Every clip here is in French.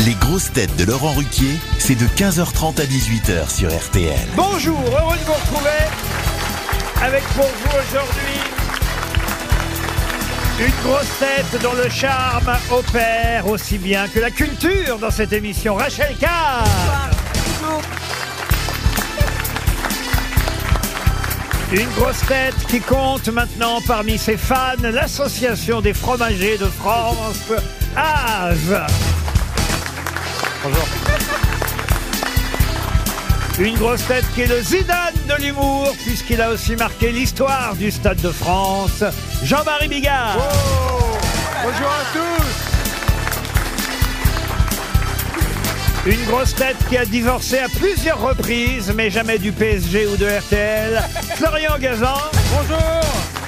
Les grosses têtes de Laurent Ruquier, c'est de 15h30 à 18h sur RTL. Bonjour, heureux de vous retrouver avec pour vous aujourd'hui une grosse tête dont le charme opère aussi bien que la culture dans cette émission, Rachel Carr. Une grosse tête qui compte maintenant parmi ses fans l'Association des fromagers de France, AZ. Bonjour. Une grosse tête qui est le Zidane de l'humour, puisqu'il a aussi marqué l'histoire du Stade de France, Jean-Marie Bigard. Oh, bonjour à tous. Une grosse tête qui a divorcé à plusieurs reprises, mais jamais du PSG ou de RTL, Florian Gazan. Bonjour.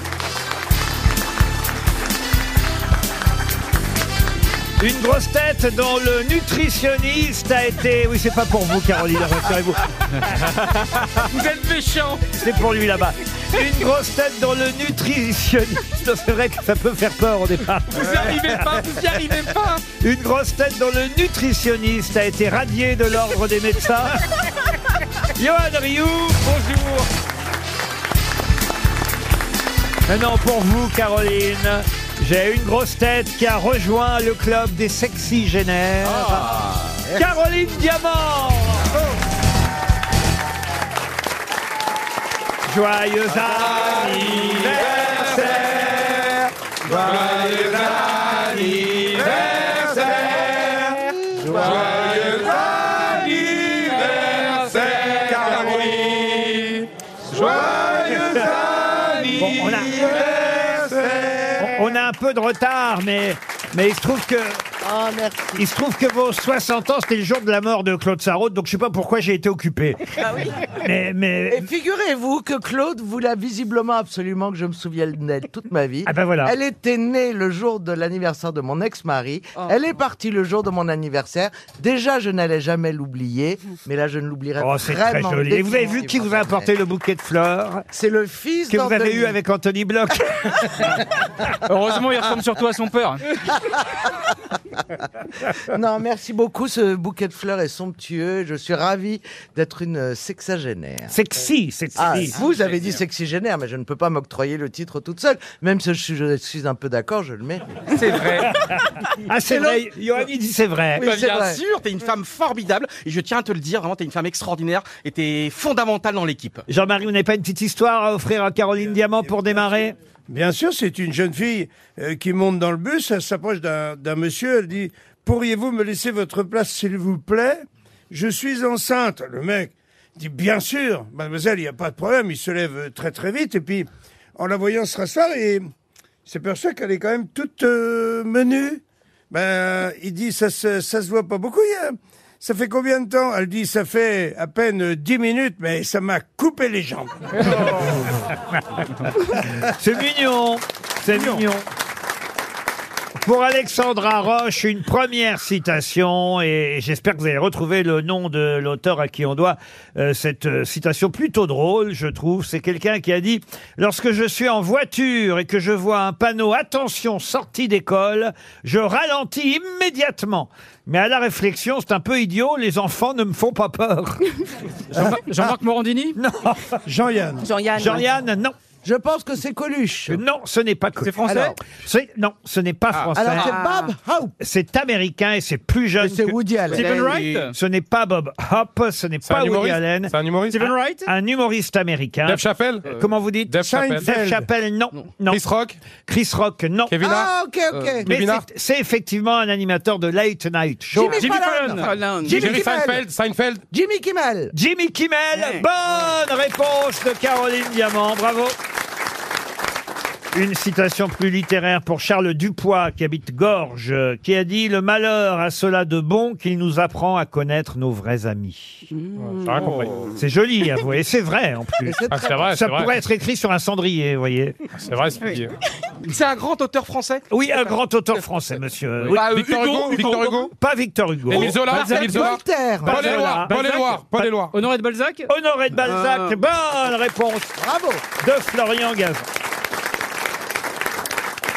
Une grosse tête dont le nutritionniste a été... Oui, c'est pas pour vous, Caroline, rassurez-vous. Vous êtes méchant. C'est pour lui là-bas. Une grosse tête dont le nutritionniste... C'est vrai que ça peut faire peur au départ. Vous n'y arrivez pas. Une grosse tête dont le nutritionniste a été radié de l'ordre des médecins. Johan Rioux. Bonjour. Maintenant pour vous, Caroline, j'ai une grosse tête qui a rejoint le club des sexygénaires. Caroline Diamant. Joyeux anniversaire. Joyeux anniversaire. Joyeux anniversaire, Caroline. Joyeux anniversaire. On a un peu de retard, mais il se trouve que... Oh, merci. Il se trouve que vos 60 ans, c'était le jour de la mort de Claude Sarraute, donc je sais pas pourquoi j'ai été occupé. Ah oui. Mais... Et figurez-vous que Claude voulait visiblement absolument que je me souvienne d'elle toute ma vie. Ah ben voilà. Elle était née le jour de l'anniversaire de mon ex-mari. Elle est partie le jour de mon anniversaire. Déjà, je n'allais jamais l'oublier, mais là, je ne l'oublierai Oh, c'est très vraiment. joli. Et vous avez vu qui vous a apporté le bouquet de fleurs C'est le fils que vous avez d'Anthony. eu avec Anthony Bloch? Heureusement, il ressemble surtout à son père. Non, merci beaucoup. Ce bouquet de fleurs est somptueux. Je suis ravi d'être une sexagénaire. Sexy. Ah, vous avez dit sexygénaire, mais je ne peux pas m'octroyer le titre toute seule. Même si je suis un peu d'accord, je le mets. C'est vrai. Ah, c'est vrai. Johan, il dit c'est vrai. Oui, c'est Bien vrai. sûr, t'es une femme formidable et je tiens à te le dire, vraiment, t'es une femme extraordinaire et t'es fondamentale dans l'équipe. Jean-Marie, vous n'avez pas une petite histoire à offrir à Caroline Diamant pour démarrer? Bien sûr, c'est une jeune fille qui monte dans le bus, elle s'approche d'un monsieur, elle dit « Pourriez-vous me laisser votre place, s'il vous plaît? Je suis enceinte. » Le mec dit « Bien sûr, mademoiselle, il n'y a pas de problème. » Il se lève très très vite et puis, en la voyant se rasseoir, il s'aperçoit qu'elle est quand même toute menue. Il dit « Ça se voit pas beaucoup, ça fait combien de temps? » Elle dit « Ça fait à peine 10 minutes, mais ça m'a coupé les jambes. » C'est mignon. C'est mignon. Pour Alexandra Roche, une première citation, et j'espère que vous allez retrouver le nom de l'auteur à qui on doit cette citation plutôt drôle, je trouve. C'est quelqu'un qui a dit « Lorsque je suis en voiture et que je vois un panneau « Attention, sortie d'école », je ralentis immédiatement. Mais à la réflexion, c'est un peu idiot, les enfants ne me font pas peur. » Jean-Marc Morandini. Non. Jean-Yann. Jean-Yann, non. Je pense que c'est Coluche. Non, ce n'est pas Coluche. C'est français. Alors, Non, ce n'est pas français. alors c'est Bob Hope. C'est américain et c'est plus jeune. C'est que- Woody Allen. Stephen Wright. Ce n'est pas Bob Hope, ce n'est pas Woody Allen. C'est un humoriste. Stephen Wright. Un humoriste américain. Dave Chappelle. Comment vous dites? Dave Chappelle. Dave Chappelle, non. Non. Chris Rock. Chris Rock, non. Kevin Hart. Ah, ok. Mais Kevin Hart. c'est effectivement un animateur de Late Night Show. Jimmy Jimmy Fallon. Fallon. Jimmy Jerry Kimmel. Seinfeld. Jimmy Kimmel. Jimmy Kimmel, bonne réponse de Caroline Diamant, bravo. Une citation plus littéraire pour Charles Dupois, qui habite Gorges, qui a dit « Le malheur a cela de bon qu'il nous apprend à connaître nos vrais amis. J'ai rien compris. » C'est joli, avouez, c'est vrai en plus. C'est Ah, c'est vrai, Ça c'est vrai. pourrait être écrit sur un cendrier, vous voyez. C'est vrai, c'est dit. C'est un grand auteur français. Oui, un grand auteur français, monsieur. Oui, Bah, Victor Hugo. Victor Hugo. pas Victor Hugo. Émile Zola. Émile Zola. Voltaire. Paul Éluard. Paul Éluard. Paul Éluard. Honoré de Balzac. Honoré de Balzac, Ah. bonne réponse Bravo. de Florian Gazan.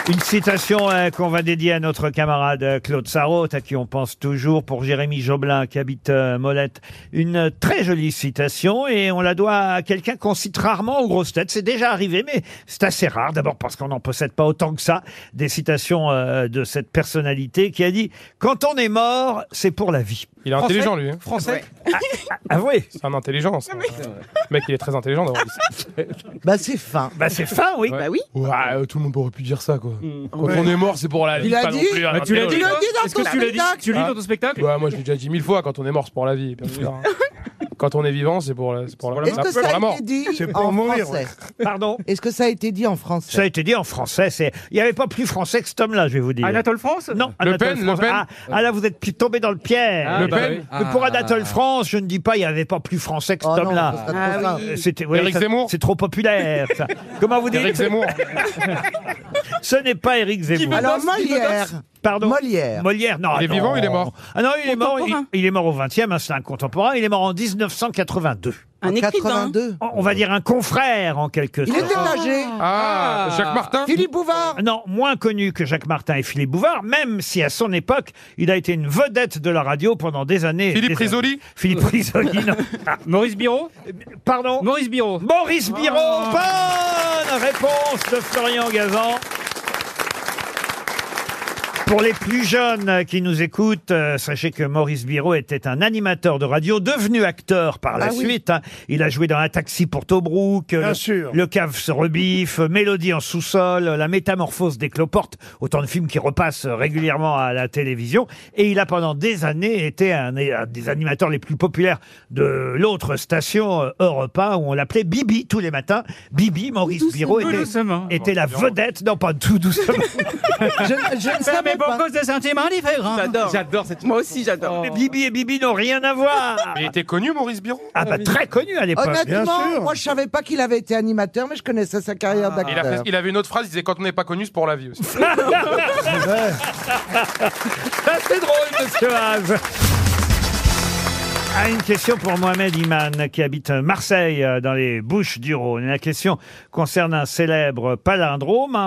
Une citation qu'on va dédier à notre camarade Claude Sarraute, à qui on pense toujours, pour Jérémy Joblin, qui habite Molette. Une très jolie citation, et on la doit à quelqu'un qu'on cite rarement aux grosses têtes. C'est déjà arrivé, mais c'est assez rare. D'abord parce qu'on n'en possède pas autant que ça, des citations de cette personnalité qui a dit « Quand on est mort, c'est pour la vie ». Il est intelligent, lui. Hein. Français. Ah oui. C'est un intelligent. Ça. Le mec, il est très intelligent d'avoir dit ça. Bah c'est fin. Bah c'est fin, oui. Bah oui. Ouais, tout le monde aurait pu dire ça, quoi. Quand on est mort, c'est pour la vie. Il a pas dit non plus un Bah, tu l'as dit, intello. Est-ce que tu l'as dit Tu lis dans ton spectacle Ouais, moi, je l'ai déjà dit 1000 fois. Quand on est mort, c'est pour la vie. Bien sûr. Quand on est vivant, c'est pour la Est-ce que pour ça la a mort. été dit C'est pour en mourir, français? Pardon. Est-ce que ça a été dit en français? Ça a été dit en français. Il n'y avait pas plus français que cet homme-là, je vais vous dire. Anatole France Non, Le Anatole Pen, France. Le Pen. Ah, là, vous êtes tombé dans le piège. Ah, Le bah Pen. oui. Mais pour Anatole France, je ne dis pas, il n'y avait pas plus français que cet Oh non, homme-là. ça serait trop simple. C'était, ouais, Éric Zemmour. c'est trop populaire, ça. Comment vous dites? Éric Zemmour. Ce n'est pas Éric Zemmour. Alors Molière. Pardon. Molière. Molière, non. Il est non. vivant ou il est mort? Ah non, il est mort. Contemporain. Il est mort au 20e, hein, c'est un contemporain. Il est mort en 1982. Un En écrivain. 82. On va dire un confrère, en quelque Il sorte. était âgé. Ah, Jacques Martin. Philippe Bouvard. Non, moins connu que Jacques Martin et Philippe Bouvard, même si à son époque, il a été une vedette de la radio pendant des années. Philippe Des années. Risoli. Philippe Risoli, non. Ah, Maurice Biro pardon. Maurice Biro. Maurice Biro, bonne réponse de Florian Gazan. Pour les plus jeunes qui nous écoutent, sachez que Maurice Biro était un animateur de radio, devenu acteur par la suite. Hein. Il a joué dans Un taxi pour Tobruk, Bien sûr. Le cave se rebiffe, Mélodie en sous-sol, La métamorphose des cloportes, autant de films qui repassent régulièrement à la télévision. Et il a pendant des années été un des animateurs les plus populaires de l'autre station, Europe 1, où on l'appelait Bibi tous les matins. Bibi, Maurice Biro Tout doucement. était la vedette, non pas tout doucement. Je ne savais Mais pour pas. cause de sentiments différents. J'adore cette. Moi aussi, j'adore. Mais Bibi et Bibi n'ont rien à voir. Il était connu, Maurice Biro. Ah bah très connu à l'époque. Bien Honnêtement, sûr. moi je savais pas qu'il avait été animateur, mais je connaissais sa carrière d'acteur. Il avait une autre phrase, il disait quand on n'est pas connu, c'est pour la vie aussi. Ça c'est drôle, monsieur Haas. Ah, une question pour Mohamed Iman qui habite Marseille dans les Bouches-du-Rhône. La question concerne un célèbre palindrome,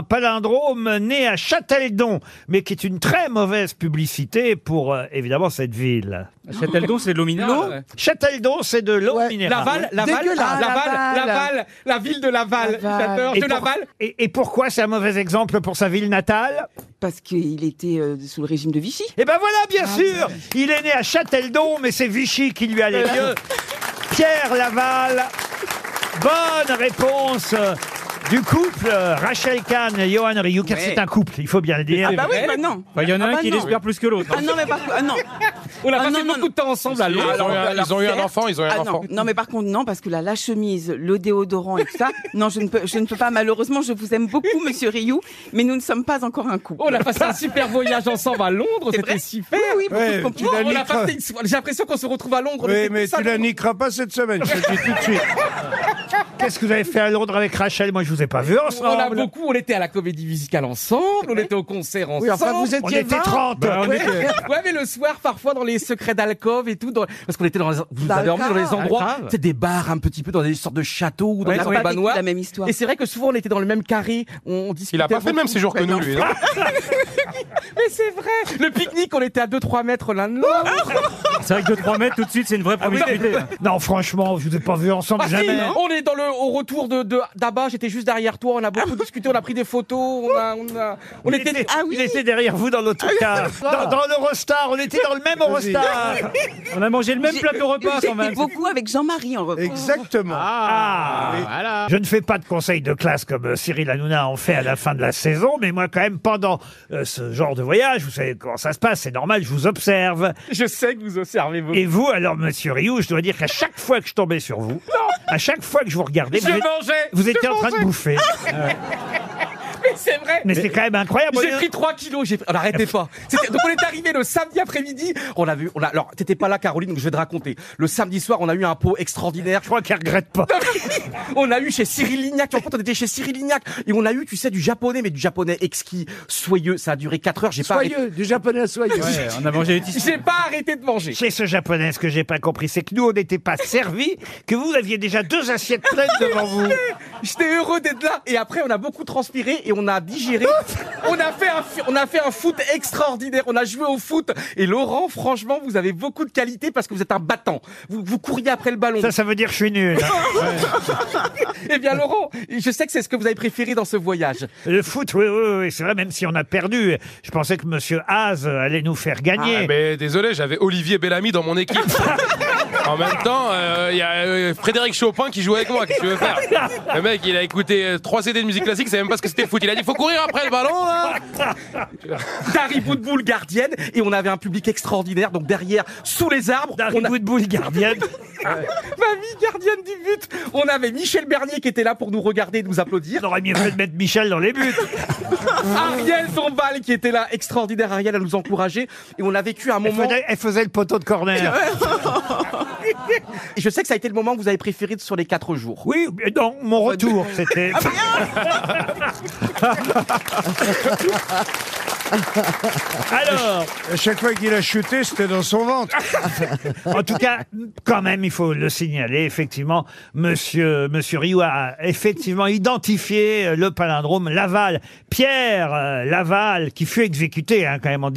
né à Châteldon, mais qui est une très mauvaise publicité pour évidemment cette ville. Châteldon, c'est de l'eau minérale. Châteldon, c'est de l'eau Ouais. minérale. Dégueulasse. Laval, la ville de Laval. J'adore, Et de pour- Laval. et pourquoi c'est un mauvais exemple pour sa ville natale? Parce qu'il était sous le régime de Vichy. Eh ben voilà, bien sûr. Il est né à Châteldon, mais c'est Vichy qui lui allait mieux. Pierre Laval. Bonne réponse du couple Rachel Kahn et Johan Rioux, car Ouais. c'est un couple, il faut bien le dire. Ah bah oui, vrai bah non. Bah, il y en a Ah un bah qui non. l'espère plus que l'autre. Ah non, mais par contre, ah non. On a Ah passé non, non, beaucoup de temps ensemble à Londres. Ils ont eu un enfant, ils ont eu un Ah enfant. non, non, mais par contre, non, parce que la chemise, le déodorant et tout ça, non, je ne peux pas, malheureusement, je vous aime beaucoup, monsieur Rioux, mais nous ne sommes pas encore un couple. On a passé un super voyage ensemble à Londres, C'est c'était vrai super. Oui, beaucoup Ouais, de tu compliments. l'as On a niquera. passé J'ai l'impression qu'on se retrouve à Londres. on Oui, était mais tous à tu la Londres. niqueras pas cette semaine, je te le dis tout de suite. Qu'est-ce que vous avez fait à Londres avec Rachel? Moi, je vous ai pas vu On a ensemble. beaucoup, on était à la comédie musicale ensemble, on était au concert ensemble. Oui, enfin vous On étiez était 20. 30. Bah, on était- Ouais, mais le soir, parfois, dans les secrets d'alcôve et tout, parce qu'on était dans les, vous avez emmené dans les endroits, Alcave. c'est des bars un petit peu dans des sortes de châteaux ou dans On des n'a sortes de pas vécu manoirs. la même histoire. Et c'est vrai que souvent, on était dans le même carré, on discutait. Il a pas fait le même séjour que nous, lui. non Mais c'est vrai! Le pique-nique, on était à 2-3 mètres l'un de l'autre. C'est vrai que de 3 mètres, tout de suite, c'est une vraie promiscuité. Non, franchement, je vous ai pas vu ensemble, Ah si, jamais. on est au retour d'Abba, j'étais juste derrière toi, on a beaucoup discuté, on a pris des photos, on était. Il était derrière vous dans l'autocar. Dans l'Eurostar, on était dans le même Eurostar. On a mangé le même plateau repas quand J'étais même. beaucoup avec Jean-Marie en revanche. Exactement. Ah, Voilà. Je ne fais pas de conseils de classe comme Cyril Hanouna en fait à la fin de la saison, mais moi quand même pendant ce genre de voyage, vous savez comment ça se passe, c'est normal, je vous observe. Je sais que vous observez beaucoup. Et vous, alors monsieur Rioux, je dois dire qu'à chaque fois que je tombais sur vous, à chaque fois que je vous regardais, Je mangeais. vous étiez en train de bouffer. Mais c'est vrai. Mais c'est quand même incroyable. J'ai pris 3 kilos, on n'arrêtait pas. Donc on est arrivé le samedi après-midi, alors t'étais pas là Caroline, donc je vais te raconter. Le samedi soir, on a eu un pot extraordinaire. Je crois qu'elle regrette pas. On a eu chez Cyril Lignac, en fait on était chez Cyril Lignac, et on a eu, tu sais, du japonais, mais du japonais exquis, soyeux, ça a duré 4 heures, j'ai pas arrêté. Soyeux, du japonais soyeux. Ouais, on a mangé les tissus. J'ai pas arrêté de manger. Chez ce japonais, ce que j'ai pas compris, c'est que nous, on n'était pas servis, que vous aviez déjà 2 assiettes pleines devant vous. J'étais heureux d'être là, et après on a beaucoup transpiré, et on a digéré. On a fait un foot extraordinaire. On a joué au foot. Et Laurent, franchement, vous avez beaucoup de qualité parce que vous êtes un battant. Vous couriez après le ballon. Ça veut dire que je suis nul. Eh bien, Laurent, je sais que c'est ce que vous avez préféré dans ce voyage. Le foot, oui, c'est vrai, même si on a perdu. Je pensais que Monsieur Haas allait nous faire gagner. Ah, mais désolé, j'avais Olivier Bellamy dans mon équipe. En même temps, il y a Frédéric Chopin qui joue avec moi. Qu'est-ce que tu veux faire? Le mec, il a écouté 3 CD de musique classique, il savait même pas ce que c'était le foot. Il a dit, faut courir après le ballon, là. Dari Boudboul, gardienne, et on avait un public extraordinaire. Donc derrière, sous les arbres, Dari Boudboul, gardienne. Mamie, gardienne du but. On avait Michel Bernier qui était là pour nous regarder et nous applaudir. On aurait mieux fait de mettre Michel dans les buts. Ariel Dombal qui était là, extraordinaire. Ariel à nous encourager. Et on a vécu un moment. Elle faisait le poteau de corner. Et je sais que ça a été le moment que vous avez préféré sur les 4 jours. Oui, non, mon retour, c'était. Alors, À chaque fois qu'il a chuté, c'était dans son ventre. en tout cas, quand même, il faut le signaler, effectivement, Monsieur Rioux a effectivement identifié le palindrome Laval. Pierre Laval, qui fut exécuté quand même en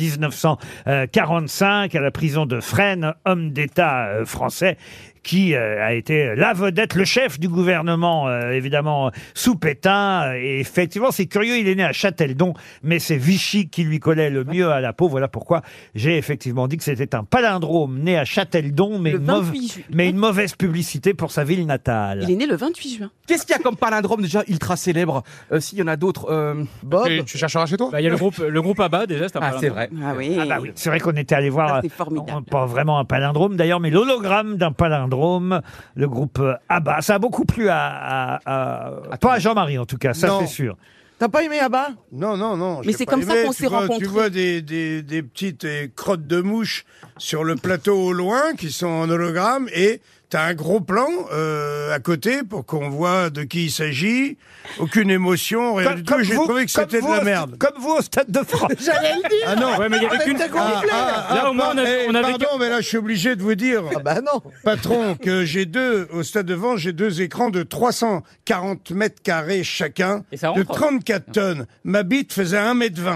1945 à la prison de Fresnes, homme d'État français, qui a été la vedette, le chef du gouvernement, évidemment, sous Pétain. Et effectivement, c'est curieux, il est né à Châteldon, mais c'est Vichy qui lui collait le mieux à la peau. Voilà pourquoi j'ai effectivement dit que c'était un palindrome né à Châteldon, mais, une mauvaise publicité pour sa ville natale. Il est né le 28 juin. Qu'est-ce qu'il y a comme palindrome déjà ultra célèbre? S'il y en a d'autres, Bob. Tu chercheras chez toi? Il y a le groupe ABBA déjà, c'est un Ah, c'est vrai. Ah oui. Ah bah oui, c'est vrai qu'on était allé voir, c'est formidable. pas vraiment un palindrome d'ailleurs, mais l'hologramme d'un palindrome, le groupe ABBA. Ça a beaucoup plu pas à Jean-Marie en tout cas, ça Non. c'est sûr. T'as pas aimé Abba? Non. Mais j'ai c'est pas comme ça aimé. qu'on Tu s'est vois- rencontrés. Tu vois des petites crottes de mouches sur le plateau au loin qui sont en hologramme et t'as un gros plan à côté pour qu'on voit de qui il s'agit. Aucune émotion, rien du tout. J'ai trouvé que c'était de la merde. Comme vous au Stade de France. J'allais le dire. Ah non. Ouais, mais il y avait qu'une. Là, au moins, on avait pardon, mais là, je suis obligé de vous dire, Ah bah non. patron, que au Stade de France, j'ai 2 écrans de 340 mètres carrés chacun, Et ça de rentre 34 tonnes. Ma bite faisait 1,20 m.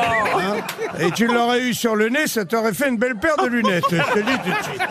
Et tu l'aurais eu sur le nez, ça t'aurait fait une belle paire de lunettes. Je te le dis tout de suite.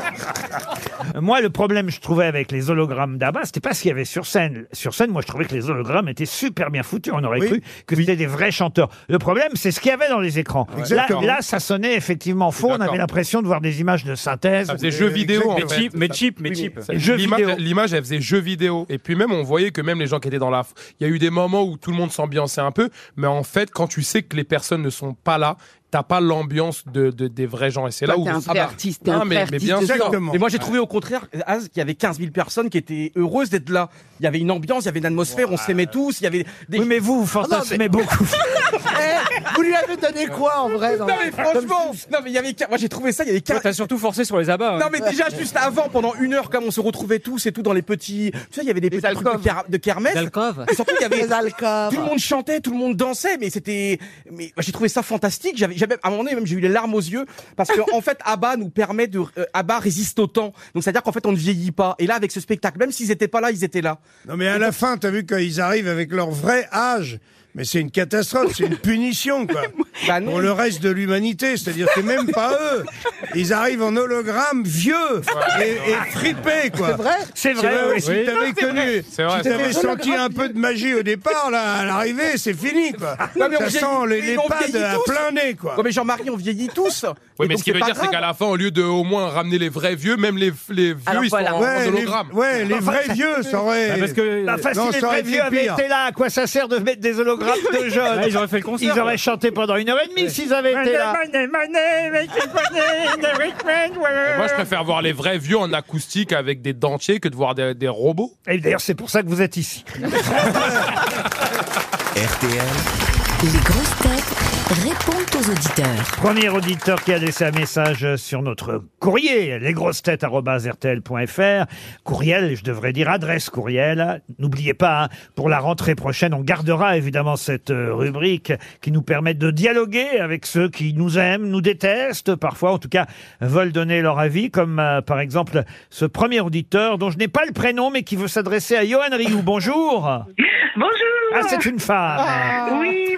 Moi, le problème, je trouvais avec les hologrammes d'ABBA, c'était pas ce qu'il y avait sur scène. Sur scène, moi, je trouvais que les hologrammes étaient super bien foutus. On aurait Oui. cru que c'était des vrais chanteurs. Le problème, c'est ce qu'il y avait dans les écrans. Exactement. Là, ça sonnait effectivement faux. On D'accord. avait l'impression de voir des images de synthèse. Ça faisait jeu vidéo, en Exactement. fait. mais cheap. Jeux vidéo. L'image, elle faisait jeu vidéo. Et puis même, on voyait que même les gens qui étaient dans la... Il y a eu des moments où tout le monde s'ambiançait un peu, mais en fait, quand tu sais que les personnes ne sont pas là, t'as pas l'ambiance des vrais gens. Et c'est là Toi, où... t'es un vrai artiste, t'es un Non, vrai mais artiste bien de sûr. genre. Exactement. Et moi, j'ai trouvé au contraire, Az, qu'il y avait 15 000 personnes qui étaient heureuses d'être là. Il y avait une ambiance, il y avait une atmosphère, on s'aimait tous, il y avait des... Oui, mais vous fantasmez beaucoup. Vous lui avez donné quoi en vrai dans- Non mais franchement, non mais il y avait, moi j'ai trouvé ça, il y avait Toi, t'as surtout forcé sur les abats. hein. Non mais déjà juste avant, pendant 1 heure, comme on se retrouvait tous et tout dans les petits, tu sais, il y avait des petits trucs de kermesse. D'alcôve. Et surtout il y avait Les alcools. tout le monde chantait, tout le monde dansait, mais c'était, mais j'ai trouvé ça fantastique. J'avais à un moment donné même j'ai eu les larmes aux yeux parce que en fait ABBA nous permet de, ABBA résiste au temps. Donc c'est à dire qu'en fait on ne vieillit pas. Et là avec ce spectacle, même s'ils étaient pas là, ils étaient là. Non, mais à la fin, t'as vu quand ils arrivent avec leur vrai âge. Mais c'est une catastrophe, c'est une punition, quoi. Bah non. Pour le reste de l'humanité, c'est-à-dire que même pas eux. Ils arrivent en hologramme vieux et fripés, quoi. C'est vrai, oui. Si t'avais connu, C'est vrai, si c'est t'avais vrai. senti un peu de magie au départ, là, à l'arrivée, c'est fini, quoi. Non, mais on Ça vieillit- sent les on pads vieillit à tous. plein nez, quoi. Ouais, mais Jean-Marie, on vieillit tous. Oui, Et mais donc, ce qui veut pas dire, c'est grave. qu'à la fin, au lieu de au moins ramener les vrais vieux, même les vieux, Alors ils voilà. sont en hologramme. Les vrais vieux, ça aurait... Parce que. Enfin, Non, si les ça aurait vrais été vieux avaient pire. été là, à quoi ça sert de mettre des hologrammes de jeunes? Ils auraient fait le concert. Ils auraient chanté pendant 1h30 s'ils avaient été là. Moi, je préfère voir les vrais vieux en acoustique avec des dentiers que de voir des robots. Et d'ailleurs, c'est pour ça que vous êtes ici. RTL, Les grosses têtes répondent aux auditeurs. Premier auditeur qui a laissé un message sur notre courrier, lesgrossetêtes@rtl.fr. Courriel, je devrais dire adresse courriel. N'oubliez pas, hein, pour la rentrée prochaine, on gardera évidemment cette rubrique qui nous permet de dialoguer avec ceux qui nous aiment, nous détestent, parfois en tout cas veulent donner leur avis, comme par exemple ce premier auditeur dont je n'ai pas le prénom mais qui veut s'adresser à Johan Rioux. Bonjour. Bonjour. Ah, c'est une femme. Oui, bonjour à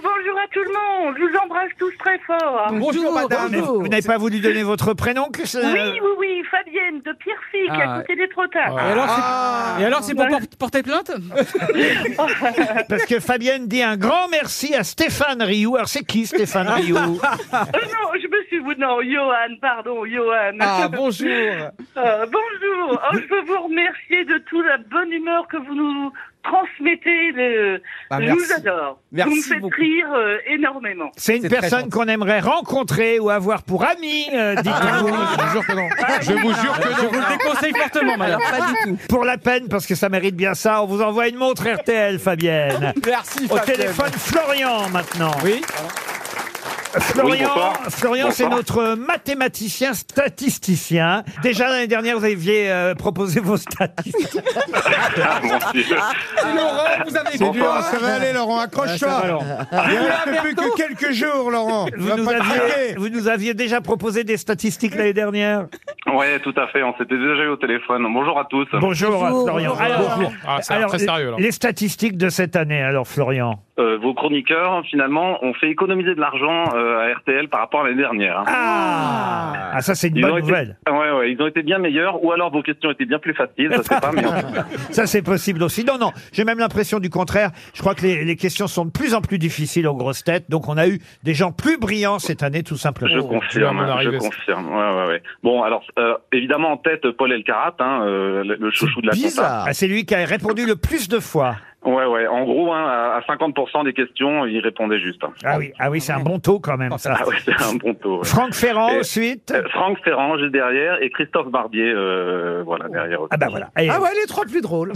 tout le monde. Je vous embrasse tous très fort. Bonjour, madame. Mais vous n'avez pas voulu donner votre prénom que ça... Oui, Fabienne de Pierrefitte, à côté des Trottards. Et alors, c'est pour porter plainte? Parce que Fabienne dit un grand merci à Stéphane Rioux. Alors, c'est qui Stéphane Rioux? Non, je me suis... Non, Johan, pardon, Johan. Ah, bonjour. Bonjour. Je veux vous remercier de toute la bonne humeur que vous nous transmettez. Je vous adore. Merci vous me faites beaucoup. rire énormément. C'est une C'est très personne gentil. qu'on aimerait rencontrer ou avoir pour amie, dites-vous. Je vous jure que non. Je vous jure que Je non. vous le déconseille fortement, madame. Alors, pas du tout. Pour la peine, parce que ça mérite bien ça, on vous envoie une montre RTL, Fabienne. Merci, Au Fabienne. téléphone, Florian, maintenant. Oui. Florian, bonsoir. Florian, c'est Bonsoir. notre mathématicien statisticien. Déjà l'année dernière, vous aviez proposé vos statistiques. Ah, mon Dieu. Laurent, vous avez C'est dur, ça va aller, Laurent, accroche-toi. Il ne reste plus que quelques jours, Laurent. Tu vas pas craquer. Vous nous aviez déjà proposé des statistiques l'année dernière. Ouais, tout à fait. On s'était déjà eu au téléphone. Bonjour à tous. Bonjour, Florian. Alors, Ah, ça a l'air très sérieux, là. les statistiques de cette année, alors Florian. Vos chroniqueurs, finalement, ont fait économiser de l'argent à RTL par rapport à l'année dernière. Ah, ça c'est une Ils ont bonne été- nouvelle. Ouais, ils ont été bien meilleurs, ou alors vos questions étaient bien plus faciles, je sais pas, mais en tout cas. Ça c'est possible aussi. Non, j'ai même l'impression du contraire. Je crois que les questions sont de plus en plus difficiles aux grosses têtes. Donc on a eu des gens plus brillants cette année, tout simplement. Je tu vas confirme, m'en arriver, je ça. confirme. Ouais. Bon, alors, évidemment, en tête, Paul Elkarat, le chouchou de la compta. Bizarre. Ah, c'est lui qui a répondu le plus de fois. Ouais. En gros, à 50% des questions, il répondait juste. Ah oui, c'est un bon taux quand même, ça. Ah ouais, c'est un bon taux. Ouais. Franck Ferrand, Et- ensuite. Franck Ferrand, juste derrière, et Christophe Barbier, voilà, derrière aussi. Ah bah voilà. Et- Ah ouais, les trois plus drôles.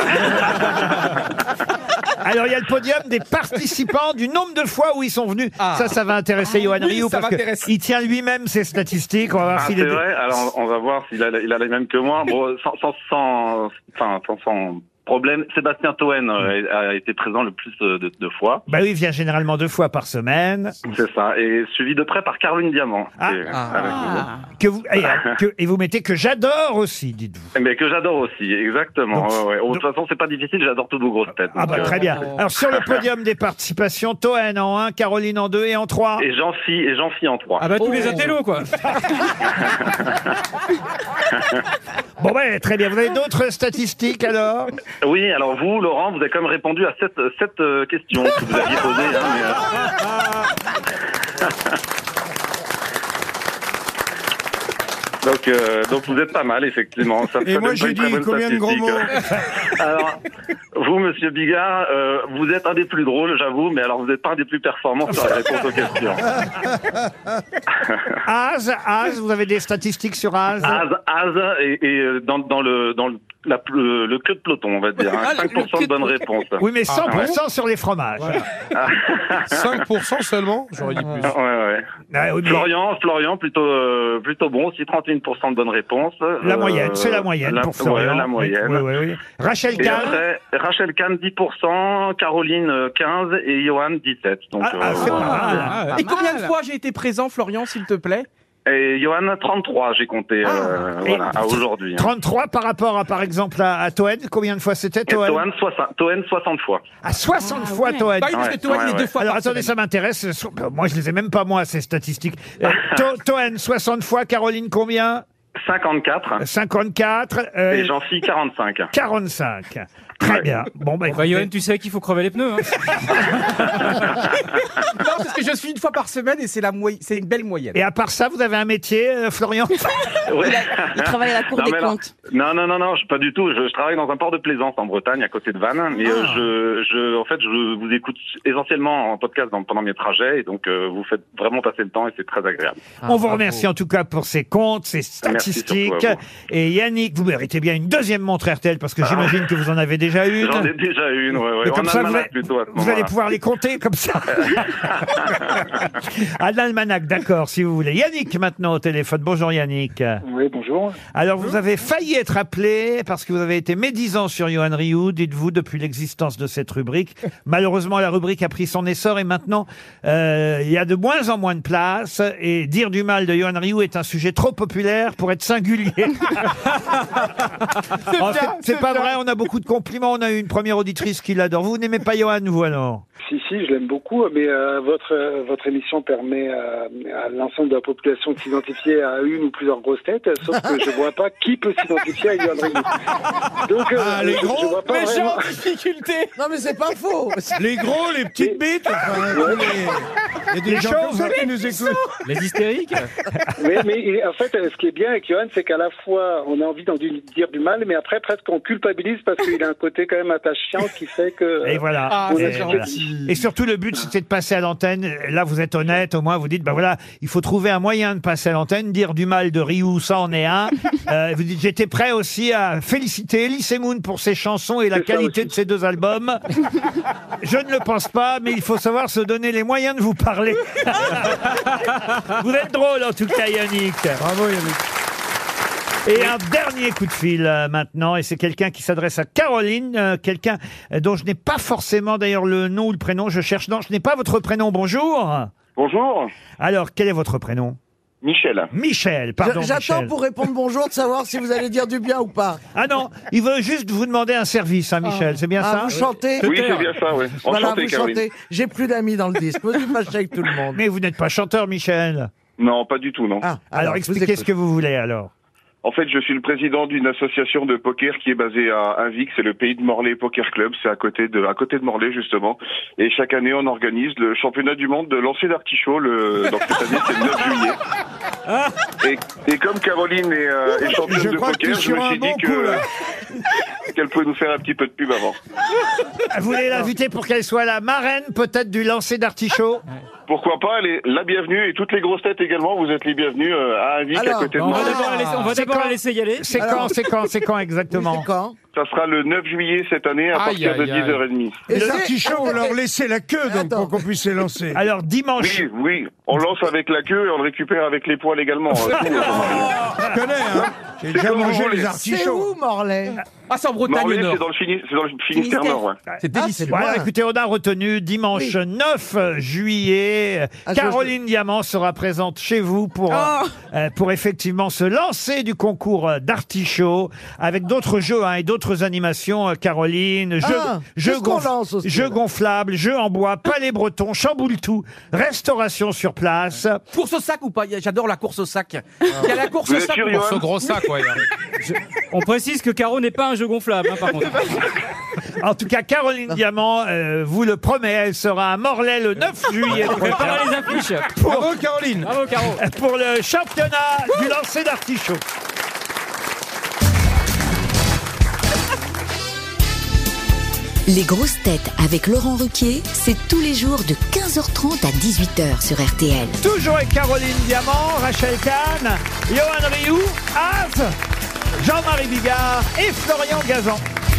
Alors il y a le podium des participants, du nombre de fois où ils sont venus. Ah. Ça va intéresser Johan Oui, Rioux ça parce m'intéresse. qu'il tient lui-même ses statistiques. On va voir Ah, s'il c'est est... vrai. Alors, on va voir s'il a les mêmes que moi. Bon, sans problème. Sébastien Toen a été présent le plus de fois. Bah oui, il vient généralement 2 fois par semaine. C'est ça. Et suivi de près par Caroline Diamant. Ah. qui est avec nous. Et vous mettez que j'adore aussi, dites-vous. Mais que j'adore aussi, exactement. Donc- Ouais. De toute façon, c'est pas difficile, j'adore toutes vos grosses têtes. Ah donc, bah très bien. Alors sur le podium des participations, Toen en 1, Caroline en 2 et en 3. Et Jean-Phi en 3. Ah bah tous les intellos, quoi. Bon bah très bien. Vous avez d'autres statistiques alors? Oui, alors vous, Laurent, vous avez quand même répondu à 7 questions que vous aviez posées. Donc vous êtes pas mal, effectivement. Ça Et ça moi, donne pas j'ai une très dit bonne combien de gros statistique. Alors, vous, monsieur Bigard, vous êtes un des plus drôles, j'avoue, mais alors vous n'êtes pas un des plus performants sur les réponses aux questions. Az, vous avez des statistiques sur Az? Az et dans le queue de peloton, on va dire. Hein. 5% de bonnes réponses. Oui, mais 100% ouais. sur les fromages. 5% seulement? J'aurais dit plus. Ouais. Ah oui, mais Florian, plutôt bon, aussi 31% de bonnes réponses. la moyenne, c'est la moyenne pour Florian. Ouais, la moyenne. Oui. Rachel Et Kahn. après, Rachel Kahn, 10%, Caroline, 15% et Johan, 17%. Donc, c'est pas mal. Ah, Et combien de fois j'ai été présent, Florian, s'il te plaît? Et Johan, 33, j'ai compté, à aujourd'hui. 33 par rapport à, par exemple, à Toen. Combien de fois c'était, Toen? Toen, 60 fois. À 60 fois, Toen. Bah oui, parce que Toen, il est 2 fois Alors par attendez, semaine. ça m'intéresse. Moi, je les ai même pas, moi, ces statistiques. Toen, 60 fois. Caroline, combien? 54. 54. Et Jean-Phi, 45. 45. Très bien. Bon, bah, Bah, Johan, tu sais qu'il faut crever les pneus. Hein. Non, parce que je suis une fois par semaine et c'est une belle moyenne. Et à part ça, vous avez un métier, Florian? Ouais. Il travaille à la Cour Non, des mais alors- comptes. Non, pas du tout. Je travaille dans un port de plaisance en Bretagne, à côté de Vannes. Mais je vous écoute essentiellement en podcast pendant mes trajets. Et donc, vous faites vraiment passer le temps et c'est très agréable. On vous remercie en tout cas pour ces comptes, ces statistiques. surtout à vous. Et Yannick, vous méritez bien une deuxième montre RTL parce que j'imagine que vous en avez déjà une. J'en ai déjà une, ouais. Mais comme En ça, almanach plutôt à ce vous allez moment-là. pouvoir les compter comme ça. À l'almanach, d'accord, si vous voulez. Yannick, maintenant au téléphone. Bonjour Yannick. Oui, bonjour. Alors, vous avez failli être appelé parce que vous avez été médisant sur Johan Rioux, dites-vous, depuis l'existence de cette rubrique. Malheureusement, la rubrique a pris son essor et maintenant, il y a de moins en moins de place. Et dire du mal de Johan Rioux est un sujet trop populaire pour être singulier. En fait, c'est pas vrai, on a beaucoup de compliments. effectivement, on a eu une première auditrice qui l'adore. Vous n'aimez pas Johan, vous alors? Si, je l'aime beaucoup, mais votre émission permet à l'ensemble de la population de s'identifier à une ou plusieurs grosses têtes, sauf que je vois pas qui peut s'identifier à Johan Rioux. Donc, les je gros, vois pas Mais j'ai vraiment... en difficulté. Non, mais c'est pas faux. Les gros, les petites bites. Enfin, il y a des gens comme ça qui nous écoutent. Les hystériques. Mais en fait, ce qui est bien avec Johan, c'est qu'à la fois, on a envie d'en dire du mal, mais après, presque, on culpabilise parce qu'il a un côté quand même attachant qui fait que... Et voilà. Ah, on c'est est gentil. Voilà. Et surtout, le but, c'était de passer à l'antenne. Là, vous êtes honnête, au moins, vous dites, bah voilà, il faut trouver un moyen de passer à l'antenne, dire du mal de Rioux, ça en est un. Vous dites, j'étais prêt aussi à féliciter Elie Moon pour ses chansons et la qualité de ses 2 albums. Je ne le pense pas, mais il faut savoir se donner les moyens de vous parler. Vous êtes drôle, en tout cas, Yannick. Bravo, Yannick. Et un dernier coup de fil maintenant, et c'est quelqu'un qui s'adresse à Caroline, quelqu'un dont je n'ai pas forcément d'ailleurs le nom ou le prénom, je cherche. Non, je n'ai pas votre prénom, bonjour. Bonjour, Alors, quel est votre prénom? Michel. Michel, pardon J'attends Michel. pour répondre bonjour de savoir si vous allez dire du bien ou pas. Ah non, il veut juste vous demander un service, hein, Michel, c'est bien ça? Vous chantez. Oui, c'est bien ça, oui. Voilà, Enchanté, vous Caroline. chantez. J'ai plus d'amis dans le disque. Je suis fâché avec tout le monde. Mais vous n'êtes pas chanteur, Michel. Non, pas du tout, non. Ah, Alors je vous expliquez écoute. ce que vous voulez alors. En fait, je suis le président d'une association de poker qui est basée à Invix, c'est le Pays de Morlaix Poker Club, c'est à côté de Morlaix justement. Et chaque année, on organise le championnat du monde de lancer d'artichaut. Donc cette année, c'est le 9 juillet. Et comme Caroline est championne Je de crois que poker, t'es je sur me un suis bon dit coup, là. qu'elle pouvait nous faire un petit peu de pub avant. Vous voulez l'inviter pour qu'elle soit la marraine peut-être du lancer d'artichaut? Pourquoi pas, elle est la bienvenue et toutes les grosses têtes également, vous êtes les bienvenus à Invix à Alors, côté de On va Morlaix. d'abord la laisser y aller. C'est quand exactement? C'est quand? Ça sera le 9 juillet cette année à partir de 10h30. Les c'est- artichauts, on leur laissait la queue donc, Attends. pour qu'on puisse les lancer. Alors dimanche. Oui, on lance avec la queue et on le récupère avec les poils également. Je connais, hein. J'ai déjà comme mangé vous les voulez. C'est artichauts. où, Morlaix? Ah, c'est en Bretagne Morlaix, Nord. c'est dans le Finistère Nord, ouais. C'est délicieux. Voilà, loin. écoutez, on a retenu dimanche 9 juillet. Ah, Caroline Diamant sera présente chez vous pour effectivement se lancer du concours d'artichaut avec d'autres jeux et d'autres animations. Caroline, qu'est-ce qu'on lance aussi, jeux là gonflables, jeux en bois, palais breton, chamboule tout, restauration sur place. Course au sac ou pas? J'adore la course au sac. Il y a la course Vous au êtes sac. sûr, ou pas Johan Ce gros sac, ouais. On précise que Caro n'est pas un jeu gonflable, hein, par contre. En tout cas, Caroline Diamant vous le promet, elle sera à Morlaix le 9 juillet Préparez les affiches. Bravo, Caroline. Bravo, Caro. pour le championnat du lancer d'artichaut. Les grosses têtes avec Laurent Ruquier, c'est tous les jours de 15h30 à 18h sur RTL. Toujours avec Caroline Diamant, Rachel Kahn, Johan Rioux, Az, Jean-Marie Bigard et Florian Gazan.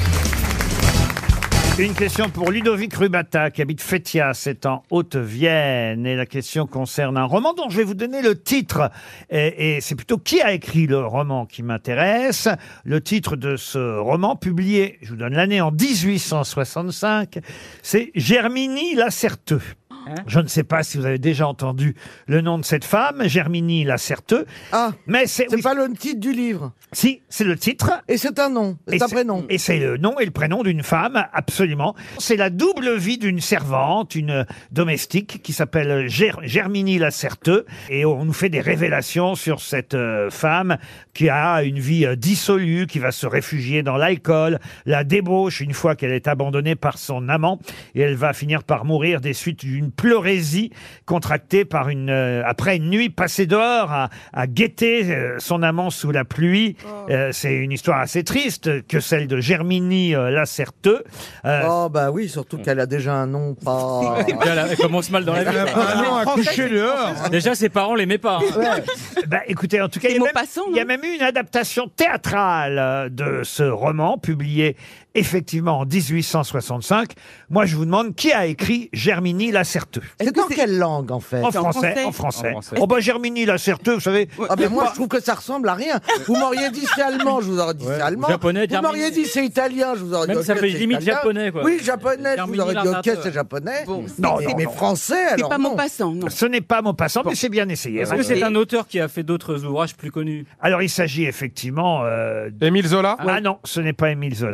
Une question pour Ludovic Rubata, qui habite Fétia, c'est en Haute-Vienne. Et la question concerne un roman dont je vais vous donner le titre. Et c'est plutôt qui a écrit le roman qui m'intéresse. Le titre de ce roman, publié, je vous donne l'année, en 1865, c'est Germinie Lacerteux. Je ne sais pas si vous avez déjà entendu le nom de cette femme, Germinie Lacerteux. Ah, mais c'est pas le titre du livre. Si, c'est le titre. Et c'est un nom, c'est un prénom. Et c'est le nom et le prénom d'une femme, absolument. C'est la double vie d'une servante, une domestique qui s'appelle Germinie Lacerteux. Et on nous fait des révélations sur cette femme qui a une vie dissolue, qui va se réfugier dans l'alcool, la débauche une fois qu'elle est abandonnée par son amant. Et elle va finir par mourir des suites d'une pleurésie contractée par après une nuit passée dehors à guetter son amant sous la pluie. C'est une histoire assez triste que celle de Germinie Lacerteux. Oh bah oui, surtout qu'elle a déjà un nom pas... Elle commence mal dans la vie. Elle a pas un nom à coucher dehors. Déjà, ses parents l'aimaient pas. Hein. Bah, écoutez, en tout cas, il y a même eu une adaptation théâtrale de ce roman, publié effectivement en 1865. Moi, je vous demande qui a écrit Germinie Lacerteux. C'est dans quelle langue, en fait? En français. En français. Oh bah Germinie Lacerteux, vous savez. Ah ben moi, je trouve que ça ressemble à rien. Vous m'auriez dit c'est allemand, je vous aurais dit c'est allemand. Japonais, vous m'auriez dit c'est italien, je vous aurais dit Même ça ok, fait c'est limite italien. japonais, quoi. Oui, japonais, je vous Germinie aurais dit ok, Lacerteux. c'est japonais. Non, mais non. français, C'est alors pas non. Maupassant, non. Ce n'est pas Maupassant, mais c'est bien essayé. Est-ce que c'est un auteur qui a fait d'autres ouvrages plus connus? Alors, il s'agit effectivement... Émile Zola. Ah non, ce n'est pas Émile Zola. Flaubert.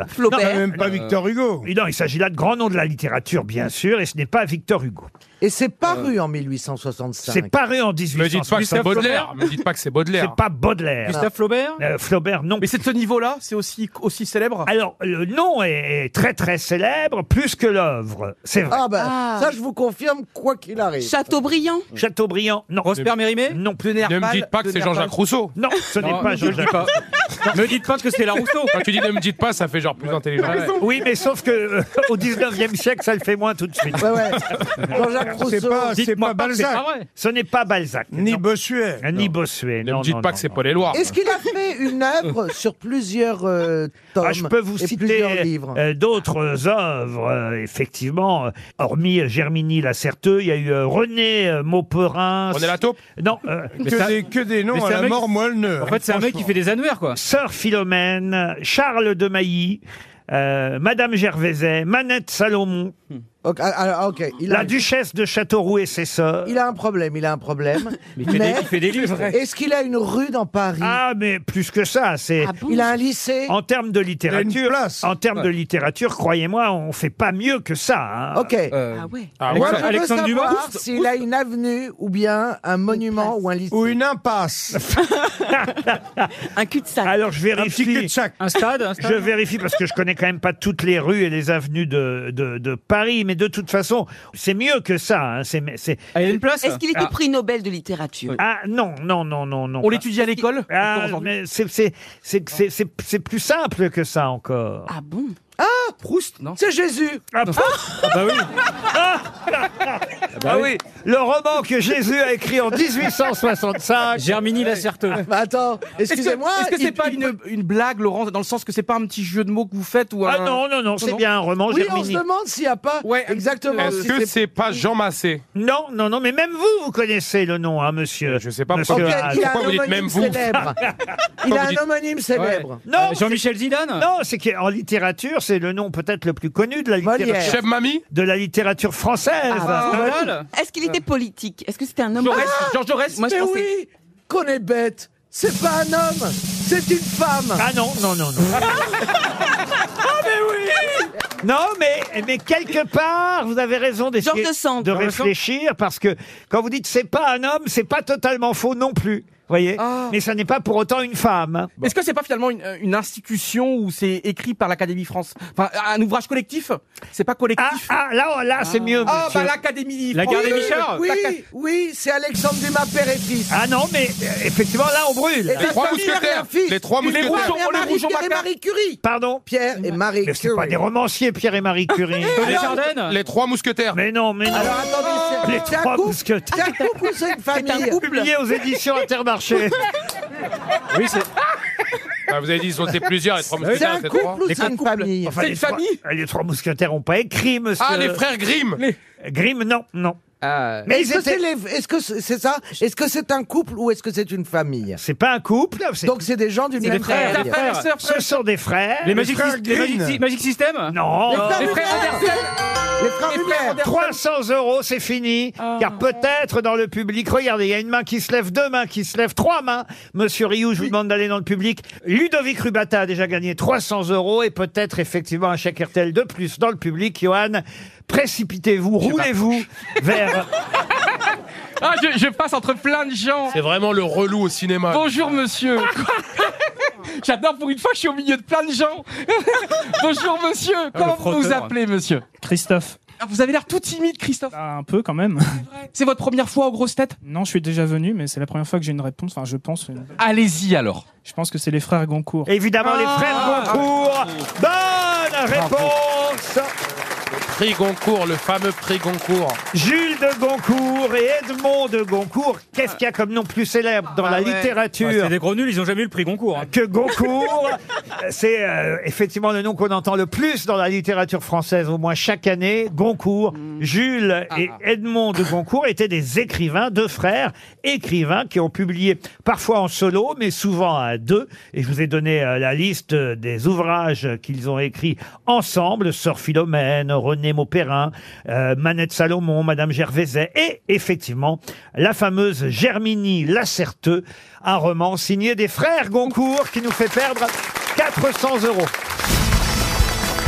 même pas Victor Hugo. Non, il s'agit là de grands noms de la littérature, bien sûr, et ce n'est pas Victor Hugo. Et c'est paru en 1865. C'est paru en 1865. Me dites pas que c'est Baudelaire. Me dites pas que c'est Baudelaire. C'est pas Baudelaire. Gustave Flaubert Flaubert, non. Mais c'est de ce niveau-là, c'est aussi célèbre. Alors, le nom est très très célèbre, plus que l'œuvre. C'est vrai. Ah ben, ça je vous confirme, quoi qu'il arrive. Chateaubriand. Chateaubriand, non. Rosepère Mérimée Non plus. Ne me dites pas que c'est Jean-Jacques Rousseau. Non, ce n'est Non, pas je le dis Jean-Jacques pas. Me dites pas que c'est la Rousseau. Quand tu dis ne me dites pas, ça fait genre plus intelligent. Oui, mais sauf que au 19e siècle, ça le fait moins tout de suite. Ouais. Jean-Jacques Rousseau. C'est pas Balzac. Ce n'est pas Balzac. Ni non. Bossuet. Ni Bossuet. Ne non, me dites non, pas non, que c'est non. Paul Éluard. Est-ce qu'il a fait une œuvre sur plusieurs tomes Ah, je peux vous et citer plusieurs livres d'autres œuvres, effectivement. Hormis Germigny Lacerteux, il y a eu René Mauperin. René Lataupe. Non. Que des noms à la mort moelleux. En fait, c'est un mec qui fait des annuaires, quoi. Sœur Philomène, Charles de Mailly, Madame Gervaiset, Manette Salomon, Ok. la duchesse de Châteauroux et ses sœurs. Il a un problème. Mais il fait des livres. Est-ce qu'il a une rue dans Paris? Ah, mais plus que ça, c'est... Il a un lycée? En termes de Il a une littérature, place. croyez-moi, on fait pas mieux que ça. Hein. Ok. Ah ouais. Moi, je veux Alexandre savoir Dumas s'il a une avenue ou bien un monument ou un lycée. Ou une impasse. Un cul-de-sac. Alors je Un petit vérifie. cul-de-sac. Un stade. Je vérifie parce que je connais quand même pas toutes les rues et les avenues de Paris, mais de toute façon, c'est mieux que ça. Hein. Ah, il y a une place. Est-ce qu'il était prix Nobel de littérature? Ah non. On l'étudie à l'école Ah, mais c'est plus simple que ça encore. Ah bon? Proust, non? C'est Jésus. Ah, bah oui. Ah oui, le roman que Jésus a écrit en 1865. Germigny Lacerteux. Bah attends, excusez-moi. Est-ce que c'est pas une blague, Laurent, dans le sens que c'est pas un petit jeu de mots que vous faites ou un... Ah non, c'est bien un roman Oui, on se Germigny. demande s'il n'y a pas. Ouais, exactement. Est-ce si que c'est pas Jean Massé? Non, mais même vous connaissez le nom, hein, monsieur. Je sais pas Monsieur pourquoi. Ok, Haas. il a un Pourquoi vous dites homonyme même vous célèbre. Il a vous dites- un homonyme célèbre. Non, Jean-Michel Zidane. non, c'est qu'en littérature, c'est le nom peut-être le plus connu de la Molière. littérature, Chef Mamie? de la littérature française. Stendhal. Est-ce qu'il était politique? Est-ce que c'était un homme? Jean Jaurès. Moi, je Mais pensais... oui, qu'on est bête. C'est pas un homme, c'est une femme. Ah non. Non, mais quelque part, vous avez raison d'essayer Georges Sand. de réfléchir, parce que quand vous dites c'est pas un homme, c'est pas totalement faux non plus. Voyez, mais ça n'est pas pour autant une femme. Hein. Est-ce que c'est pas finalement une institution où c'est écrit par l'Académie France? Enfin, un ouvrage collectif? C'est pas collectif? Là, c'est mieux, Ah, monsieur. bah l'Académie La France. gare des Michard. Oui, c'est Alexandre Dumas, père et fils. Ah non, mais effectivement, là, on brûle. Et Les trois famille, mousquetaires. rien, fils. Les trois Les mousquetaires. rouges. Pierre et Marie Curie. Pardon Pierre et Marie Mais c'est Curie. pas des romanciers, Pierre et Marie Curie. Les Ardennes. Les trois mousquetaires. Mais non. Alors attendez, Les c'est un trois couple. mousquetaires. C'est un couple ou c'est une famille? Publié aux éditions Intermarché. Oui, c'est. Ah, vous avez dit, ils sont plusieurs, les trois C'est mousquetaires, un c'est couple trois. ou c'est une famille? Enfin, C'est les une trois- famille Les trois mousquetaires n'ont pas écrit, monsieur. Ah, les frères Grimm. Grimm, non. Ah. Mais Est-ce que est-ce que c'est ça? Est-ce que c'est un couple ou est-ce que c'est une famille? c'est pas un couple. Donc c'est des gens d'une C'est même des frères. famille. Frères. Ce sont des frères. Les Magic frères Green. Magic System. Non. Les frères Lumière. Les frères Lumière. 300 €, c'est fini. Car peut-être dans le public, regardez, il y a une main qui se lève, deux mains qui se lèvent, trois mains. Monsieur Rioux, je vous demande d'aller dans le public. Ludovic Rubata a déjà gagné 300 € et peut-être effectivement un chèque RTL de plus dans le public. Johan, précipitez-vous, roulez-vous vers... Ah, je passe entre plein de gens. C'est vraiment le relou au cinéma. Bonjour monsieur. J'adore, pour une fois je suis au milieu de plein de gens. Bonjour monsieur. Comment vous vous frotteur. appelez monsieur? Christophe. Ah, vous avez l'air tout timide Christophe. Un peu quand même. C'est votre première fois aux grosses têtes? Non, je suis déjà venu, mais c'est la première fois que j'ai une réponse. Enfin, je pense. Allez-y alors. Je pense que c'est les frères Goncourt. Évidemment, les frères Goncourt. Bonne réponse. Prix Goncourt, le fameux prix Goncourt. Jules de Goncourt et Edmond de Goncourt. Qu'est-ce qu'il y a comme nom plus célèbre dans la littérature C'est des gros nuls, ils ont jamais eu le prix Goncourt. Hein. que Goncourt? C'est effectivement le nom qu'on entend le plus dans la littérature française, au moins chaque année. Goncourt, Jules et Edmond de Goncourt étaient des écrivains, deux frères écrivains qui ont publié parfois en solo, mais souvent à deux. Et je vous ai donné la liste des ouvrages qu'ils ont écrits ensemble. Sœur Philomène, René Mauperin, Manette Salomon, Madame Gervaiset et effectivement la fameuse Germigny Lacerteux, un roman signé des frères Goncourt qui nous fait perdre 400 €.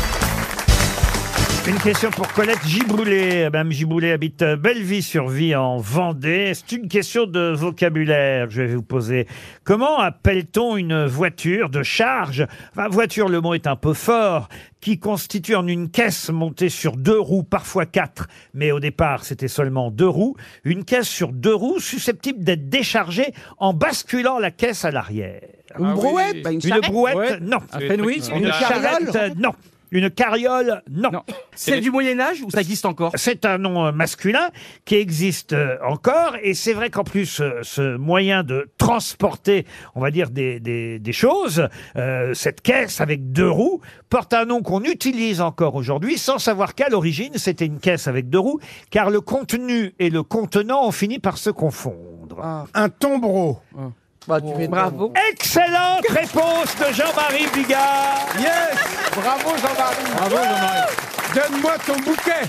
Une question pour Colette Giboulet. Mme Giboulet habite Belleville-sur-Vie en Vendée. C'est une question de vocabulaire que je vais vous poser. Comment appelle-t-on une voiture de charge? Enfin, voiture, le mot est un peu fort, qui constitue en une caisse montée sur 2 roues, parfois 4, mais au départ c'était seulement 2 roues, une caisse sur 2 roues susceptible d'être déchargée en basculant la caisse à l'arrière. Une brouette? Oui. Bah, une Une charrette? brouette, Ouais. non. Un Fenwick? Une charrette, non. Une carriole, non. C'est du Moyen-Âge ou ça existe encore? C'est un nom masculin qui existe encore, et c'est vrai qu'en plus, ce moyen de transporter, on va dire, des choses, cette caisse avec 2 roues, porte un nom qu'on utilise encore aujourd'hui, sans savoir qu'à l'origine, c'était une caisse avec 2 roues, car le contenu et le contenant ont fini par se confondre. Un tombereau. Bravo. Excellente réponse de Jean-Marie Bigard. Yes. Bravo Jean-Marie. Bravo, Jean-Marie. Donne-moi ton bouquet.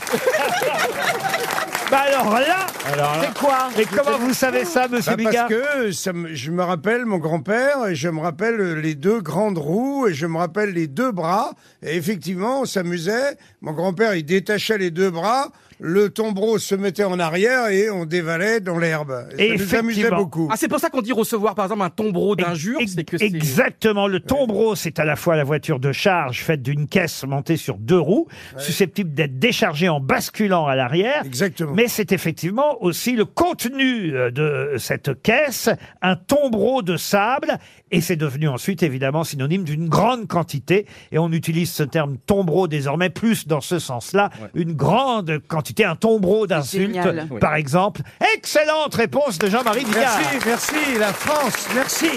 Bah alors là, C'est quoi? et comment vous savez ça, monsieur Bigard? Parce que je me rappelle mon grand-père, et je me rappelle les 2 grandes roues, et je me rappelle les 2 bras. Et effectivement, on s'amusait. Mon grand-père, il détachait les 2 bras. Le tombereau se mettait en arrière et on dévalait dans l'herbe. Et ça nous amusait beaucoup. Ah, c'est pour ça qu'on dit recevoir, par exemple, un tombereau d'injures, c'est que c'est... Exactement. Le tombereau, c'est à la fois la voiture de charge faite d'une caisse montée sur 2 roues, susceptible d'être déchargée en basculant à l'arrière. Exactement. Mais c'est effectivement aussi le contenu de cette caisse, un tombereau de sable, et c'est devenu ensuite évidemment synonyme d'une grande quantité. Et on utilise ce terme tombereau désormais plus dans ce sens-là, une grande quantité, un tombereau d'insultes, génial. par exemple. Excellente réponse de Jean-Marie Bigard. Merci, la France, merci.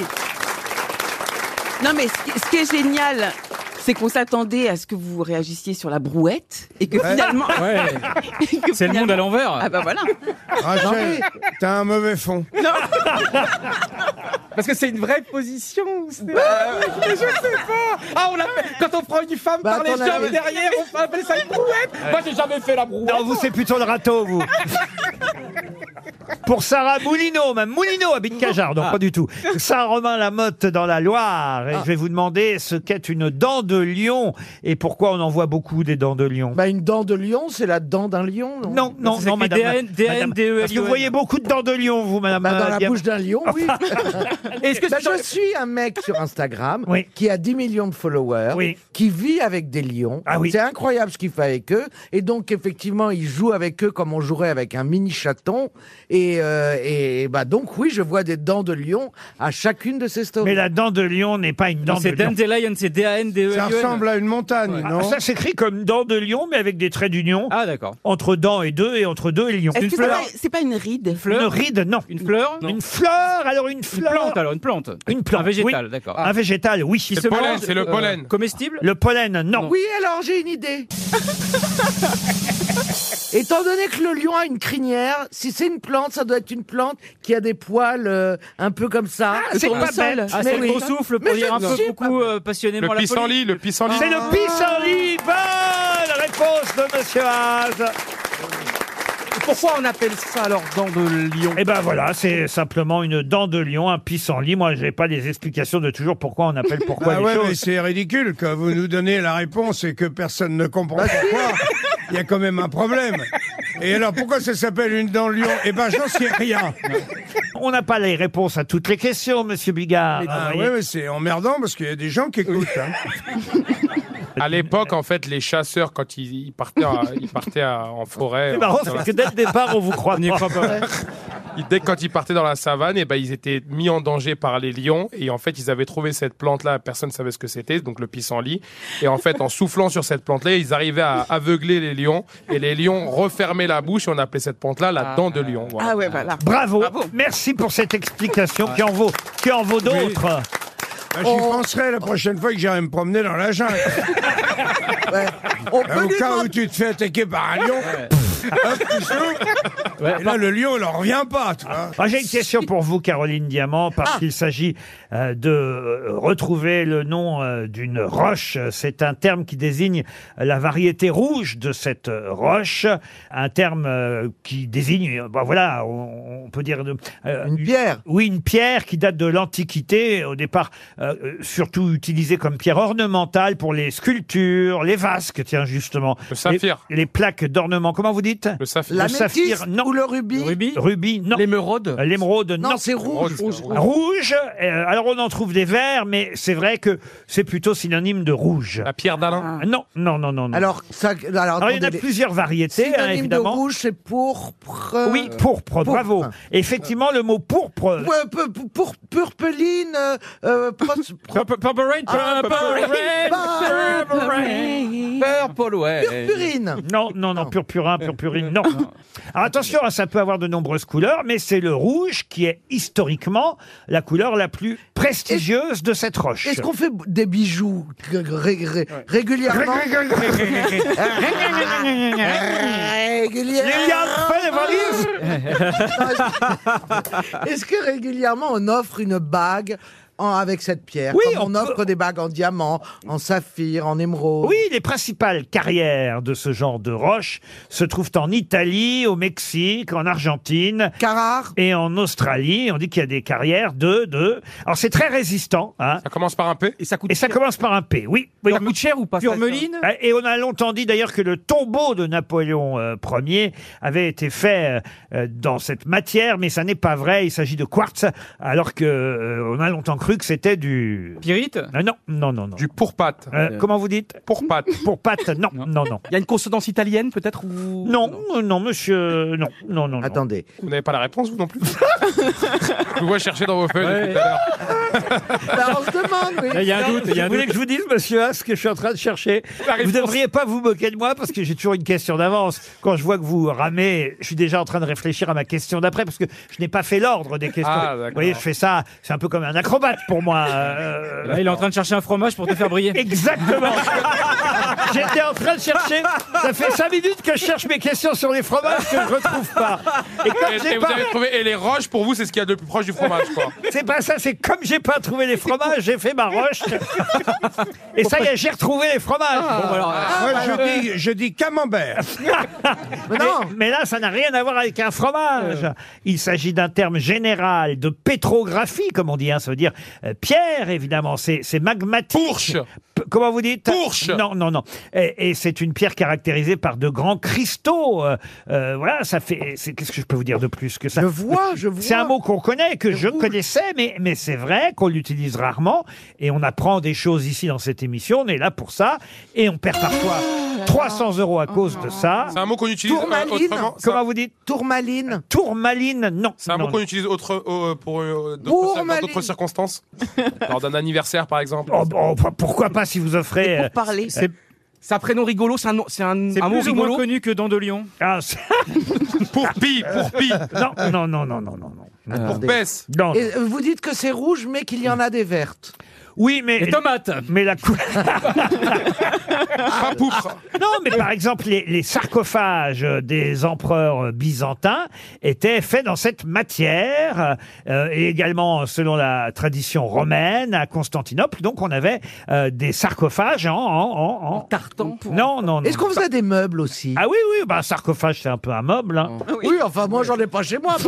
Non, mais ce qui est génial, c'est qu'on s'attendait à ce que vous réagissiez sur la brouette et que finalement. Ouais. et que C'est le monde à l'envers. Ah bah voilà. Rachel, t'as un mauvais fond. Parce que c'est une vraie position. Je sais pas. Ah, on l'appelle. Quand on prend une femme Bah, par les attends, jambes allez. derrière, on appelle ça une brouette. Moi, j'ai jamais fait la brouette. Non, vous, c'est plutôt le râteau, vous. Pour Sarah Moulineau, même Moulineau habite Cajarc, non pas du tout. Saint-Romain-la-Motte dans la Loire. Et je vais vous demander ce qu'est une dent de lion et pourquoi on en voit beaucoup des dents de lion. Bah, une dent de lion, c'est la dent d'un lion, non? Non, non, C'est non, écrit madame. D-A-N-D-E-L-I-O-N. Parce que vous voyez beaucoup de dents de lion, vous, madame. Bah, dans la Diab- bouche d'un lion, oui. Est-ce que Bah, je suis un mec sur Instagram Oui. qui a 10 millions de followers, Oui. qui vit avec des lions. Ah oui. C'est incroyable ce qu'il fait avec eux. Et donc, effectivement, il joue avec eux comme on jouerait avec un mini chaton. Et bah, donc, oui, je vois des dents de lion à chacune de ces stories. Mais la dent de lion n'est pas une dent Non, de c'est lion. Dandelion, c'est D-A-N-D-E-L-I-O-N. Ça ressemble à une montagne, Ah, non? ça s'écrit comme dent de lion, mais avec des traits d'union. Ah, d'accord. Entre dent et deux, et entre deux et lion. Est-ce une que fleur. c'est pas une ride? Une ride, non. Une fleur? Non. Une fleur, alors une Une fleur. plante, alors, une plante. Une plante, Un végétal, oui. d'accord. Un végétal, oui. Qui C'est se le pollen, mange, c'est le pollen. Comestible? Le pollen, non. Oui, alors j'ai une idée. Étant donné que le lion a une crinière, si c'est une plante, ça doit être une plante qui a des poils un peu comme ça. c'est pas tournesol. bête. Ah, Mais c'est le oui. gros souffle pour Mais dire je un peu sais beaucoup pas. passionnément Le la folie. pissenlit, le pissenlit. C'est le pissenlit. Bonne réponse de Monsieur Haas. Pourquoi on appelle ça alors dent de lion? Eh ben voilà, c'est simplement une dent de lion, un pissenlit. Moi, j'ai pas les explications de toujours pourquoi on appelle pourquoi Ah les ouais, mais choses. c'est ridicule quand vous nous donnez la réponse et que personne ne comprend pourquoi. Il y a quand même un problème. Et alors, pourquoi ça s'appelle une dent de lion? Eh ben, j'en sais rien. On n'a pas les réponses à toutes les questions, Monsieur Bigard. Ah Vous ouais, voyez. mais c'est emmerdant parce qu'il y a des gens qui écoutent. Hein. À l'époque, en fait, les chasseurs, quand ils partaient, en forêt. C'est marrant, c'est que dès le départ, on vous croit. On n'y croit pas. Quand ils partaient dans la savane, et ben, ils étaient mis en danger par les lions. Et en fait, ils avaient trouvé cette plante-là. Personne ne savait ce que c'était, donc le pissenlit. Et en fait, en soufflant sur cette plante-là, ils arrivaient à aveugler les lions. Et les lions refermaient la bouche. Et on appelait cette plante-là la dent de lion. Voilà. Ah ouais, voilà. Bravo. Merci pour cette explication qui en vaut d'autres. Bah, j'y penserai la prochaine fois que j'irai me promener dans la jungle. On Au peut lui cas où demander- tu te fais attaquer par un lion, hop, tu souffles. Et là, le lion, il en revient pas, tu vois. Ah, j'ai une question pour vous, Caroline Diamant, parce qu'il s'agit de retrouver le nom d'une roche. C'est un terme qui désigne la variété rouge de cette roche. Un terme qui désigne, voilà, on peut dire une pierre. Oui, une pierre qui date de l'Antiquité, au départ surtout utilisée comme pierre ornementale pour les sculptures, les vasques, tiens justement. Le saphir. Les plaques d'ornement. Comment vous dites? Le saphir. La Le saphir, métisse non. ou le rubis? Rubis, non. L'émeraude. L'émeraude, non. Non, c'est rouge. Rouge. Alors on en trouve des verts, mais c'est vrai que c'est plutôt synonyme de rouge. La pierre d'Alain. Non, non, non, non, non. Alors, il y en a attendez, plusieurs variétés, hein, synonyme de évidemment. rouge, c'est pourpre. Oui, pourpre, bravo. Effectivement, le mot pourpre. Purpeline. Purple Rain. Purple, ouais. Purpurine. Non, non, non, purpurin, purpurine, non. Alors attention, hein, ça peut avoir de nombreuses couleurs, mais c'est le rouge qui est historiquement la couleur la plus prestigieuse de cette roche. Est-ce qu'on fait des bijoux régulièrement? Liliane, fais les valises. Est-ce que régulièrement on offre une bague avec cette pierre? Oui, comme on offre des bagues en diamant, en saphir, en émeraude. Oui, les principales carrières de ce genre de roche se trouvent en Italie, au Mexique, en Argentine. Carrare. Et en Australie. On dit qu'il y a des carrières Alors c'est très résistant. Hein. Ça commence par un P. Et ça coûte ça commence par un P, oui. Ça coûte cher ou pas? Purmeline. Et on a longtemps dit d'ailleurs que le tombeau de Napoléon Ier avait été fait dans cette matière, mais ça n'est pas vrai. Il s'agit de quartz, alors que on a longtemps cru que c'était du... Pyrite. Non, non, non, non. Du pourpate. Comment vous dites? Pourpate. Pourpate, non, non, non. Il y a une consonance italienne peut-être ou... Non, non, monsieur, non, non, non. Attendez. Vous n'avez pas la réponse, vous non plus? Je vous vois chercher dans vos feuilles depuis tout à l'heure. On se demande, oui. Il y a un doute. Vous voulez que je vous dise, monsieur, ce que je suis en train de chercher? Vous ne devriez pas vous moquer de moi parce que j'ai toujours une question d'avance. Quand je vois que vous ramez, je suis déjà en train de réfléchir à ma question d'après parce que je n'ai pas fait l'ordre des questions. Ah, vous voyez, je fais ça, c'est un peu comme un acrobate pour moi. Là, il est en train de chercher un fromage pour te faire briller. Exactement. J'étais en train de chercher. Ça fait 5 minutes que je cherche mes questions sur les fromages que je ne retrouve pas. Et comme j'ai vous pas... avez trouvé. Et les roches, pour vous, c'est ce qu'il y a de le plus proche du fromage, quoi. C'est pas ça, c'est comme j'ai pas trouvé les fromages, j'ai fait ma roche. Et ça y est, j'ai retrouvé les fromages. Moi, je dis camembert. Mais là, ça n'a rien à voir avec un fromage. Il s'agit d'un terme général de pétrographie, comme on dit. Hein, ça veut dire pierre, évidemment. C'est magmatique. Pourche. Comment vous dites? Pourche. Non, non, non. Et c'est une pierre caractérisée par de grands cristaux. Voilà, ça fait... Qu'est-ce que je peux vous dire de plus que ça? Je vois. C'est un mot qu'on connaît, que je connaissais, mais c'est vrai qu'on l'utilise rarement. Et on apprend des choses ici dans cette émission. On est là pour ça. Et on perd parfois 300 € à cause de ça. C'est un mot qu'on utilise autrement. Comment vous dites? Tourmaline. Tourmaline, non. C'est un mot qu'on utilise pour Tourmaline. d'autres circonstances. Lors d'un anniversaire, par exemple. Pourquoi pas si vous offrez... Pour parler. C'est un prénom rigolo, c'est un mot plus ou moins rigolo. connu que Dandelion. Pour pi. Non, non, non, non, non, non. Pour pèse. Non. Et vous dites que c'est rouge, mais qu'il y en a des vertes. Oui, mais... Les tomates. Mais la couleur... Pas poupre. Non, mais par exemple, les sarcophages des empereurs byzantins étaient faits dans cette matière, et également selon la tradition romaine à Constantinople. Donc, on avait des sarcophages en tartan. Non, non, non. Est-ce qu'on faisait des meubles aussi? Ah oui, oui, bah, un sarcophage, c'est un peu un meuble. Hein. Oui, enfin, moi, j'en ai pas chez moi.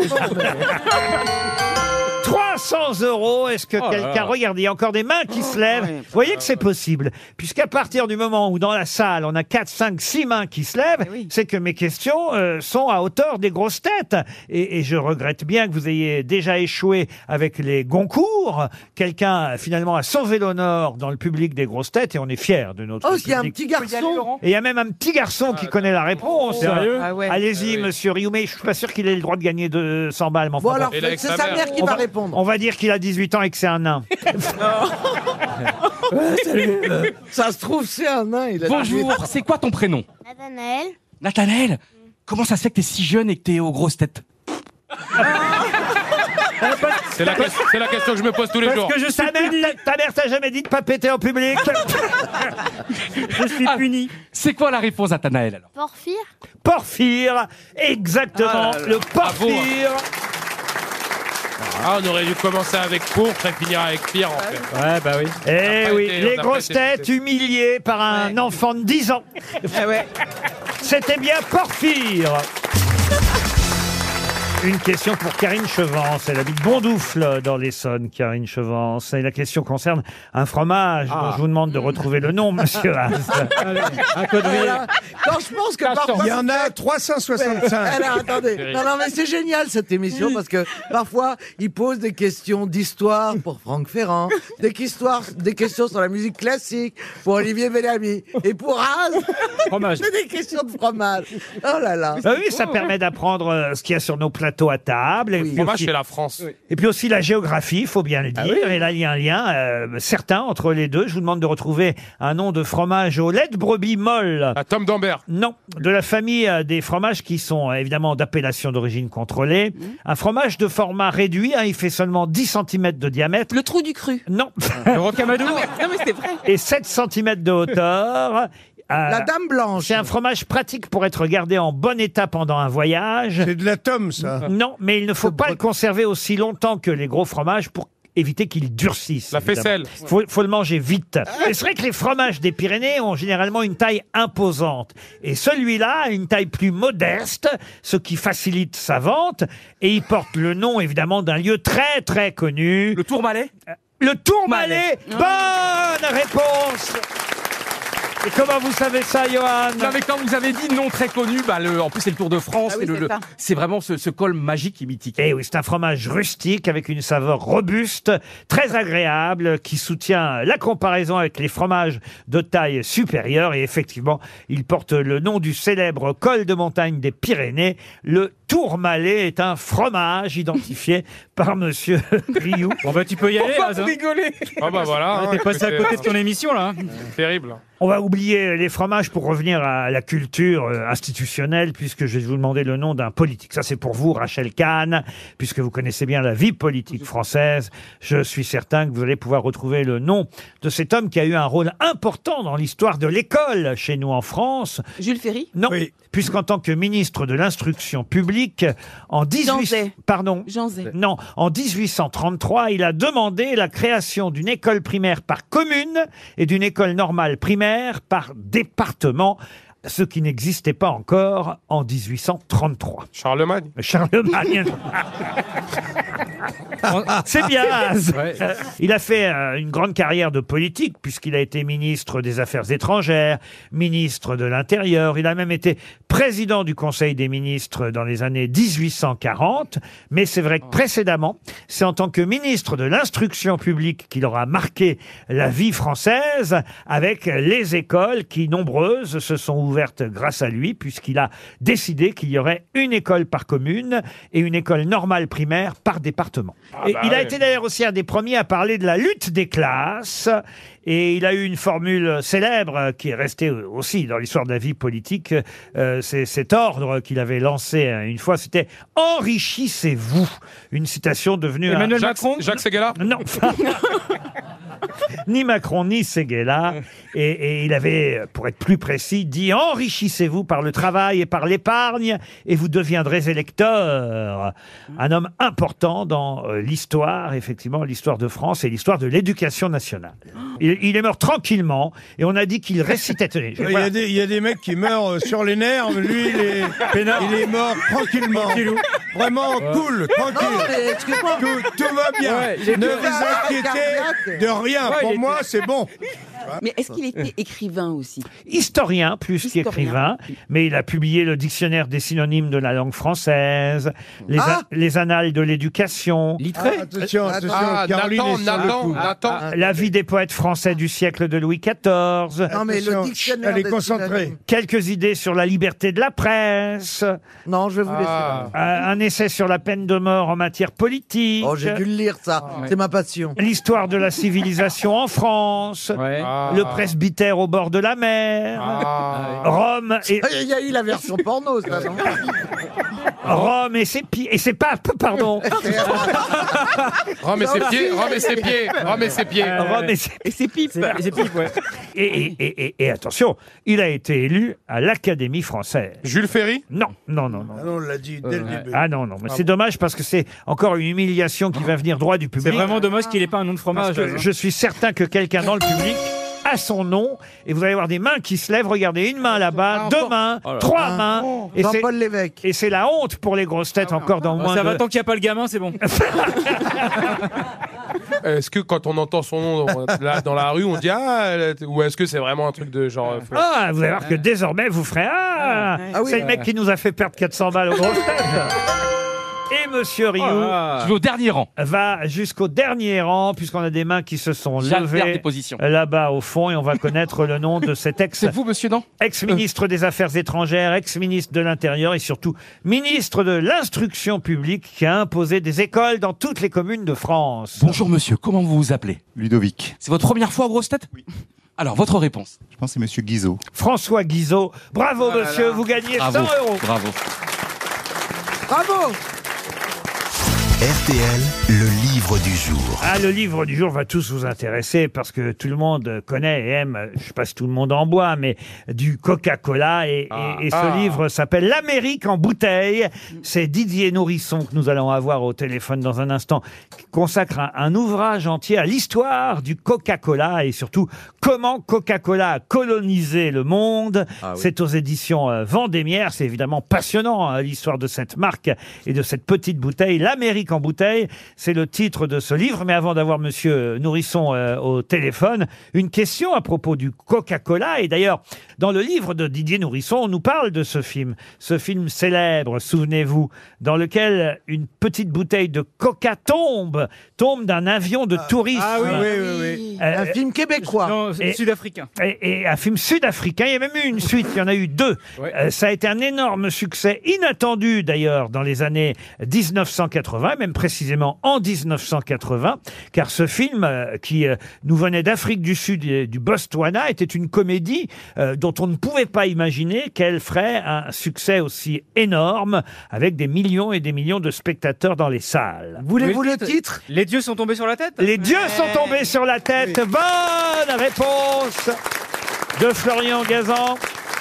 300 €, est-ce que quelqu'un... Regardez, il y a encore des mains qui se lèvent. Vous voyez que c'est possible. Puisqu'à partir du moment où dans la salle, on a 4, 5, 6 mains qui se lèvent, c'est que mes questions sont à hauteur des grosses têtes. Et je regrette bien que vous ayez déjà échoué avec les Goncourt. Quelqu'un, finalement, a sauvé l'honneur dans le public des grosses têtes et on est fiers de notre public. Il y a un petit garçon. Et il y a même un petit garçon qui connaît la réponse. Sérieux? Allez-y, monsieur Rioumé. Je suis pas sûr qu'il ait le droit de gagner 200 balles. Mais enfin, Bon, alors, Et là, avec c'est sa sa mère. mère qui va répondre. on va dire qu'il a 18 ans et que c'est un nain. Ça se trouve, c'est un nain. Bonjour, c'est quoi ton prénom? Nathanaël. Nathanaël? Comment ça se fait que t'es si jeune et que t'es aux grosses têtes? C'est la question que je me pose tous les jours. Parce que ta mère t'a jamais dit de pas péter en public. Je suis puni. C'est quoi la réponse, Nathanaël, alors? Porphyre. Porphyre, exactement, le porphyre. Ah, on aurait dû commencer avec pourpre et finir avec pire, en fait. Ouais, bah oui. Eh oui, on les n'a grosses pas été- têtes humiliées par un enfant de 10 ans. C'était bien Porphyre. Une question pour Karine Chevance. Elle habite Bondoufle dans l'Essonne, Karine Chevance. Et la question concerne un fromage dont je vous demande de retrouver le nom, monsieur Haas. Voilà. Non, je pense que parfois... Il y en a 365. Alors, attendez. Non, mais c'est génial cette émission parce que parfois, il pose des questions d'histoire pour Franck Ferrand, des questions sur la musique classique pour Olivier Bellamy. Et pour Haas, c'est des questions de fromage. Oh là là. Bah oui, ça permet d'apprendre ce qu'il y a sur nos plateaux à table. Et puis Fromage, aussi- c'est la France. Et puis aussi la géographie, il faut bien le dire. Et là, il y a un lien certain entre les deux. Je vous demande de retrouver un nom de fromage au lait de brebis molle. À Tom d'Ambert. Non, de la famille des fromages qui sont évidemment d'appellation d'origine contrôlée. Un fromage de format réduit, il fait seulement 10 cm de diamètre. Le trou du cru. Non. Le rocamadour. Non mais c'est vrai. Et 7 cm de hauteur. La Dame Blanche. C'est un fromage pratique pour être gardé en bon état pendant un voyage. C'est de la tome, ça. Non, mais il ne faut pas le conserver aussi longtemps que les gros fromages pour éviter qu'il durcisse. La évidemment. faisselle. Faut le manger vite. Et c'est vrai que les fromages des Pyrénées ont généralement une taille imposante. Et celui-là a une taille plus modeste, ce qui facilite sa vente. Et il porte le nom, évidemment, d'un lieu très, très connu. Le Tourmalet. Le Tourmalet. Bonne réponse. Et comment vous savez ça, Johan? Non mais quand vous avez dit nom très connu, en plus c'est le Tour de France, Ah oui, c'est ça. c'est vraiment ce col magique et mythique. Eh oui, c'est un fromage rustique avec une saveur robuste, très agréable, qui soutient la comparaison avec les fromages de taille supérieure. Et effectivement, il porte le nom du célèbre col de montagne des Pyrénées. Le Tourmalet est un fromage identifié par monsieur Rioux. Bon bah tu peux y aller. Pourquoi Haas, vous hein. rigolez? Ah bah voilà. Ah, T'es passé à côté de ton émission là. Terrible. On va oublier les fromages pour revenir à la culture institutionnelle, puisque je vais vous demander le nom d'un politique. Ça, c'est pour vous, Rachel Kahn, puisque vous connaissez bien la vie politique française. Je suis certain que vous allez pouvoir retrouver le nom de cet homme qui a eu un rôle important dans l'histoire de l'école chez nous en France. Jules Ferry. Non, Oui. puisqu'en tant que ministre de l'Instruction publique, en Jean Zay. Jean Zay. Non, en 1833, il a demandé la création d'une école primaire par commune et d'une école normale primaire par département, ce qui n'existait pas encore en 1833. Charlemagne. Charlemagne. C'est bien. Az. Ouais. Il a fait une grande carrière de politique puisqu'il a été ministre des Affaires étrangères, ministre de l'Intérieur. Il a même été président du Conseil des ministres dans les années 1840. Mais c'est vrai que précédemment, c'est en tant que ministre de l'Instruction publique qu'il aura marqué la vie française avec les écoles qui, nombreuses, se sont ouvertes grâce à lui puisqu'il a décidé qu'il y aurait une école par commune et une école normale primaire par département. Ah Et bah il a ouais. été d'ailleurs aussi un des premiers à parler de la lutte des classes. Et il a eu une formule célèbre qui est restée aussi dans l'histoire de la vie politique. C'est cet ordre qu'il avait lancé une fois, c'était « Enrichissez-vous ». Une citation devenue... Emmanuel Jacques, Macron. Jacques Seguela. Non. Ni Macron, ni Séguéla. Et il avait, pour être plus précis, dit « Enrichissez-vous par le travail et par l'épargne et vous deviendrez électeur ». Un homme important dans l'histoire, effectivement, l'histoire de France et l'histoire de l'éducation nationale. Il est mort tranquillement et on a dit qu'il récitait... Tenez, Il y a des mecs qui meurent sur les nerfs, mais lui, il est mort tranquillement. Vraiment cool, tranquille. Non, mais excuse-moi. Tout va bien. Ouais, il était- Ne vous inquiétez de rien. Ouais, Pour il moi, c'est bon. Mais est-ce qu'il était écrivain aussi? Historien plus Historien. qu'écrivain, mais il a publié le dictionnaire des synonymes de la langue française, les annales de l'éducation, Littré. Attention, Ah, Caroline est sur le coup. Nathan. la vie des poètes français du siècle de Louis XIV, Non, mais le Attention, dictionnaire. elle est des concentrée. synonymes. quelques idées sur la liberté de la presse, Non, je vais vous laisser. Ah. un essai sur la peine de mort en matière politique, Oh, j'ai dû le lire, ça. C'est ma passion. l'histoire de la civilisation en France, Ouais. Ah. le presbytère au bord de la mer, Ah. Rome et Il y a eu la version porno, ça, non? Rome et ses pieds et ses papes, pardon. Rome et ses pieds. Rome et ses pieds. Rome et ses pieds. Rome et ses Et c'est pipe. C'est pipes, ouais. Et attention, il a été élu à l'Académie française. Jules Ferry. Non, non, non, non. Ah non, on l'a dit dès le début. Ah non, non, mais c'est dommage parce que c'est encore une humiliation qui va venir droit du public. C'est vraiment dommage qu'il ait pas un nom de Parce fromage. que je suis certain que quelqu'un dans le public à son nom. Et vous allez voir des mains qui se lèvent. Regardez, une main là-bas, deux mains, trois mains. Et c'est- Jean-Paul Lévesque. Et c'est la honte pour les grosses têtes encore dans moins Ça de... va tant qu'il n'y a pas le gamin, c'est bon. Est-ce que quand on entend son nom là, dans la rue, on dit ou est-ce que c'est vraiment un truc de genre Ah, vous allez voir que désormais, vous ferez c'est le mec qui nous a fait perdre 400 balles aux grosses têtes. Et Monsieur Rioux Je vais au dernier rang. va jusqu'au dernier rang, puisqu'on a des mains qui se sont J'alterne levées des positions. là-bas au fond, et on va connaître le nom de cet C'est vous, monsieur Dan ex-ministre des Affaires étrangères, ex-ministre de l'Intérieur et surtout ministre de l'Instruction publique qui a imposé des écoles dans toutes les communes de France. Bonjour monsieur, comment vous vous appelez? Ludovic. C'est votre première fois aux grosses têtes? Oui. Alors, votre réponse? Je pense que c'est monsieur Guizot. François Guizot. Bravo Ah là monsieur, là. vous gagnez Bravo. 100 euros. Bravo. Bravo. RTL, le livre du jour. Ah, le livre du jour va tous vous intéresser parce que tout le monde connaît et aime, je sais pas si tout le monde en boit, mais du Coca-Cola et ce livre s'appelle L'Amérique en bouteille. C'est Didier Nourisson que nous allons avoir au téléphone dans un instant, qui consacre un ouvrage entier à l'histoire du Coca-Cola et surtout comment Coca-Cola a colonisé le monde. C'est aux éditions Vendémiaire. C'est évidemment passionnant, hein, l'histoire de cette marque et de cette petite bouteille. L'Amérique en bouteille, c'est le titre de ce livre. Mais avant d'avoir Monsieur Nourisson au téléphone, une question à propos du Coca-Cola. Et d'ailleurs, dans le livre de Didier Nourisson, on nous parle de ce film célèbre, souvenez-vous, dans lequel une petite bouteille de Coca tombe d'un avion de tourisme. Ah oui. Un film québécois. Non, Et- sud-africain. Et un film sud-africain, il y a même eu une suite, il y en a eu deux. Ouais. Ça a été un énorme succès, inattendu d'ailleurs, dans les années 1980, même précisément en 1980, car ce film, qui nous venait d'Afrique du Sud et du Botswana, était une comédie dont on ne pouvait pas imaginer qu'elle ferait un succès aussi énorme, avec des millions et des millions de spectateurs dans les salles. Voulez-vous le titre? Les dieux sont tombés sur la tête? Les dieux sont tombés sur la tête. Bonne réponse de Florian Gazan.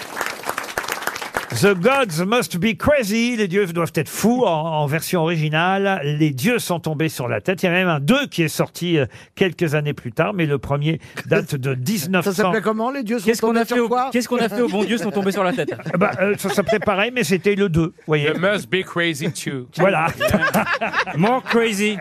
The gods must be crazy. Les dieux doivent être fous en version originale. Les dieux sont tombés sur la tête. Il y a même un 2 qui est sorti quelques années plus tard, mais le premier date de 1900. Ça s'appelait comment, les dieux sont Qu'est-ce qu'on tombés a fait sur au quoi? Qu'est-ce qu'on a fait aux bons dieux sont tombés sur la tête? Ça s'appelait pareil, mais c'était le 2. Vous voyez. You must be crazy too. Voilà. More crazy.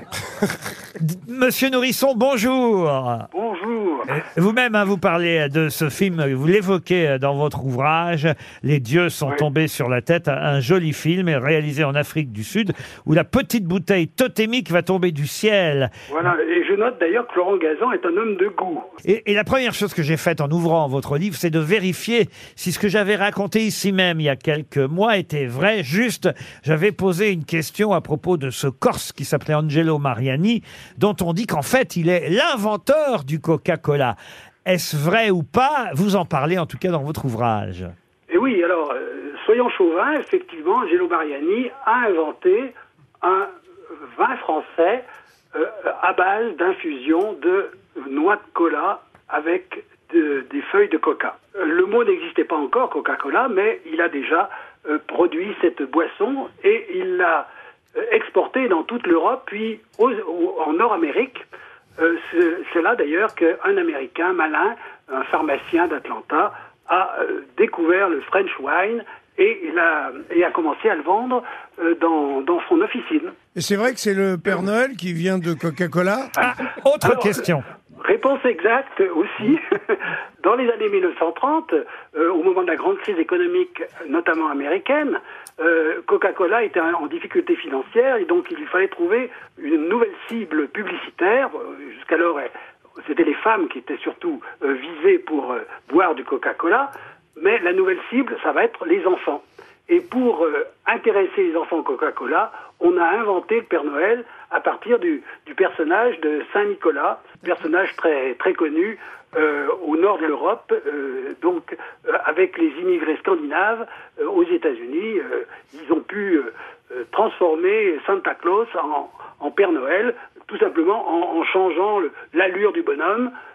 Monsieur Nourisson, bonjour. Bonjour. Vous-même, hein, vous parlez de ce film, vous l'évoquez dans votre ouvrage, Les dieux sont tombés sur la tête, un joli film réalisé en Afrique du Sud, où la petite bouteille totémique va tomber du ciel. Voilà, et je note d'ailleurs que Florent Gazan est un homme de goût. Et la première chose que j'ai faite en ouvrant votre livre, c'est de vérifier si ce que j'avais raconté ici même il y a quelques mois était vrai. Juste, j'avais posé une question à propos de ce Corse qui s'appelait Angelo Mariani, dont on dit qu'en fait, il est l'inventeur du Coca-Cola. Est-ce vrai ou pas? Vous en parlez en tout cas dans votre ouvrage. Et oui, alors, soyons chauvins, effectivement, Angelo Mariani a inventé un vin français à base d'infusion de noix de cola avec des feuilles de coca. Le mot n'existait pas encore, Coca-Cola, mais il a déjà produit cette boisson et il l'a exportée dans toute l'Europe, puis en Nord-Amérique. C'est là d'ailleurs qu'un Américain malin, un pharmacien d'Atlanta, a découvert le French wine et a commencé à le vendre dans son officine. Et c'est vrai que c'est le Père Noël qui vient de Coca-Cola? Autre question. Réponse exacte aussi. Dans les années 1930, au moment de la grande crise économique, notamment américaine, Coca-Cola était en difficulté financière et donc il fallait trouver une nouvelle cible publicitaire. Jusqu'alors, c'était les femmes qui étaient surtout visées pour boire du Coca-Cola, mais la nouvelle cible, ça va être les enfants. Et pour intéresser les enfants au Coca-Cola, on a inventé le Père Noël à partir du personnage de Saint-Nicolas, personnage très, très connu au nord de l'Europe, avec les immigrés scandinaves aux États-Unis. Ils ont pu transformer Santa Claus en Père Noël, tout simplement en changeant l'allure du bonhomme.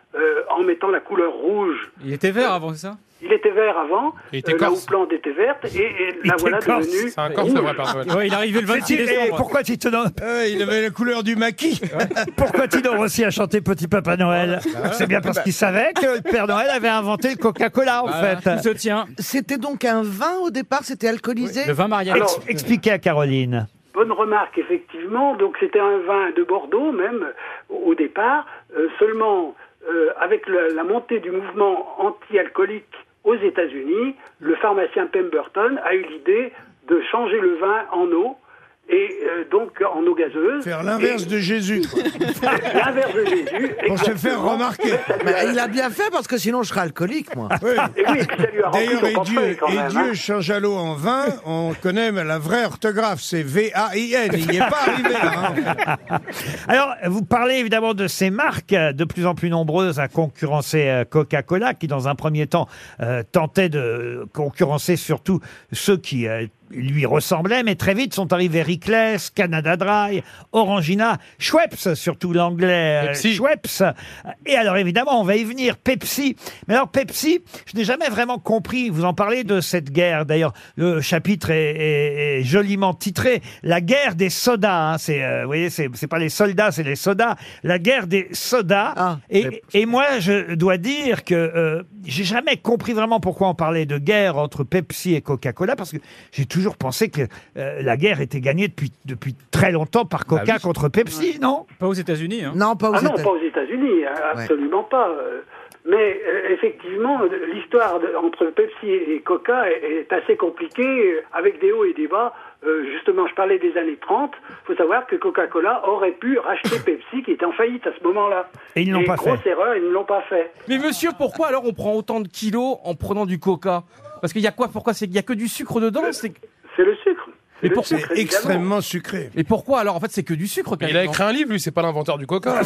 en mettant la couleur rouge. Il était vert avant, c'est ça? Il était vert avant, Il était la corse. houppelande était verte, et la voilà corse. devenue C'est un corse, le vrai Père Noël. Ouais, il est arrivé le 26 Et décembre. pourquoi Tito Il avait la couleur du maquis. pourquoi Tito Rossi a chanté Petit Papa Noël? C'est bien parce qu'il savait que le Père Noël avait inventé le Coca-Cola, en fait. Tout se tient. C'était donc un vin au départ, c'était alcoolisé. Le vin mariage. Alors, Expliquez à Caroline. bonne remarque, effectivement. Donc c'était un vin de Bordeaux même au départ. Seulement avec la montée du mouvement anti-alcoolique aux États-Unis, le pharmacien Pemberton a eu l'idée de changer le vin en eau. Et donc en eau gazeuse. Faire l'inverse de Jésus, quoi. L'inverse de Jésus. Pour se exactement. faire remarquer. Mais il a bien fait parce que sinon je serais alcoolique, moi. Oui. Et oui, et puis ça lui a rempli D'ailleurs, son portefeuille, quand même, Dieu changea l'eau en vin. On connaît la vraie orthographe, c'est V-A-I-N. Il n'y est pas arrivé là. Hein. Alors, vous parlez évidemment de ces marques de plus en plus nombreuses à concurrencer Coca-Cola, qui dans un premier temps tentait de concurrencer surtout ceux qui lui ressemblaient, mais très vite sont arrivés Rickless, Canada Dry, Orangina, Schweppes, surtout l'anglais Pepsi. Schweppes. Et alors évidemment, on va y venir, Pepsi. Mais alors Pepsi, je n'ai jamais vraiment compris, vous en parlez de cette guerre, d'ailleurs le chapitre est joliment titré, la guerre des sodas, hein. C'est, vous voyez, c'est pas les soldats, c'est les sodas, la guerre des sodas. Et moi, je dois dire que j'ai jamais compris vraiment pourquoi on parlait de guerre entre Pepsi et Coca-Cola, parce que j'ai toujours pensé que la guerre était gagnée depuis très longtemps par Coca contre Pepsi, non? Pas aux États-Unis. Hein. Non, pas aux non, pas aux États-Unis, absolument pas. Mais effectivement, l'histoire entre Pepsi et Coca est assez compliquée, avec des hauts et des bas. Justement, je parlais des années 30. Il faut savoir que Coca-Cola aurait pu racheter Pepsi, qui était en faillite à ce moment-là. Et ils ne l'ont pas fait. Grosse erreur, ils ne l'ont pas fait. Mais monsieur, pourquoi alors on prend autant de kilos en prenant du coca? Parce qu'il y a quoi? Pourquoi il y a que du sucre dedans? C'est le sucre. Mais pourquoi? C'est extrêmement sucré. Et pourquoi alors? En fait, c'est que du sucre. Il a écrit un livre, lui, c'est pas l'inventeur du coca.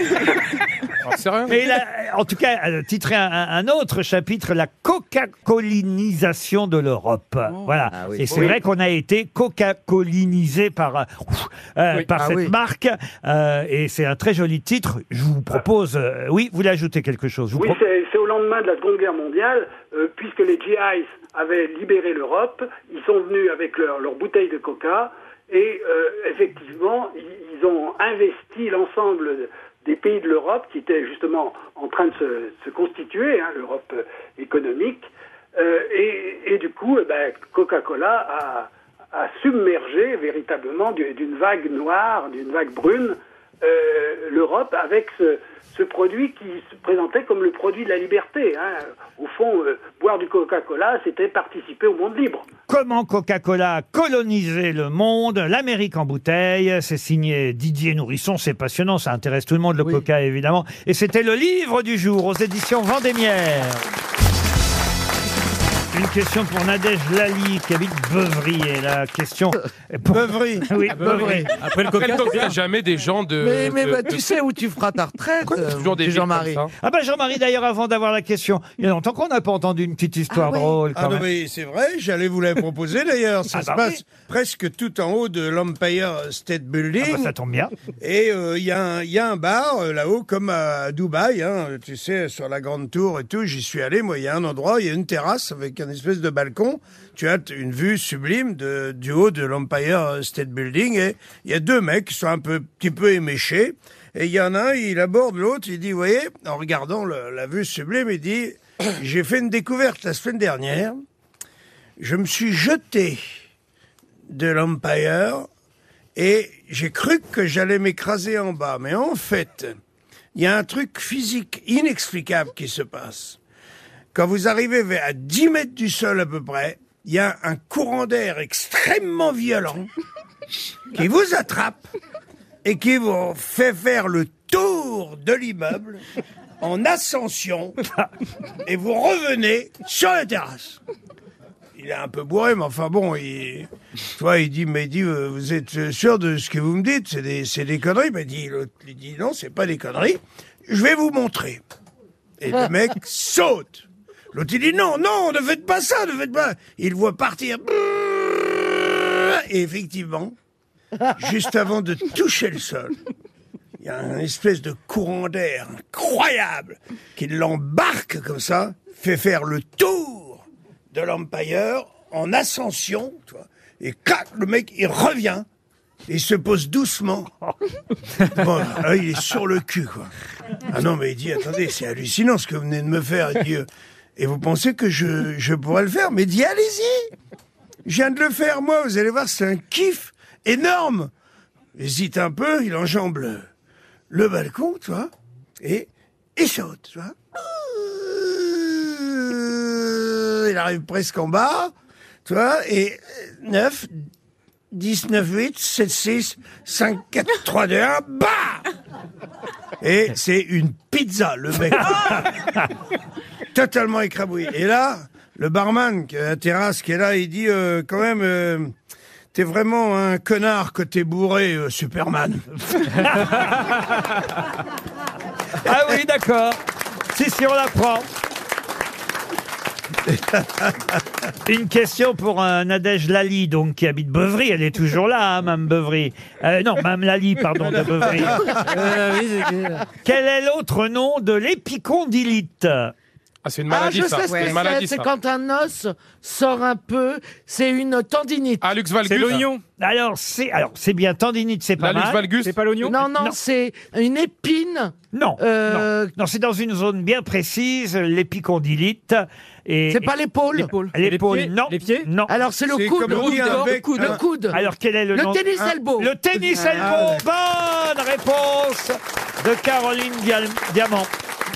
C'est rien. Mais il a, en tout cas, titré un autre chapitre, la coca-colinisation de l'Europe. Voilà. Ah oui. Et c'est vrai qu'on a été coca-colinisé par cette marque. Et c'est un très joli titre. Je vous propose, oui, vous voulez ajouter quelque chose? Oui, c'est au lendemain de la Seconde Guerre mondiale, puisque les GIs avaient libéré l'Europe, ils sont venus avec leur bouteille de coca, et effectivement, ils ont investi l'ensemble des pays de l'Europe, qui étaient justement en train de se constituer, hein, l'Europe économique, et du coup, Coca-Cola a submergé véritablement d'une vague noire, d'une vague brune, l'Europe avec ce produit qui se présentait comme le produit de la liberté. Hein. Au fond, boire du Coca-Cola, c'était participer au monde libre. Comment Coca-Cola a colonisé le monde, l'Amérique en bouteille. C'est signé Didier Nourisson, c'est passionnant, ça intéresse tout le monde, le Coca évidemment. Et c'était le livre du jour aux éditions Vendémiaire. Une question pour Nadège Lali qui habite Beuvry. Et la question... Beuvry. Oui, Beuvry. Après le coca, jamais des gens de... Mais tu sais où tu feras ta retraite, toujours des Jean-Marie. Ah bah Jean-Marie, d'ailleurs, avant d'avoir la question, il y a longtemps qu'on n'a pas entendu une petite histoire drôle quand Ah non, même. mais c'est vrai, j'allais vous la proposer d'ailleurs. Ça se passe presque tout en haut de l'Empire State Building. Ah bah, ça tombe bien. Et il y a un bar là-haut, comme à Dubaï, hein, tu sais, sur la grande tour et tout. J'y suis allé, moi, il y a un endroit, il y a une terrasse avec un espèce de balcon. Tu as une vue sublime du haut de l'Empire State Building. Et il y a deux mecs qui sont un petit peu éméchés. Et il y en a un, il aborde l'autre, il dit, vous voyez, en regardant la vue sublime, il dit, j'ai fait une découverte la semaine dernière. Je me suis jeté de l'Empire et j'ai cru que j'allais m'écraser en bas. Mais en fait, il y a un truc physique inexplicable qui se passe. Quand vous arrivez à 10 mètres du sol à peu près, il y a un courant d'air extrêmement violent qui vous attrape et qui vous fait faire le tour de l'immeuble en ascension et vous revenez sur la terrasse. Il est un peu bourré, mais enfin bon, il dit, vous êtes sûr de ce que vous me dites? C'est des conneries. Il dit, non, c'est pas des conneries. Je vais vous montrer. Et le mec saute. L'autre, il dit, non, ne faites pas ça, ne faites pas. Il voit partir. Et effectivement, juste avant de toucher le sol, il y a une espèce de courant d'air incroyable qui l'embarque comme ça, fait faire le tour de l'Empire en ascension, tu vois, et clac, le mec, il revient, et il se pose doucement. Bon, là, il est sur le cul, quoi. Ah non, mais il dit, attendez, c'est hallucinant ce que vous venez de me faire. Il dit, et vous pensez que je pourrais le faire? Mais il dit, allez-y! Je viens de le faire, moi, vous allez voir, c'est un kiff énorme. Il hésite un peu, il enjambe le balcon, tu vois, et il saute, tu vois. Il arrive presque en bas, tu vois, et 9, 10, 9, 8, 7, 6, 5, 4, 3, 2, 1, bah! Et c'est une pizza, le mec. Totalement écrabouillé. Et là, le barman, qui est à la terrasse, qui est là, il dit, quand même, t'es vraiment un connard que t'es bourré, Superman. Ah oui, d'accord. Si, on l'apprend. Une question pour Nadège Lali, donc, qui habite Beuvry. Elle est toujours là, hein, Mme Beuvry. Non, Mme Lali, pardon, de Beuvry. Quel est l'autre nom de l'épicondylite? Ah, c'est une maladie, je ça. sais ce que une maladie, c'est ça. quand un os sort un peu, c'est une tendinite. Ah, Lux valgus. C'est l'oignon. Alors, c'est bien tendinite, c'est pas La Lux mal. valgus. C'est pas l'oignon? Non, c'est une épine. Non, non, c'est dans une zone bien précise, l'épicondylite. Et C'est pas l'épaule. l'épaule, pieds? non. Les pieds? Non. Alors c'est le C'est coude. comme on dit avec Le un- coude. Alors, quel est le nom? tennis elbow. Le tennis elbow. Bonne réponse de Caroline Diamant.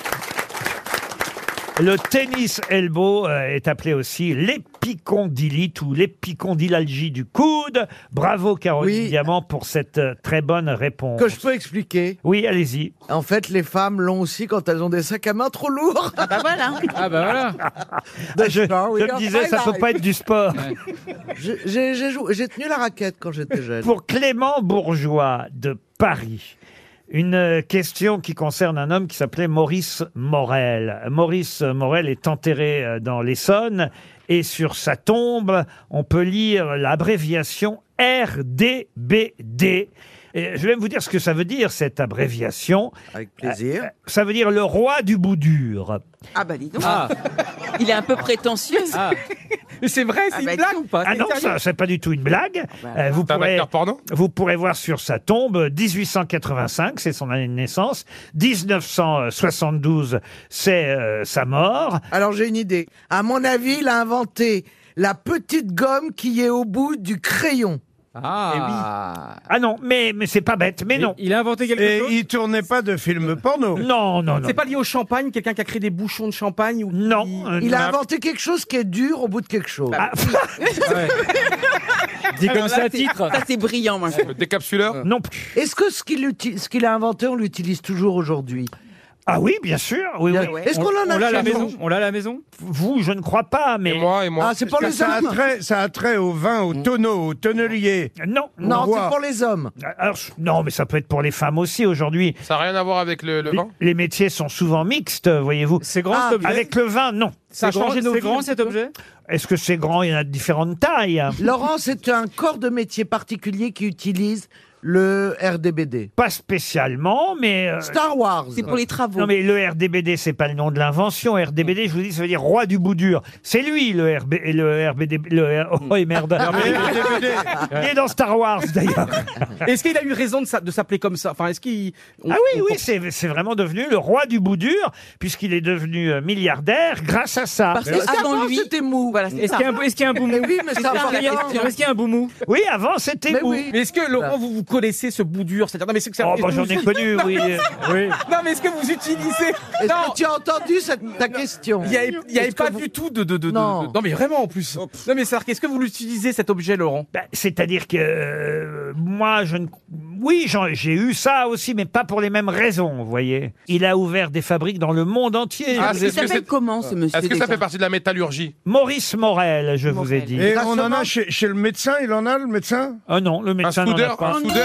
Le tennis elbow est appelé aussi l'épicondylite ou l'épicondylalgie du coude. Bravo Caroline Oui. Diamant pour cette très bonne réponse. Que je peux expliquer. Oui, allez-y. En fait, les femmes l'ont aussi quand elles ont des sacs à main trop lourds. Ah bah voilà. Ah bah voilà. Je me disais, ça peut pas être du sport. J'ai tenu la raquette quand j'étais jeune. Pour Clément Bourgeois de Paris, une question qui concerne un homme qui s'appelait Maurice Morel. Maurice Morel est enterré dans l'Essonne et sur sa tombe, on peut lire l'abréviation RDBD. Et je vais vous dire ce que ça veut dire, cette abréviation. Avec plaisir. Ça veut dire le roi du bout dur. Ah bah dis donc. Il est un peu prétentieux. Ah. Mais c'est vrai, c'est Ah une bah, blague ou pas? Ah non, ça, c'est pas du tout une blague. Vous T'es un pourrez, acteur porno? vous pourrez voir sur sa tombe 1885, c'est son année de naissance. 1972, c'est sa mort. Alors j'ai une idée. À mon avis, il a inventé la petite gomme qui est au bout du crayon. Ah. Ah non, mais c'est pas bête, mais non. Il a inventé quelque Et chose? il tournait pas de films porno. Non, non, non. C'est pas lié au champagne, quelqu'un qui a créé des bouchons de champagne ou Non. Il a inventé quelque chose qui est dur au bout de quelque chose. Ah, Dit comme Alors ça là, à titre. Ça c'est brillant, moi. Le décapsuleur. non plus. Est-ce que ce qu'il a inventé, on l'utilise toujours aujourd'hui? Ah oui, bien sûr. Oui, oui. Ouais. Est-ce qu'on en a On l'a à la chez nous maison? On l'a à la maison? Vous, je ne crois pas, mais... Et moi. Ah, c'est pour les Ça hommes. a trait au vin, au tonneau, au tonnelier. Non. Non, boit. c'est pour les hommes. Alors, non, mais ça peut être pour les femmes aussi aujourd'hui. Ça n'a rien à voir avec le vin? Les métiers sont souvent mixtes, voyez-vous. C'est grand cet objet? Avec le vin, non. Ça a C'est grand- changé nos C'est vies. grand cet objet? Est-ce que c'est grand? Il y en a de différentes tailles. Laurent, c'est un corps de métier particulier qui utilise le RDBD. Pas spécialement, mais... Star Wars. C'est pour les travaux. Non mais le RDBD, c'est pas le nom de l'invention. RDBD, je vous dis, ça veut dire roi du bout dur. C'est lui le RBD. Oh et merde. Il est dans Star Wars d'ailleurs. Est-ce qu'il a eu raison de s'appeler comme ça? Enfin, est-ce qu'il... Ah oui, c'est vraiment devenu le roi du bout dur puisqu'il est devenu milliardaire grâce à ça. Parce Est-ce que avant qu'avant, lui, c'était mou? voilà, c'est Est-ce ça. qu'il y a un boumou? Mais oui, mais ça ça, va la rien. question. Est-ce qu'il y a un boumou? Oui, avant c'était Mais mou. oui. Mais est-ce que, Laurent, vous connaissez ce bout dur? C'est-à-dire, non, mais c'est que ça... Oh, bah, j'en ai connu, oui. Oui. Non, mais est-ce que vous utilisez... Est-ce Non, que tu as entendu ta question? il n'y avait Est-ce pas que vous- du tout Non. Non, mais vraiment, en plus. Non, mais c'est-à-dire, est-ce que vous l'utilisez, cet objet, Laurent? Ben, c'est-à-dire que moi, oui, j'ai eu ça aussi, mais pas pour les mêmes raisons, vous voyez. Il a ouvert des fabriques dans le monde entier. Ah, Il est-ce que s'appelle c'est- comment ce monsieur Est-ce que ça déjà fait partie de la métallurgie? Maurice Morel, je vous ai dit. Et on en a chez le médecin, il en a, le médecin? Oh non, le Un médecin n'en a soudeur? pas. Un soudeur?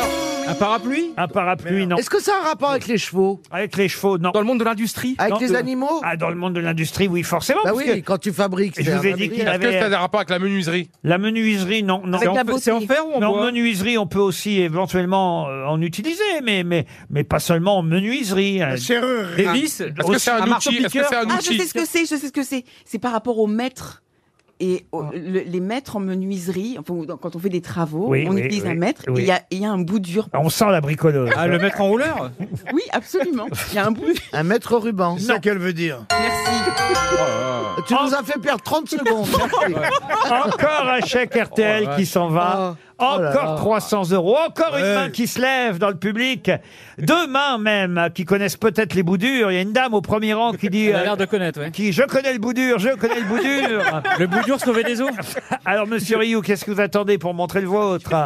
Un parapluie? Un parapluie, non. Est-ce que ça a un rapport avec les chevaux? Avec les chevaux, non. Dans le monde de l'industrie? Avec Non, les animaux? Ah, dans le monde de l'industrie, oui, forcément. Bah parce oui, que quand tu fabriques. je c'est vous ai un dit qu'il industriel. Est-ce que avait... ça a des rapports avec la menuiserie? La menuiserie, non. non. Avec la C'est en beauté. fer ou en Non, bois? menuiserie, on peut aussi éventuellement en utiliser, mais pas seulement en menuiserie. La serrurerie. Des vis? Est-ce que c'est un outil? Est-ce que c'est un Ah, je outil? sais ce que c'est, je sais ce que c'est. C'est par rapport aux maîtres. Et les maîtres en menuiserie, enfin, quand on fait des travaux, Oui, on oui, utilise oui, un maître oui. et il y a un bout dur. On sent la bricoleuse. Ah, le mettre en rouleur? Oui, absolument. Il y a un bout. Un mètre ruban. C'est ça qu'elle veut dire. Merci. Tu nous as fait perdre 30 secondes. Merci. Encore un chèque RTL qui s'en va. Oh là Encore là. 300 €. Encore une Ouais. main qui se lève dans le public. Deux mains même qui connaissent peut-être les bouts durs. Il y a une dame au premier rang qui dit... Elle a l'air de connaître, ouais. qui, je connais le bout dur, je connais le bout dur. Le bout dur sauvé des eaux? Alors, monsieur Rioux, qu'est-ce que vous attendez pour montrer le vôtre?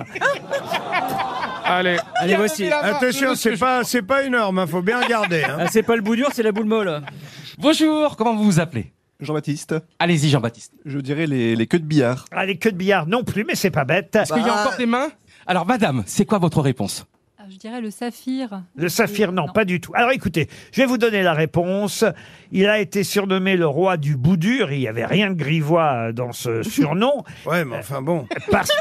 Allez. Allez, voici. Attention, c'est pas énorme, faut bien regarder. hein. Ah, c'est pas le bout dur, c'est la boule molle. Bonjour, comment vous vous appelez? Jean-Baptiste. Allez-y, Jean-Baptiste. Je dirais les queues de billard. Ah, les queues de billard non plus, mais c'est pas bête. Est-ce qu'il y a encore des mains? Alors, madame, c'est quoi votre réponse? Je dirais le saphir. Le saphir, non, pas du tout. Alors écoutez, je vais vous donner la réponse. Il a été surnommé le roi du bout dur. Il n'y avait rien de grivois dans ce surnom. Ouais, mais enfin bon.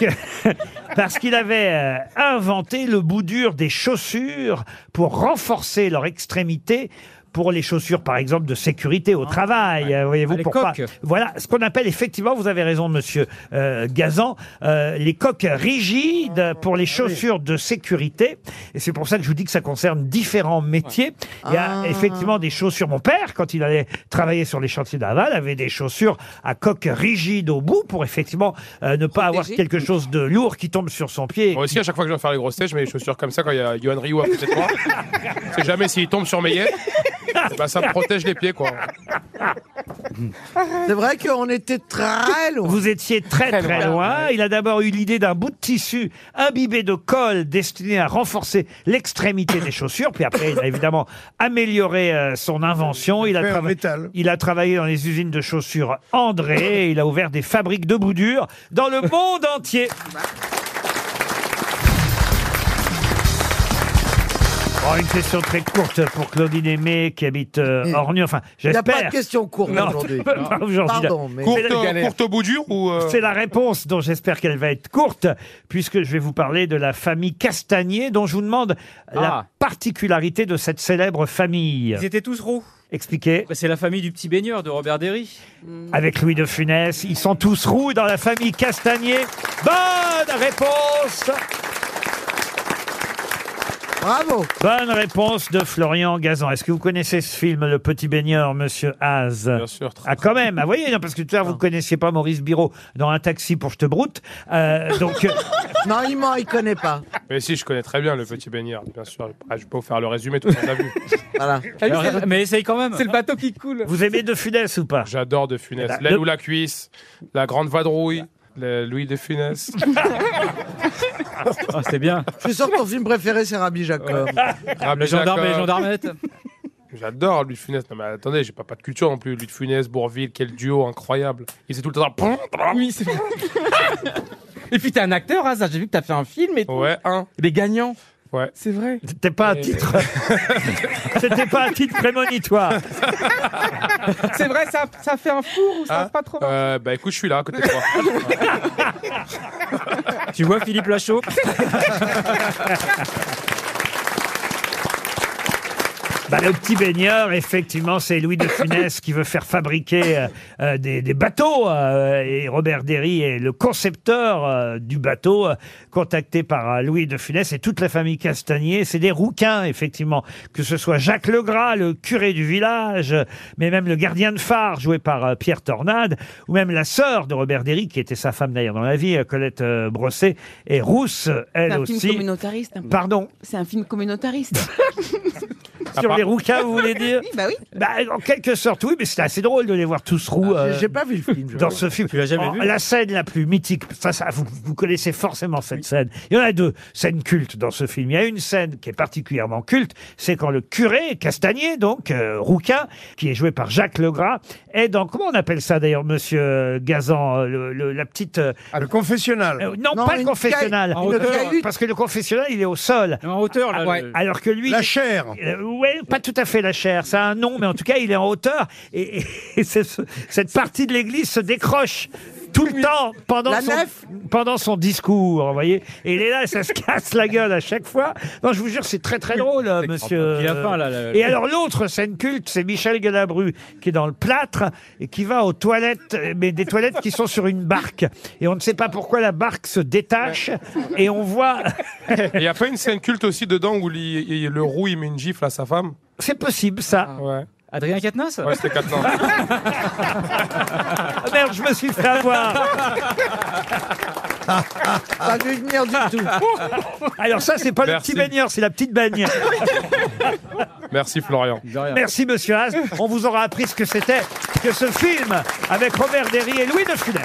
Parce qu'il avait inventé le bout dur des chaussures pour renforcer leur extrémité. Pour les chaussures, par exemple, de sécurité au travail, voyez-vous, les pour pas. coques. Voilà, ce qu'on appelle effectivement, vous avez raison, monsieur Gazan, les coques rigides pour les chaussures de sécurité. Et c'est pour ça que je vous dis que ça concerne différents métiers. Il y a effectivement des chaussures. Mon père, quand il allait travailler sur les chantiers d'Aval, avait des chaussures à coque rigide au bout pour effectivement ne pas avoir quelque chose de lourd qui tombe sur son pied. Moi aussi, à chaque fois que je dois faire les grosses têtes, je mets les chaussures comme ça quand il y a Yoann Rioux à côté de moi. C'est jamais s'il tombe sur mes yeux. Bah, ça me protège les pieds, quoi. C'est vrai qu'on était très loin. Vous étiez très loin. Il a d'abord eu l'idée d'un bout de tissu imbibé de colle destiné à renforcer l'extrémité des chaussures. Puis après, il a évidemment amélioré son invention. Il a travaillé dans les usines de chaussures André. Et il a ouvert des fabriques de bout dur dans le monde entier. Oh, une question très courte pour Claudine Aimé qui habite Ornu. Enfin, Il n'y j'espère. a pas de question courte Non, aujourd'hui. pas aujourd'hui. Pardon, mais Courte au bout dur ou C'est la réponse dont j'espère qu'elle va être courte, puisque je vais vous parler de la famille Castagnier, dont je vous demande la particularité de cette célèbre famille. Ils étaient tous roux. Expliquez. Bah, c'est la famille du petit baigneur de Robert Derry. Avec Louis de Funès, ils sont tous roux dans la famille Castagnier. Bonne réponse. Bravo. Bonne réponse de Florian Gazan. Est-ce que vous connaissez ce film, Le Petit Baigneur, monsieur Haas? Bien sûr. Ah, quand même. Ah, voyez, non, parce que tout à l'heure, vous ne connaissiez pas Maurice Biro dans Un taxi pour je te broute. Donc. Non, il connaît pas. Mais si, je connais très bien le petit baigneur, bien sûr. Ah, je peux vous faire le résumé, tout le monde l'a vu. Voilà. Mais essaye quand même. C'est le bateau qui coule. Vous aimez De Funès ou pas? J'adore De Funès. Là, L'aile ou la cuisse, la grande vadrouille, Louis de Funès. Ah, c'était bien. Je suis sûr que ton film préféré, c'est Rabbi Jacob. Rabbi Le gendarme et les Jacob. gendarmettes. J'adore Louis de Funès. Non mais attendez, j'ai pas de culture non plus. Louis de Funès, Bourvil, quel duo incroyable. Il faisait tout le temps. Oui, c'est vrai. Et puis t'es un acteur, hein, ça, j'ai vu que t'as fait un film et tout. Ouais, Les gagnants. Ouais. C'est vrai. C'était pas un titre. C'était pas un titre prémonitoire. C'est vrai, ça fait un four ou ça a pas trop. Bah écoute, je suis là à côté de toi. Tu vois Philippe Lachaud? Bah, le petit baigneur, effectivement, c'est Louis de Funès qui veut faire fabriquer des bateaux. Et Robert Derry est le concepteur du bateau, contacté par Louis de Funès et toute la famille Castagnier. C'est des rouquins, effectivement. Que ce soit Jacques Legras, le curé du village, mais même le gardien de phare, joué par Pierre Tornade, ou même la sœur de Robert Derry, qui était sa femme d'ailleurs dans la vie, Colette Brosset, et rousse, elle C'est un aussi. film communautariste. Pardon? C'est un film communautariste. sur les rouquins, vous voulez dire? Oui, bah oui. Bah, en quelque sorte, oui, mais c'était assez drôle de les voir tous roux. J'ai pas vu le film. Dans ce film. Tu l'as jamais vu? La scène la plus mythique, vous connaissez forcément cette scène. Il y en a deux scènes cultes dans ce film. Il y a une scène qui est particulièrement culte, c'est quand le curé Castagnier, donc rouquin, qui est joué par Jacques Legras, est dans, comment on appelle ça d'ailleurs, monsieur Gazan, la petite... le confessionnal. Non, pas le confessionnal. En hauteur. Parce que le confessionnel, il est au sol. En hauteur, là. Ouais. Alors que lui... La chair. Oui, pas tout à fait la chair. Ça a un nom, mais en tout cas, il est en hauteur. Et cette partie de l'église se décroche tout le temps pendant son discours, vous voyez. Et il est là, ça se casse la gueule à chaque fois. Non, je vous jure, c'est très très drôle, monsieur. Il a faim, là. Et alors l'autre scène culte, c'est Michel Galabru qui est dans le plâtre et qui va aux toilettes, mais des toilettes qui sont sur une barque. Et on ne sait pas pourquoi la barque se détache et on voit... Il n'y a pas une scène culte aussi dedans où le roux il met une gifle à sa femme? C'est possible, ça. Ouais. Adrien Quatennens? Ouais, c'était Quatennens. Ah merde, je me suis fait avoir. Pas dû venir du tout. Alors ça, c'est pas le Merci. petit baigneur, c'est la petite baigne. Merci Florian. Merci monsieur Haas. On vous aura appris ce que c'était que ce film avec Robert Derry et Louis de Funès.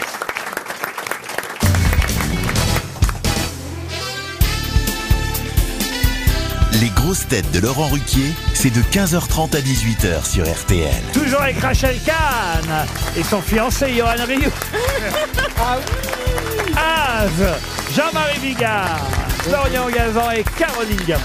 Les grosses têtes de Laurent Ruquier, c'est de 15h30 à 18h sur RTL. Toujours avec Rachel Kahn et son fiancé Johan Rioux. Az, Jean-Marie Bigard, Florian Gazan et Caroline Diamant.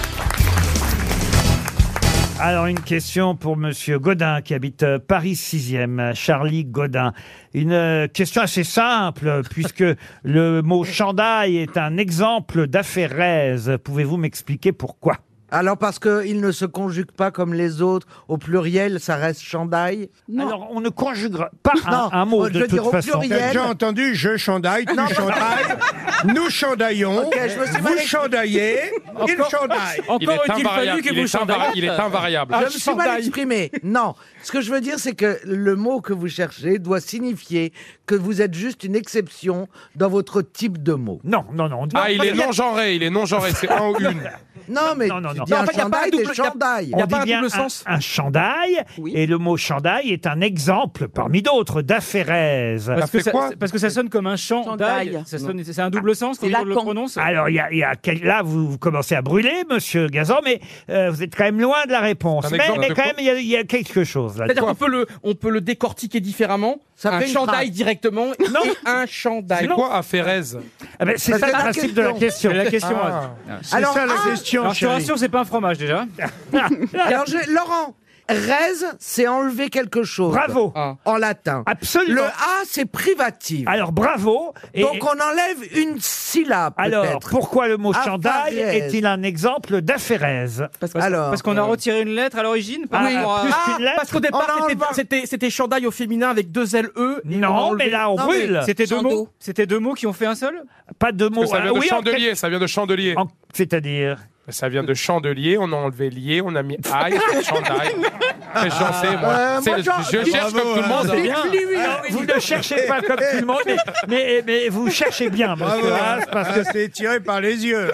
Alors, une question pour monsieur Godin, qui habite Paris 6e, Charlie Godin. Une question assez simple, puisque le mot chandail est un exemple d'aphérèse. Pouvez-vous m'expliquer pourquoi? Alors parce qu'il ne se conjugue pas comme les autres, au pluriel, ça reste chandail. Alors, on ne conjugue pas Non, un mot je de veux dire toute au façon. pluriel. T'as déjà entendu je chandaille, tu chandailles, nous chandaillons, Ok, je me suis vous mal chandaillez, il chandaille. Encore eût-il fallu que vous chandailliez. Il est invariable. Je me suis mal exprimé. Non, ce que je veux dire, c'est que le mot que vous cherchez doit signifier que vous êtes juste une exception dans votre type de mot. Non. Ah, il est non-genré, c'est un ou une. Non, mais Non. tu dis un chandail, des chandails. Il n'y a On pas dit un bien double sens. un chandail, et le mot chandail est un exemple parmi d'autres d'aphérèse. Parce que ça sonne comme un chandail. C'est un double sens, faut que je le prononce. Alors, là, vous commencez à brûler, monsieur Gazan, mais vous êtes quand même loin de la réponse. Un Mais exemple de quand quoi même, il y a quelque chose là. C'est-à-dire on peut le décortiquer différemment. Ça un fait une chandail phrase. directement et un chandail. C'est quoi aphérèse? C'est Bah, ça c'est le la principe de la question. C'est la question. C'est Alors, ça la question, Alors, je te chérie. rassure, c'est pas un fromage déjà. Alors, Laurent, res, c'est enlever quelque chose. Bravo. En latin. Absolument. Le A, c'est privatif. Alors, bravo. Donc, on enlève une syllabe, Alors, peut-être. pourquoi le mot chandail Aphérèse. est-il un exemple d'aphérèse? Parce qu'on a retiré une lettre à l'origine par Oui, rapport à- plus Ah, qu'une lettre. parce qu'au départ, On enlève c'était chandail au féminin avec 2 LE. et on a Non, enlevé- mais là, on brûle. C'était deux Chandeau. mots. C'était deux mots qui ont fait un seul. Pas de mots. Parce que ça vient de Oui, en chandelier, ça vient de chandelier. C'est-à-dire Ça vient de chandelier, on a enlevé lié, on a mis aïe, chandail. J'en sais, moi. moi, Je cherche comme tout le monde. C'est bien. Vous ne cherchez pas comme tout le monde, mais vous cherchez bien, monsieur Haas, parce que c'est tiré par les yeux.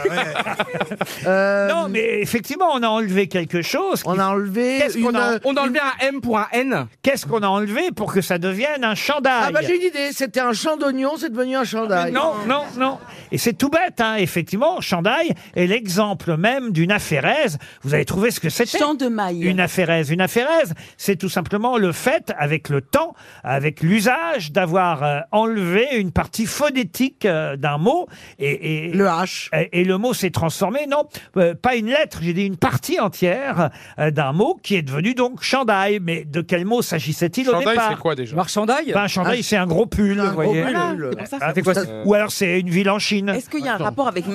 non, mais effectivement, on a enlevé quelque chose. On a enlevé Qu'est-ce qu'on a On a enlevé un M pour un N. Qu'est-ce qu'on a enlevé pour que ça devienne un chandail? Ah bah j'ai une idée, c'était un champ d'oignon, c'est devenu un chandail. Non. Et c'est tout bête, hein. Effectivement, chandail est l'exemple même d'une aphérèse. Vous avez trouvé ce que c'était? Champ de maille. Une aphérèse. Une aphérèse, c'est tout simplement le fait, avec le temps, avec l'usage, d'avoir enlevé une partie phonétique d'un mot. Et le H. Et le mot s'est transformé, non, pas une lettre, j'ai dit une partie entière d'un mot qui est devenu donc chandail. Mais de quel mot s'agissait-il au départ? Chandail, c'est quoi déjà? Marchandail. Un chandail, c'est un gros pull, vous voyez. Voilà, c'est pour ça. Ah, c'est quoi ça Ou alors c'est une ville en Chine. Est-ce qu'il y a un rapport avec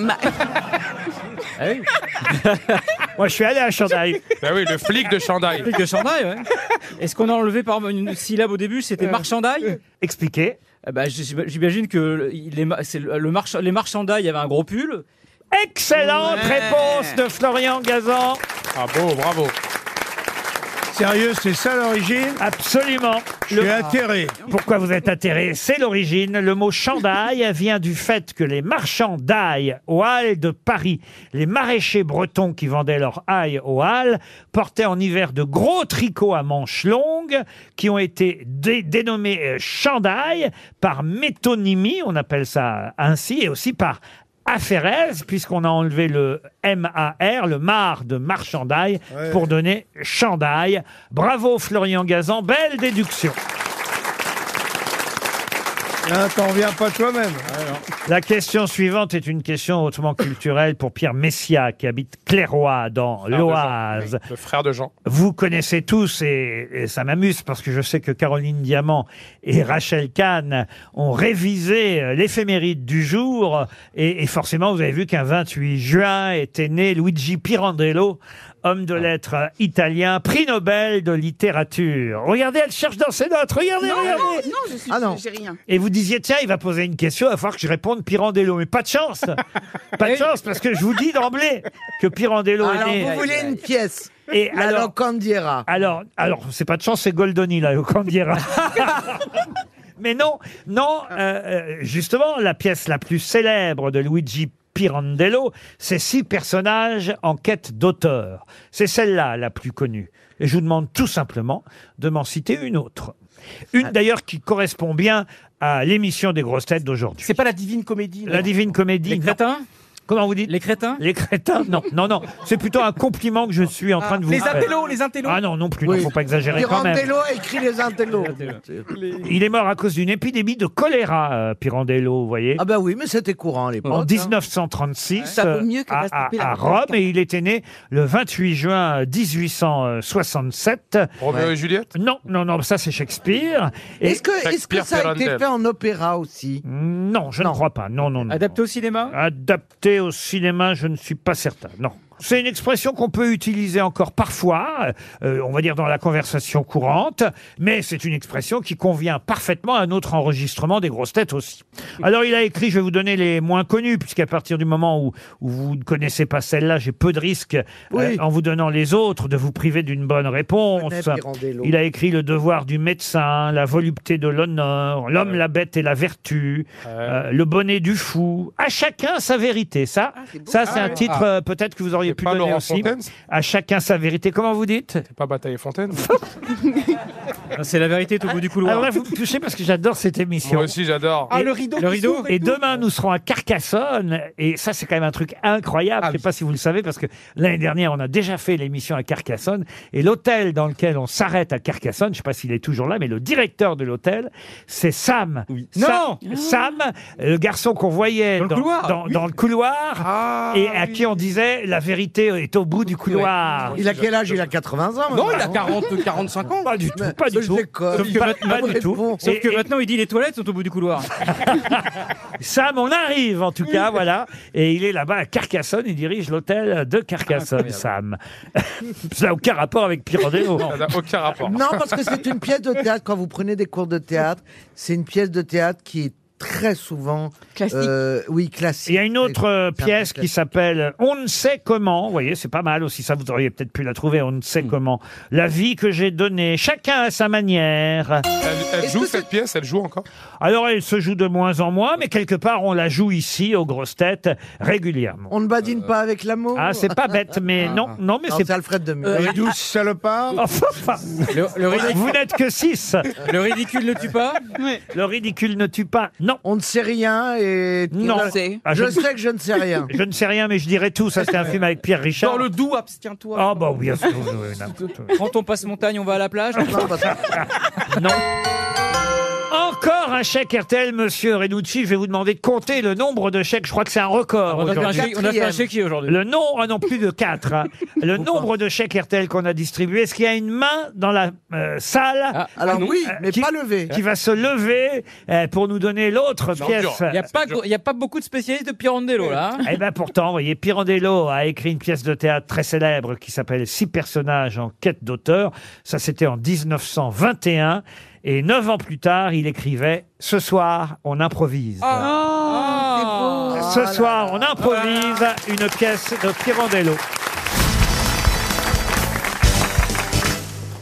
Moi, je suis allé à Chandail. Ben oui, le flic de chandail. Flic de chandail, ouais. Est-ce qu'on a enlevé par une syllabe au début? C'était marchandail. Expliquez. J'imagine que les marchandailles avaient un gros pull. Excellente réponse de Florian Gazan. Ah bon, bravo. Sérieux, c'est ça l'origine? Absolument. Je suis atterré. Pourquoi vous êtes atterré? C'est l'origine. Le mot chandail vient du fait que les marchands d'ail aux Halles de Paris, les maraîchers bretons qui vendaient leur ail aux Halles, portaient en hiver de gros tricots à manches longues qui ont été dénommés chandail par métonymie, on appelle ça ainsi, et aussi par aphérèse, puisqu'on a enlevé le M-A-R, le mar de marchandail, pour donner chandail. Bravo Florian Gazan, belle déduction. T'en reviens pas toi-même. La question suivante est une question hautement culturelle pour Pierre Messia, qui habite Clairoy, dans l'Oise. Le frère de Jean. Vous connaissez tous, et ça m'amuse, parce que je sais que Caroline Diamant et Rachel Kahn ont révisé l'éphéméride du jour, et forcément, vous avez vu qu'un 28 juin était né Luigi Pirandello, homme de lettres italien, prix Nobel de littérature. Regardez, elle cherche dans ses notes. Regardez, regardez. Non, j'ai rien. Et vous disiez, tiens, il va poser une question, il va falloir que je réponde Pirandello. Mais pas de chance. Pas de chance, parce que je vous dis d'emblée que Pirandello est né. Alors, vous voulez une pièce? Et la alors, locandiera. Alors, c'est pas de chance, c'est Goldoni, la locandiera. Mais non, justement, la pièce la plus célèbre de Luigi Pirandello, c'est 6 personnages en quête d'auteur. C'est celle-là la plus connue. Et je vous demande tout simplement de m'en citer une autre. Une d'ailleurs qui correspond bien à l'émission des grosses têtes d'aujourd'hui. C'est pas la Divine Comédie? La Divine Comédie. Les crétins? Comment vous dites? Les crétins? Les crétins? Non. C'est plutôt un compliment que je suis en train de vous Les faire. intellos? Ah non plus, non, faut pas exagérer quand même. Pirandello a écrit les intellos. Il est mort à cause d'une épidémie de choléra, Pirandello, vous voyez. Ah bah oui, mais c'était courant à l'époque. En 1936, Ça vaut mieux que d'attraper la à Rome, et il était né le 28 juin 1867. Roméo et Juliette? Non, ça c'est Shakespeare. Et Est-ce que ça a été Pirandello. fait en opéra aussi? non, je ne crois pas. Non. Adapté au cinéma? Adapté au cinéma, je ne suis pas certain. Non. C'est une expression qu'on peut utiliser encore parfois, on va dire dans la conversation courante, mais c'est une expression qui convient parfaitement à notre enregistrement des grosses têtes aussi. Alors il a écrit, je vais vous donner les moins connus, puisqu'à partir du moment où vous ne connaissez pas celle-là, j'ai peu de risques, en vous donnant les autres, de vous priver d'une bonne réponse. Il a écrit Le devoir du médecin, La volupté de l'honneur, L'homme, la bête et la vertu, Le bonnet du fou, À chacun sa vérité. Ça c'est un titre peut-être que vous auriez pu pas donner Laurent aussi. Fontaine? À chacun sa vérité. Comment vous dites? C'est pas Bataille et Fontaine? C'est la vérité est au bout du couloir. Alors là, vous me touchez parce que j'adore cette émission. Moi aussi, j'adore. Et- Le rideau. Le rideau. Et demain, nous serons à Carcassonne. Et ça, c'est quand même un truc incroyable. Je ne sais pas si vous le savez, parce que l'année dernière, on a déjà fait l'émission à Carcassonne. Et l'hôtel dans lequel on s'arrête à Carcassonne, je ne sais pas s'il est toujours là, mais le directeur de l'hôtel, c'est Sam. Non. Sam, le garçon qu'on voyait Dans le couloir. dans le couloir, et à qui on disait la vérité est au bout du couloir. Il a quel âge? Il a 80 ans. Non, il a 45 ans. Pas du tout, pas du tout. Sauf que Pas maintenant, du tout. Sauf que Et- maintenant, il dit les toilettes sont au bout du couloir. Sam, on arrive en tout cas, voilà. Et il est là-bas à Carcassonne, il dirige l'hôtel de Carcassonne, Sam. Ça n'a aucun rapport avec Pirandello. Ça n'a aucun rapport. Non, parce que c'est une pièce de théâtre. Quand vous prenez des cours de théâtre, c'est une pièce de théâtre qui est très souvent Classique. Oui, classique. Il y a une autre C'est un pièce peu qui s'appelle On ne sait comment. Vous voyez, c'est pas mal aussi. Ça, vous auriez peut-être pu la trouver. On ne sait comment. La vie que j'ai donnée. Chacun à sa manière. Elle joue cette pièce, elle joue encore? Alors, elle se joue de moins en moins, mais quelque part, on la joue ici, aux grosses têtes, régulièrement. On ne badine pas avec l'amour. Ah, c'est pas bête, mais non, mais c'est C'est Alfred de Musset. Les douces salopards. Enfin, vous n'êtes que 6. Le ridicule ne tue pas. Le ridicule ne tue pas. Non. On ne sait rien et... Non. Ah, Je sais que je ne sais rien. Je ne sais rien, mais je dirais tout. Ça, c'était un film avec Pierre Richard. Dans le Doubs, abstiens-toi. Ah, bah oui, bien sûr. Quand on passe montagne, on va à la plage. Non. Encore un chèque RTL, monsieur Renucci. Je vais vous demander de compter le nombre de chèques. Je crois que c'est un record. On a fait un aujourd'hui. chèque- on a fait un chéquier aujourd'hui. Le nom, non, plus de 4. Le nombre de chèques RTL qu'on a distribués. Est-ce qu'il y a une main dans la salle Alors oui, mais qui- pas levé. qui va se lever pour nous donner l'autre pièce? Il n'y a pas beaucoup de spécialistes de Pirandello, là. hein. Eh ben pourtant, vous voyez, Pirandello a écrit une pièce de théâtre très célèbre qui s'appelle 6 personnages en quête d'auteur. Ça, c'était en 1921. Et 9 ans plus tard, il écrivait « Ce soir, on improvise Ce soir, on improvise une pièce de Pirandello.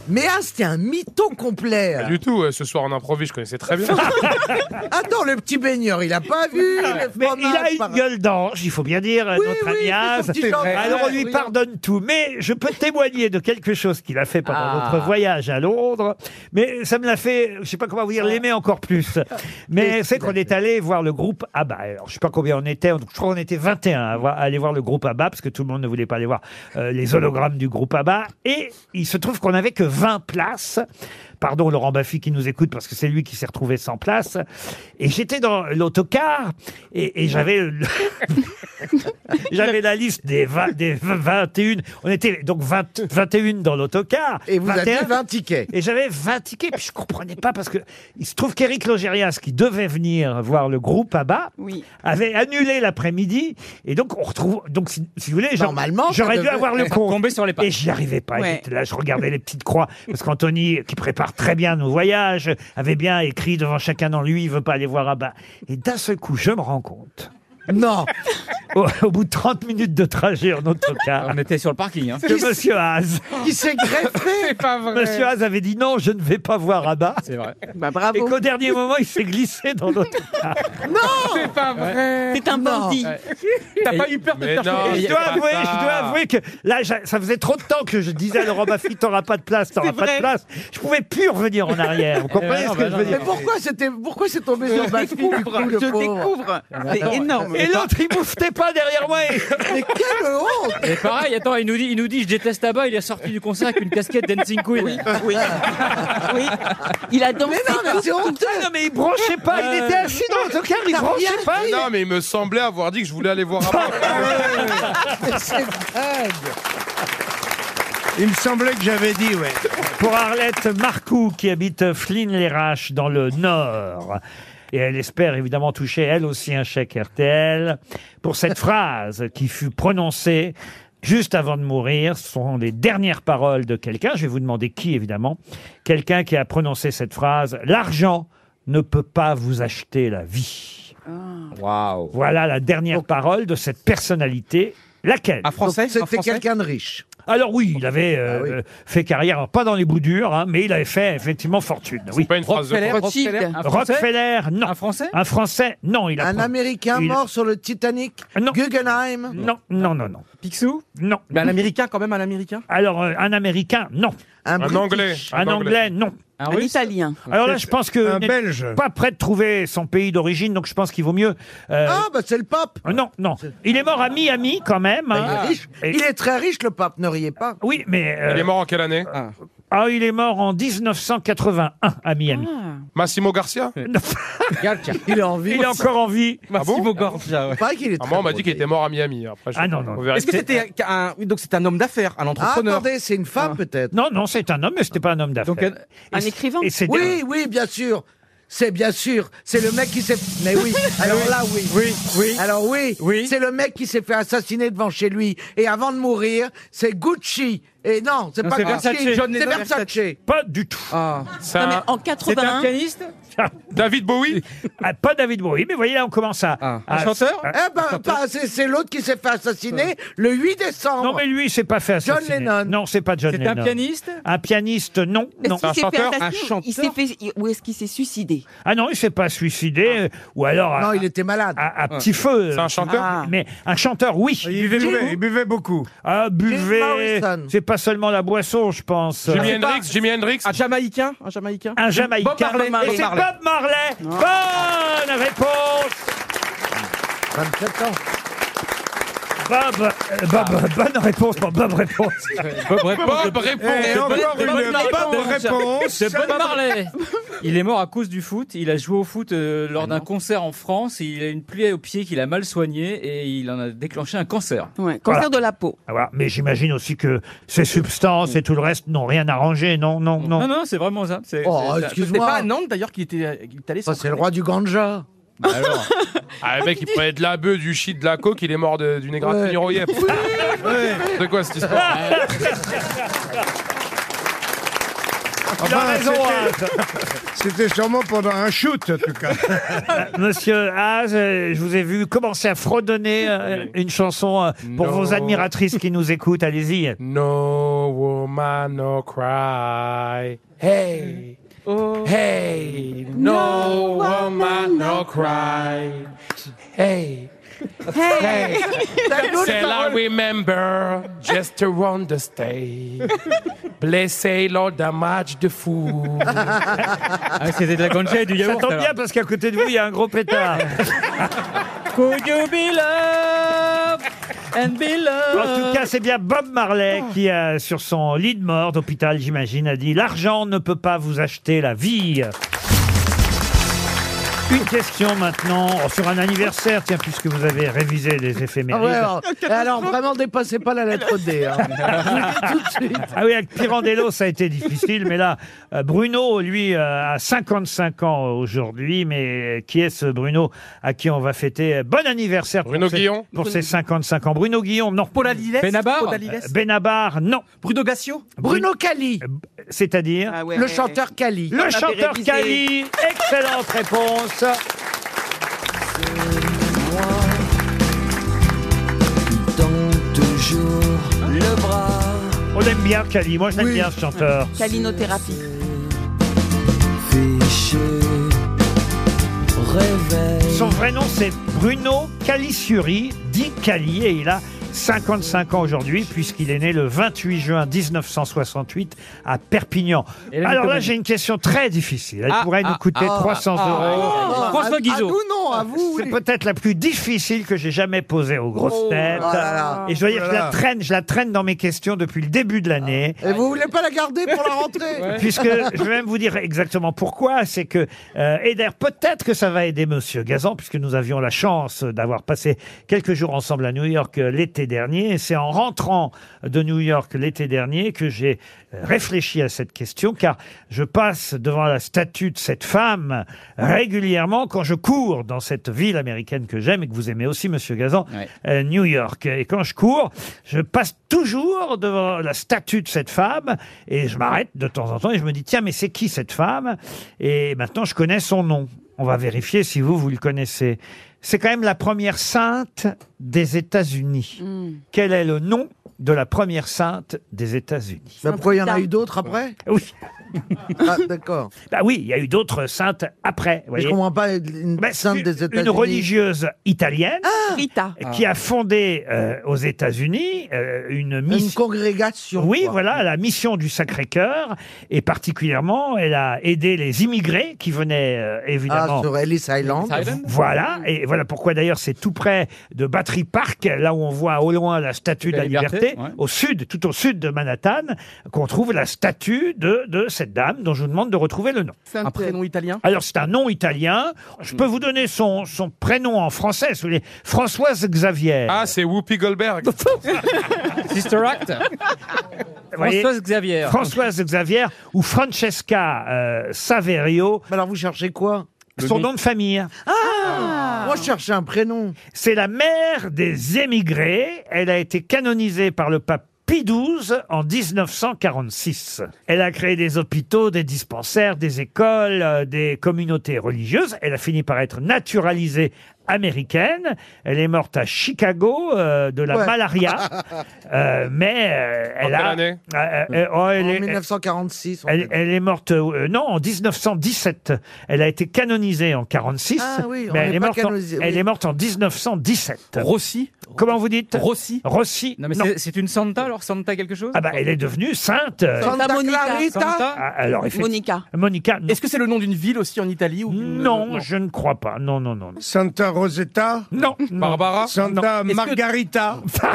Mais c'était un mytho complet. Pas du tout, ce soir en improvise, je connaissais très bien. Attends, le petit baigneur, il a pas vu le Mais il a fromage une par- gueule d'ange, il faut bien dire, notre ami Az. son petit champagne, Alors on lui regarde. pardonne tout. Mais je peux témoigner de quelque chose qu'il a fait pendant Ah. notre voyage à Londres. Mais ça me l'a fait, je sais pas comment vous dire, l'aimer encore plus. Mais c'est qu'on est allé voir le groupe ABBA. Alors je sais pas combien on était, je crois qu'on était 21 à aller voir le groupe ABBA, parce que tout le monde ne voulait pas aller voir les hologrammes du groupe ABBA. Et il se trouve qu'on n'avait que 20 places. Pardon Laurent Baffy qui nous écoute, parce que c'est lui qui s'est retrouvé sans place. Et j'étais dans l'autocar et j'avais j'avais la liste des 21. On était donc 21 dans l'autocar. Et vous aviez 20 tickets. Et j'avais 20 tickets, puis je comprenais pas, parce que il se trouve qu'Éric Logérias, qui devait venir voir le groupe ABBA, avait annulé l'après-midi. Et donc on retrouve, donc si vous voulez, Normalement, j'aurais ça dû devait avoir le être compte. tombé sur les pattes. Et j'y arrivais pas. Ouais. Écoute, là, je regardais les petites croix, parce qu'Anthony, qui prépare très bien nos voyages, avait bien écrit devant chacun dans lui, il veut pas aller voir ABBA. Et d'un seul coup, je me rends compte. Non. Au bout de 30 minutes de trajet en autocar. On était sur le parking. Hein. Que Monsieur Az. Qui s'est greffé. C'est pas vrai. Monsieur Az avait dit non, je ne vais pas voir ABBA. C'est vrai. Bah, bravo. Et qu'au dernier moment, il s'est glissé dans l'autocar. C'est pas vrai. C'est un bandit. T'as pas eu peur de te Mais faire non, choper Je dois avouer que là, ça faisait trop de temps que je disais à Laurent Baffy, t'auras pas de place, t'auras pas de place. Je pouvais plus revenir en arrière. Vous comprenez non, ce que bah je veux non, dire? Mais pourquoi c'est tombé sur Baffy du coup, le Je pauvre découvre. C'est énorme. Et l'autre, il mouftait pas derrière moi. Mais quelle honte. Et pareil, attends, il nous dit, je déteste ABBA, il est sorti du concert avec une casquette Dancing Queen. Oui. Oui. Il a dansé. Mais non, mais c'est honteux. Ah non, mais il bronchait pas. Il était assis dans l'autocar, il T'as bronchait rien pas. dit. Non, mais il me semblait avoir dit que je voulais aller voir ABBA. Mais c'est dingue. Il me semblait que j'avais dit, ouais. Pour Arlette Marcoux, qui habite Flins-les-Raches dans le Nord. Et elle espère évidemment toucher elle aussi un chèque RTL pour cette phrase qui fut prononcée juste avant de mourir. Ce sont les dernières paroles de quelqu'un. Je vais vous demander qui, évidemment. Quelqu'un qui a prononcé cette phrase. L'argent ne peut pas vous acheter la vie. Waouh. Voilà la dernière parole de cette personnalité. Laquelle? Un Français. Donc, c'était quelqu'un de riche. Alors oui, il avait fait carrière, alors pas dans les bouts durs, hein, mais il avait fait effectivement fortune. Oui. Pas une phrase de Rothschild. Un Français Rockefeller, non. Un Français Un Français, non. Il a Un pas- Américain il- mort sur le Titanic. Non. Guggenheim. Non, non, non, non. Picsou Non. Mais un Américain quand même, un Américain. Alors, un Américain, non. Un Anglais. Un Anglais, non. Un Un Russe Italien. Alors là, je pense que Un vous n'êtes Belge. pas prêt de trouver son pays d'origine, donc je pense qu'il vaut mieux... Ah, bah c'est le pape. Non, non. Il est mort à Miami quand même. Il est hein. riche. Et- Il est très riche, le pape, ne riez pas. Oui, mais... Il est mort en quelle année il est mort en 1981 à Miami. Massimo Garcia Il est en vie. Il est encore en vie. Massimo Garcia. Ouais. Pareil qu'il est Ah, très moi, on m'a beau, dit qu'il était mort à Miami. Après, je- Ah, non, non. on verra. Est-ce que c'était un, oui, donc c'est un homme d'affaires, un Ah, entrepreneur. attendez, c'est une femme peut-être. Non, non, c'est un homme, mais c'était pas un homme d'affaires. Donc, Un écrivain. Et c'est Oui, oui, bien sûr. C'est bien sûr. C'est le mec qui s'est. Mais oui. Alors là, oui. Oui, oui. Alors oui. Oui. C'est le mec qui s'est fait assassiner devant chez lui. Et avant de mourir, c'est Gucci. Et non, c'est Non, pas c'est Gucci. Versace. John C'est Lennon. Versace. pas du tout. Ah. C'est Non, mais un- en C'est un 81. pianiste David Bowie. Ah, pas David Bowie, mais voyez là, on commence à... Ah. à- Un chanteur à- Eh ben, c'est l'autre qui s'est fait assassiner le 8 décembre. Non, mais lui, il s'est pas fait John assassiner. Lennon. Non, c'est pas John C'est Lennon. un pianiste Un pianiste, non. Est-ce non. qu'il s'est fait chanteur, assassiner Il s'est fait. Ou est-ce qu'il s'est suicidé Ah non, il s'est pas suicidé. Ou alors Non, à, il était malade. à petit feu. C'est un chanteur Ah. Mais un chanteur, oui. Il buvait beaucoup. Ah, buvez. Morrison. C'est pas seulement la boisson, je pense. Jimi Hendrix. Jimi Hendrix. Un Jamaïcain. Un Jamaïcain. Un Jamaïcain. Bob Marley. Et c'est Bob Marley. Bob Marley. Bonne réponse. 27 ans. Bonne réponse. Bob réponse. Bob répond. Bob répond. Et encore une bonne réponse. C'est Bob Marley. Il est mort à cause du foot. Il a joué au foot lors d'un concert en France. Il a une plaie au pied qu'il a mal soignée et il en a déclenché un cancer. Ouais, cancer Voilà. de la peau. Ah, voilà. Mais j'imagine aussi que ces substances et tout le reste n'ont rien arrangé. Non, non, non. Non, non, c'est vraiment ça. Oh, C'était excuse-moi. pas à Nantes d'ailleurs qu'il était allé. Ça, c'est le roi du ganja. Ah, le mec, il prenait de la bœuf, du shit, de la coke, il est mort d'une égratignure au yep. C'est quoi cette histoire Il a raison, Az. C'était sûrement pendant un shoot, en tout cas. Monsieur Az, je vous ai vu commencer à fredonner une chanson pour No. vos admiratrices qui nous écoutent. Allez-y. No woman, no cry. Hey, hey, no woman, no cry. Hey. Hey, shall I remember just to run the stage? Blessé Lord d'un match de foot. C'était de la concha et du Ça yaourt. tombe alors. bien parce qu'à côté de vous, il y a un gros pétard. Could you be loved and be loved? En tout cas, c'est bien Bob Marley qui, sur son lit de mort d'hôpital, j'imagine, a dit « L'argent ne peut pas vous acheter la vie ». Une question maintenant sur un anniversaire, tiens, puisque vous avez révisé les éphémérides. Alors, vraiment, dépassez pas la lettre D. Hein. Je vous le dis tout de suite. Ah oui, avec Pirandello, ça a été difficile, mais là, Bruno, lui, a 55 ans aujourd'hui, mais qui est ce Bruno à qui on va fêter bon anniversaire Bruno Guillon pour ses 55 ans. Bruno Guillon, non. Paul Aliles. Benabar. Paul Aliles. Benabar, non. Bruno Gassio. Bruno Cali. C'est-à-dire Ah ouais. Le chanteur Cali. le avait chanteur révisé. Cali. Excellente réponse. Toujours le bras. On aime bien Cali. Moi, je l'aime Oui. bien ce chanteur. Calinothérapie. Fiché. Réveil. Son vrai nom, c'est Bruno Calissuri, dit Cali, et il a 55 ans aujourd'hui, puisqu'il est né le 28 juin 1968 à Perpignan. Et la Alors là, comédie. j'ai une question très difficile. Elle pourrait nous coûter 300 euros. François À Guizot. nous, non, à vous. C'est oui. peut-être la plus difficile que j'ai jamais posée aux grosses têtes. Oh là là. Et je dois dire que Voilà. je la traîne dans mes questions depuis le début de l'année. Et vous voulez pas la garder pour la rentrée Puisque je vais même vous dire exactement pourquoi. C'est que, et d'ailleurs, peut-être que ça va aider Monsieur Gazan, puisque nous avions la chance d'avoir passé quelques jours ensemble à New York l'été dernier. Et c'est en rentrant de New York l'été dernier que j'ai réfléchi à cette question, car je passe devant la statue de cette femme régulièrement quand je cours dans cette ville américaine que j'aime et que vous aimez aussi, Monsieur Gazan, Ouais. New York. Et quand je cours, je passe toujours devant la statue de cette femme et je m'arrête de temps en temps et je me dis, tiens, mais c'est qui cette femme? Et maintenant, je connais son nom. On va vérifier si vous le connaissez. C'est quand même la première sainte des États-Unis. Quel est le nom de la première sainte des États-Unis? Bah, pourquoi il y en a eu d'autres après? Oui. Ah, d'accord. Bah oui, il y a eu d'autres saintes après. vous Mais je voyez. comprends pas une Bah, sainte c'est des États-Unis. Une religieuse italienne Rita. qui a fondé aux États-Unis une Une mission. congrégation. Oui, quoi. voilà, la mission du Sacré-Cœur. Et particulièrement, elle a aidé les immigrés qui venaient évidemment. Ah, sur Ellis Island. Voilà, et voilà pourquoi d'ailleurs c'est tout près de Battery Park, là où on voit au loin la statue de la liberté, ouais. au sud, tout au sud de Manhattan, qu'on trouve la statue de cette dame dont je vous demande de retrouver le nom. Un prénom italien. Alors c'est un nom italien. Je peux vous donner son prénom en français, si vous voulez. Françoise Xavier. Ah, c'est Whoopi Goldberg. Sister Act. Vous voyez, Françoise Xavier. Françoise Xavier ou Francesca Saverio. Mais alors vous cherchez quoi? Son nom de famille. Moi je cherchais un prénom. C'est la mère des émigrés. Elle a été canonisée par le pape Pie XII en 1946. Elle a créé des hôpitaux, des dispensaires, des écoles, des communautés religieuses. Elle a fini par être naturalisée américaine. Elle est morte à Chicago de la Ouais. malaria. Mais elle quelle a... année elle En est- 1946. on dit. elle est morte, non, en 1917. Elle a été canonisée en 46, Ah oui, on mais n'est elle est, pas morte canonisé, oui. elle est morte en 1917. Rossi. Comment vous dites Rossi. Rossi. Non, mais Non. c'est une Santa, alors Santa quelque chose? Ah bah, elle est devenue sainte. Santa Monica. Clarita. Santa. Ah, alors, effectivement. Monica. Monica, non. Est-ce que c'est le nom d'une ville aussi en Italie ou d'une- Non, je ne crois pas. Non, non, non. non. Santa Rosetta, Non, non. Barbara. Santa Est-ce que- Margarita.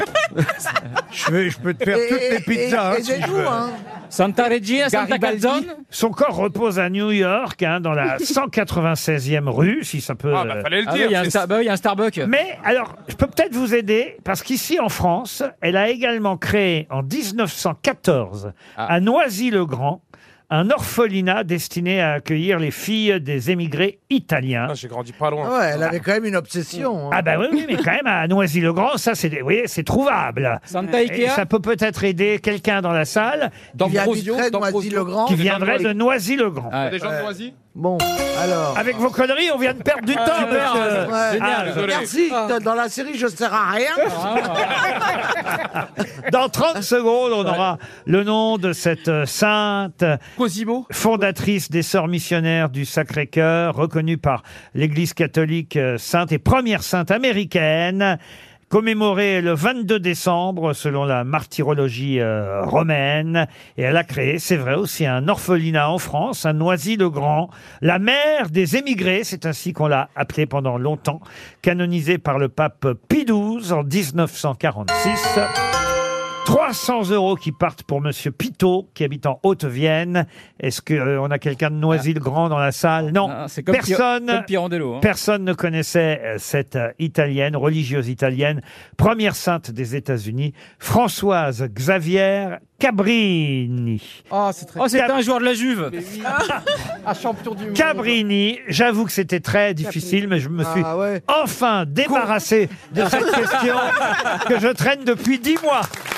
je peux te faire Et- toutes les pizzas. hein, et si je aidez-nous, veux. hein. Santa Regina, Santa Garibaldi. Calzone. Son corps repose à New York, hein, dans la 196e rue, si ça peut... Ah, bah, fallait le Ah oui, dire. il y a un bah oui, il y a un Starbucks. Mais alors, je peux peut-être vous aider, parce qu'ici en France, elle a également créé en 1914, à Noisy-le-Grand, un orphelinat destiné à accueillir les filles des émigrés italiens. J'ai grandi pas loin. Ouais, elle avait quand même une obsession. Ah bah oui, mais quand même à Noisy-le-Grand, ça c'est, vous voyez, c'est trouvable. Santa Et Ikea. ça peut peut-être aider quelqu'un dans la salle Qui habiterait Noisy-le-Grand. qui viendrait de Noisy-le-Grand. Ouais. Des gens de Noisy? Bon, alors. Avec vos conneries, on vient de perdre du temps. super, monsieur. Ouais. Génial. désolé. Merci. Dans la série, je sers à rien. Dans 30 secondes, on aura le nom de cette sainte Cosimo. fondatrice des Sœurs missionnaires du Sacré-Cœur, reconnue par l'Église catholique sainte et première sainte américaine, commémorée le 22 décembre selon la martyrologie romaine. Et elle a créé, c'est vrai, aussi un orphelinat en France, à Noisy-le-Grand, la mère des émigrés, c'est ainsi qu'on l'a appelée pendant longtemps, canonisée par le pape Pie XII en 1946. 300 € qui partent pour Monsieur Pitot, qui habite en Haute-Vienne. Est-ce que on a quelqu'un de Noisy-le-Grand dans la salle? Non, C'est comme personne. Pirandello. Hein. Personne ne connaissait cette italienne, religieuse italienne, première sainte des États-Unis, Françoise Xavier Cabrini. Ah, c'est très. Oh, c'était un joueur de la Juve. Un champion du monde. Cabrini, j'avoue que c'était très difficile, mais je me suis Ah ouais. enfin débarrassé de cette question que je traîne depuis 10 mois.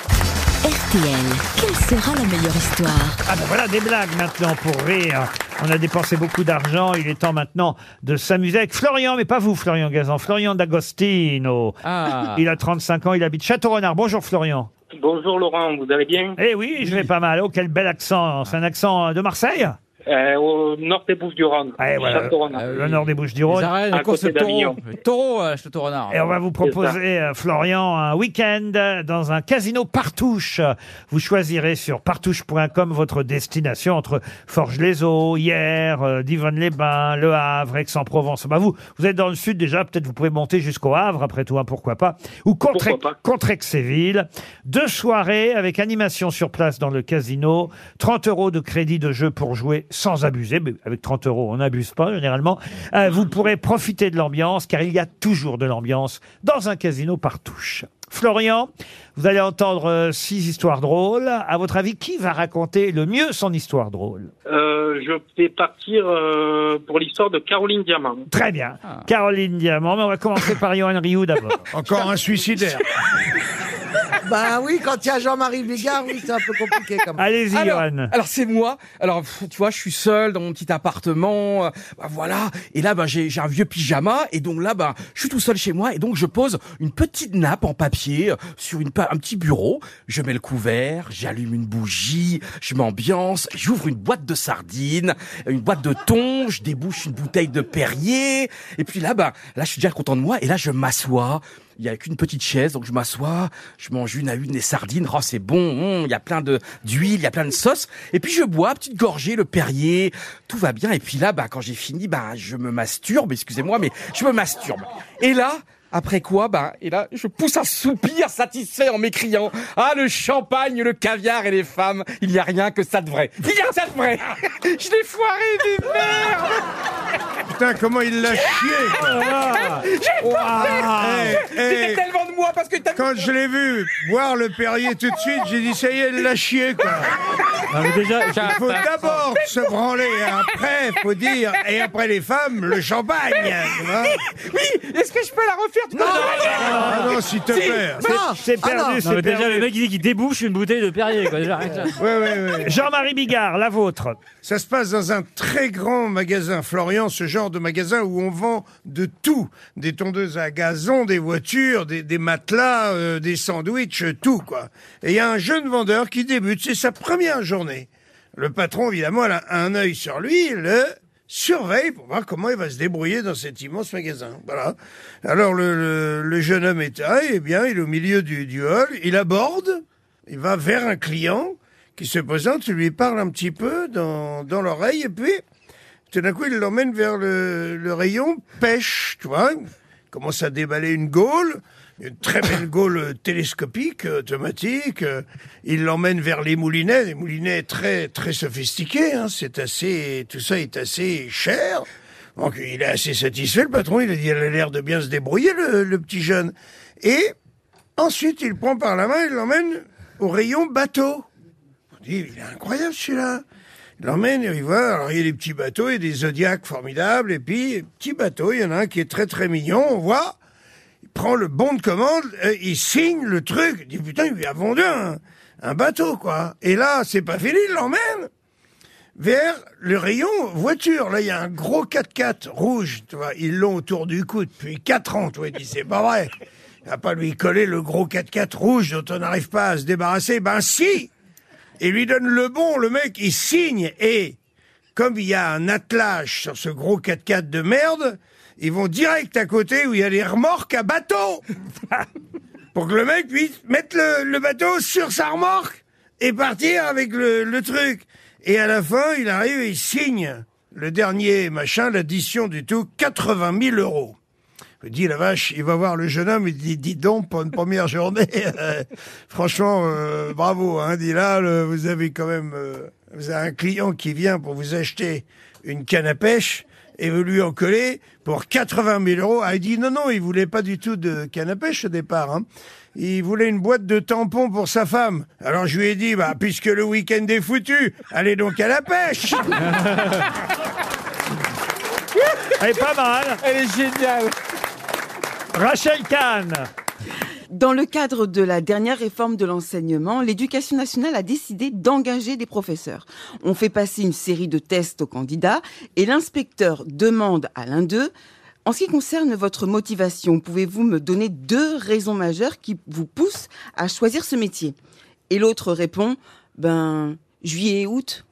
RTL, quelle sera la meilleure histoire? Ah ben voilà des blagues maintenant pour rire. On a dépensé beaucoup d'argent, il est temps maintenant de s'amuser avec Florian, mais pas vous Florian Gazan, Florian D'Agostino. Ah. Il a 35 ans, il habite Château-Renard. Bonjour Florian. Bonjour Laurent, vous allez bien? Eh oui, je vais pas mal. Oh, quel bel accent. C'est un accent de Marseille? Au nord des Bouches-du-Rhône, Eh, voilà. Château-Renard. Le nord des Bouches-du-Rhône. Les arènes, À la course de côté d'Avignon. taureau à Château-Renard. Et on va vous proposer, Florian, un week-end dans un casino Partouche. Vous choisirez sur partouche.com votre destination entre Forges-les-Eaux, Hyères, Divonne-les-Bains, Le Havre, Aix-en-Provence. Bah vous êtes dans le sud déjà, peut-être vous pouvez monter jusqu'au Havre, après tout, hein, pourquoi pas. Ou Contrexéville. 2 soirées avec animation sur place dans le casino. 30 € de crédit de jeu pour jouer sans abuser, mais avec 30 € on n'abuse pas généralement. Vous pourrez profiter de l'ambiance, car il y a toujours de l'ambiance dans un casino Partouche. Florian, vous allez entendre 6 histoires drôles. À votre avis, qui va raconter le mieux son histoire drôle? Je vais partir pour l'histoire de Caroline Diamant. Très bien. Caroline Diamant, mais on va commencer par Johan Rioux d'abord. Encore un suicidaire. Bah oui, quand il y a Jean-Marie Bigard, oui, c'est un peu compliqué quand même. Allez-y, Johan. Alors c'est moi. Alors tu vois, je suis seul dans mon petit appartement. Bah, voilà. Et là, bah, j'ai un vieux pyjama. Et donc là, bah, je suis tout seul chez moi. Et donc je pose une petite nappe en papier sur un petit bureau. Je mets le couvert, j'allume une bougie, je m'ambiance, j'ouvre une boîte de sardines, une boîte de thon, je débouche une bouteille de Perrier. Et puis là, bah, là, je suis déjà content de moi. Et là, je m'assois. Il y a qu'une petite chaise, donc je m'assois, je mange une à une les sardines, oh c'est bon, il y a plein d'huile, il y a plein de sauce, et puis je bois, petite gorgée, le Perrier, tout va bien, et puis là, bah, quand j'ai fini, bah, je me masturbe, excusez-moi, mais je me masturbe. Et là, après quoi, bah, et là, je pousse un soupir satisfait en m'écriant « Ah, le champagne, le caviar et les femmes, il n'y a rien que ça de vrai. Il y a ça de vrai. Je l'ai foiré, des merdes. Putain, comment il l'a chié. J'ai J'étais tellement de moi parce que Quand je l'ai vu boire le Perrier tout de suite, j'ai dit ça y est, elle l'a chié, quoi. Non, mais déjà, Il faut d'abord se branler, après, faut dire, et après les femmes, le champagne. Tu vois. Oui, est-ce que je peux la refaire? Ah non, s'il te plaît. C'est perdu, non, mais déjà, le mec, il dit qu'il débouche une bouteille de Perrier, quoi. Déjà, arrête là. Ouais. Jean-Marie Bigard, la vôtre. Ça se passe dans un très grand magasin, Florian, ce genre de magasin où on vend de tout. Des tondeuses à gazon, des voitures, des matelas, des sandwichs, tout, quoi. Et il y a un jeune vendeur qui débute, c'est sa première journée. Le patron, évidemment, a un œil sur lui, le surveille pour voir comment il va se débrouiller dans cet immense magasin. Voilà. Alors, le jeune homme est là, eh bien, il est au milieu du hall, il aborde, il va vers un client qui se présente, il lui parle un petit peu dans l'oreille, et puis, tout d'un coup, il l'emmène vers le rayon pêche, tu vois. Il commence à déballer une gaule, une très belle gaule télescopique, automatique. Il l'emmène vers les moulinets très, très sophistiqués, hein. Tout ça est assez cher. Donc, il est assez satisfait, le patron. Il a dit, il a l'air de bien se débrouiller, le petit jeune. Et ensuite, il prend par la main, il l'emmène au rayon bateau. On dit, il est incroyable, celui-là. Il l'emmène, il voit, alors il y a des petits bateaux, il y a des Zodiacs formidables, et puis, petit bateau, il y en a un qui est très très mignon, on voit, il prend le bon de commande, il signe le truc, il dit putain, il lui a vendu un bateau, quoi. Et là, c'est pas fini, il l'emmène vers le rayon voiture. Là, il y a un gros 4x4 rouge, tu vois, ils l'ont autour du cou depuis 4 ans, tu vois, il dit c'est pas vrai. Il va pas lui coller le gros 4x4 rouge dont on n'arrive pas à se débarrasser. Ben si! Il lui donne le bon, le mec, il signe, et comme il y a un attelage sur ce gros 4x4 de merde, ils vont direct à côté où il y a des remorques à bateau pour que le mec puisse mettre le bateau sur sa remorque et partir avec le truc. Et à la fin, il arrive et il signe le dernier machin, l'addition du tout, 80 000 €. Il dit, la vache, il va voir le jeune homme, il dit, dis donc, pour une première journée, franchement, bravo, hein, dit là, vous avez quand même, vous avez un client qui vient pour vous acheter une canne à pêche, et vous lui en collez pour 80 000 €. Ah, il dit, non, il voulait pas du tout de canne à pêche au départ, hein. Il voulait une boîte de tampons pour sa femme. Alors je lui ai dit, bah, puisque le week-end est foutu, allez donc à la pêche. Elle est pas mal. Elle est géniale. Rachel Kahn. Dans le cadre de la dernière réforme de l'enseignement, l'Éducation nationale a décidé d'engager des professeurs. On fait passer une série de tests aux candidats et l'inspecteur demande à l'un d'eux: en ce qui concerne votre motivation, pouvez-vous me donner 2 raisons majeures qui vous poussent à choisir ce métier? Et l'autre répond: juillet et août.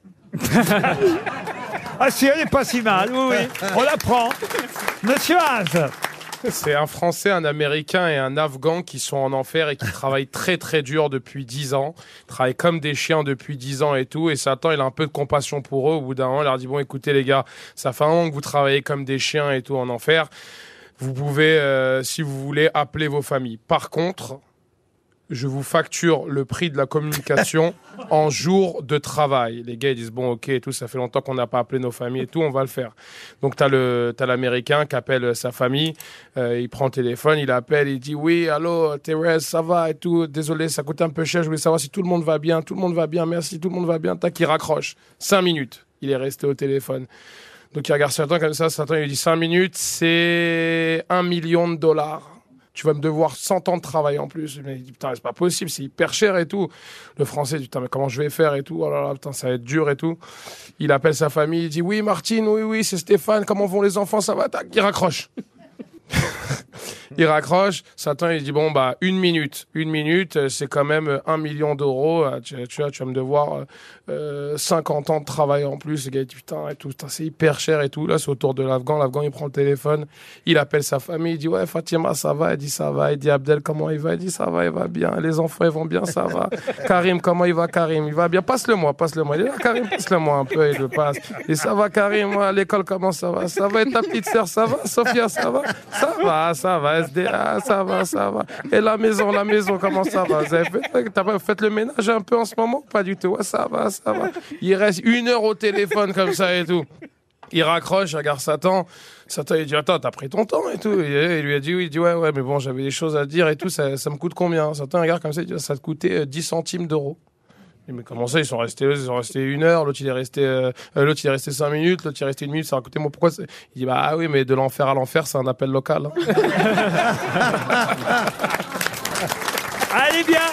Ah si, elle est pas si mal, oui, on la prend. Monsieur Haas. C'est un Français, un Américain et un Afghan qui sont en enfer et qui travaillent très très dur depuis 10 ans. Ils travaillent comme des chiens depuis 10 ans et tout. Et Satan, il a un peu de compassion pour eux. Au bout d'un moment, il leur dit, bon, écoutez les gars, ça fait un an que vous travaillez comme des chiens et tout en enfer. Vous pouvez, si vous voulez, appeler vos familles. Par contre, je vous facture le prix de la communication en jours de travail. Les gars, ils disent, bon, ok, et tout, ça fait longtemps qu'on n'a pas appelé nos familles et tout, on va le faire. Donc, t'as l'Américain qui appelle sa famille, il prend le téléphone, il appelle, il dit, oui, allô, Thérèse, ça va et tout, désolé, ça coûte un peu cher, je voulais savoir si tout le monde va bien, merci, tout le monde va bien, tac, il raccroche. 5 minutes, il est resté au téléphone. Donc, il regarde Satan comme ça, Satan, il lui dit, 5 minutes, c'est $1 million. Tu vas me devoir 100 ans de travail en plus. Mais il dit, putain, c'est pas possible, c'est hyper cher et tout. Le Français dit, putain, mais comment je vais faire et tout. Oh là là, putain, ça va être dur et tout. Il appelle sa famille, il dit, oui, Martine, oui, c'est Stéphane, comment vont les enfants, ça va, tac, il raccroche. Il raccroche, Satan, il dit, bon, bah, 1 minute, c'est quand même $1 million. Tu vas me devoir 50 ans de travail en plus. Le gars, il dit, putain, et tout, putain, c'est hyper cher et tout. Là, c'est autour de l'Afghan. L'Afghan, il prend le téléphone, il appelle sa famille, il dit, ouais, Fatima, ça va? Elle dit, ça va. Il dit, Abdel, comment il va? Il dit, ça va, il va bien. Les enfants, ils vont bien, ça va. Karim, comment il va, Karim? Il va bien. Passe-le-moi. Il dit, ah, Karim, passe-le-moi un peu. Il le passe. Et ça va, Karim, moi, à l'école, comment ça va? Ça va. Et ta petite sœur, ça va? Sophia, ça va? Ça va. SDA, ça va. Et la maison, comment ça va? T'as pas fait le ménage un peu en ce moment? Pas du tout. Ouais, ça va. Il reste 1 heure au téléphone comme ça et tout. Il raccroche, il regarde Satan. Satan, il dit, attends, t'as pris ton temps et tout. Et il lui a dit, oui, il dit, ouais, mais bon, j'avais des choses à dire et tout, ça me coûte combien? Satan, il regarde comme ça, il dit, ça te coûtait 10 centimes d'euros. Mais comment ça, ils sont restés 1 heure, l'autre il est resté 5 minutes, l'autre il est resté 1 minute, ça a coûté moi, pourquoi c'est... Il dit, bah oui, mais de l'enfer à l'enfer, c'est un appel local. Hein. Allez bien.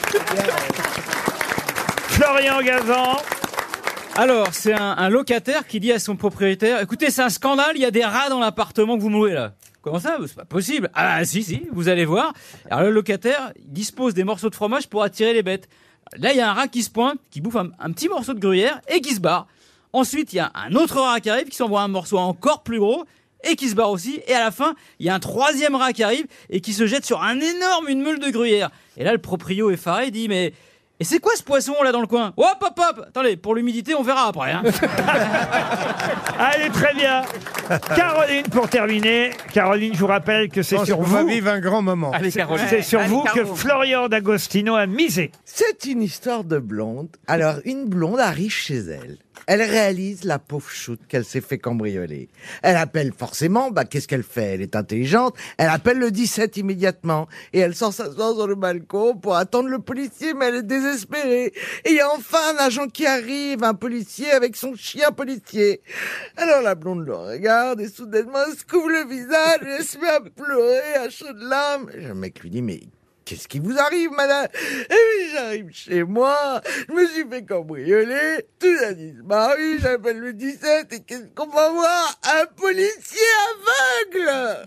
Florian Gazan. Alors, c'est un locataire qui dit à son propriétaire, écoutez, c'est un scandale, il y a des rats dans l'appartement que vous me louez là. Comment ça? C'est pas possible. Ah si, vous allez voir. Alors le locataire dispose des morceaux de fromage pour attirer les bêtes. Là, il y a un rat qui se pointe, qui bouffe un petit morceau de gruyère et qui se barre. Ensuite, il y a un autre rat qui arrive, qui s'envoie un morceau encore plus gros et qui se barre aussi. Et à la fin, il y a un 3e rat qui arrive et qui se jette sur une meule de gruyère. Et là, le proprio effaré dit, mais... Et c'est quoi ce poisson là dans le coin? Hop. Attendez, pour l'humidité, on verra après. Hein. Allez, très bien. Caroline, pour terminer. Caroline, je vous rappelle que c'est sur vous. On va vivre un grand moment. Allez, Caroline. C'est sur vous que Caro. Florian D'Agostino a misé. C'est une histoire de blonde. Alors, une blonde arrive chez elle. Elle réalise la pauvre choute qu'elle s'est fait cambrioler. Elle appelle forcément, qu'est-ce qu'elle fait? Elle est intelligente, elle appelle le 17 immédiatement et elle sort s'asseoir sur le balcon pour attendre le policier, mais elle est désespérée. Et il y a enfin un agent qui arrive, un policier avec son chien policier. Alors la blonde le regarde et soudainement elle se couvre le visage et elle se met à pleurer à chaudes larmes. Et le mec lui dit, mais qu'est-ce qui vous arrive, madame? Eh oui, j'arrive chez moi, je me suis fait cambrioler, tout a disparu, j'appelle le 17 et qu'est-ce qu'on va voir? Un policier aveugle!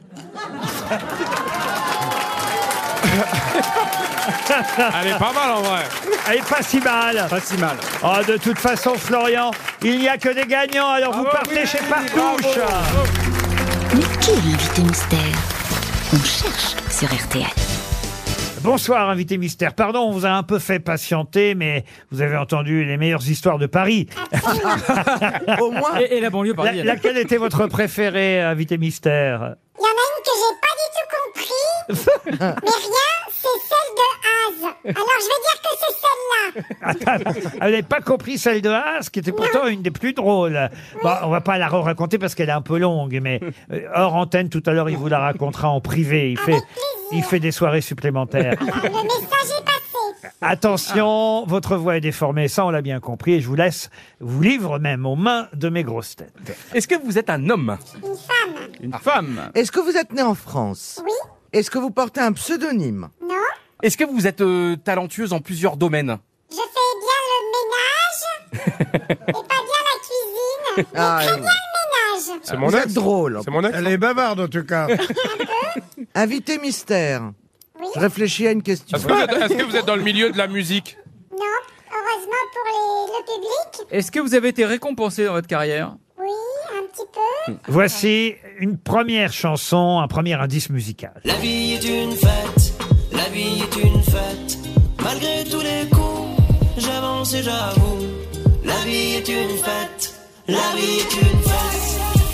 Elle est pas mal en vrai. Elle est pas si mal. Pas si mal. Oh, de toute façon, Florian, il n'y a que des gagnants, alors vous partez chez Partouche. Mais qui est l'invité mystère? On cherche sur RTL. Bonsoir, invité mystère. Pardon, on vous a un peu fait patienter, mais vous avez entendu les meilleures histoires de Paris. Au moins. Et la banlieue parisienne. Laquelle était votre préférée, invité mystère? Il y en a une que j'ai pas du tout compris, mais rien, c'est celle de Az. Alors je vais dire que c'est celle-là. Vous n'avez pas compris celle de Haas, qui était pourtant une des plus drôles. Bon, on va pas la raconter parce qu'elle est un peu longue, mais hors antenne, tout à l'heure, il vous la racontera en privé. Il fait des soirées supplémentaires. Le message est passé. Attention, votre voix est déformée, ça on l'a bien compris, et je vous livre même aux mains de mes grosses têtes. Est-ce que vous êtes un homme? Une femme. Une femme. Est-ce que vous êtes né en France? Oui. Est-ce que vous portez un pseudonyme? Non. Est-ce que vous êtes talentueuse en plusieurs domaines? Je fais bien le ménage et pas bien la cuisine. Mais Ah, très oui. bien le ménage. C'est Vous êtes drôle. C'est mon ex. Elle est bavarde en tout cas. Invité mystère. Oui. Je réfléchis à une question. Est-ce que vous êtes dans le milieu de la musique? Non. Heureusement pour le public. Est-ce que vous avez été récompensé dans votre carrière? Oui, un petit peu. Voici une première chanson, un premier indice musical. La vie est une fête, la vie est une fête. Malgré tous les coups, j'avance et j'avoue. La vie est une fête, la vie est une fête.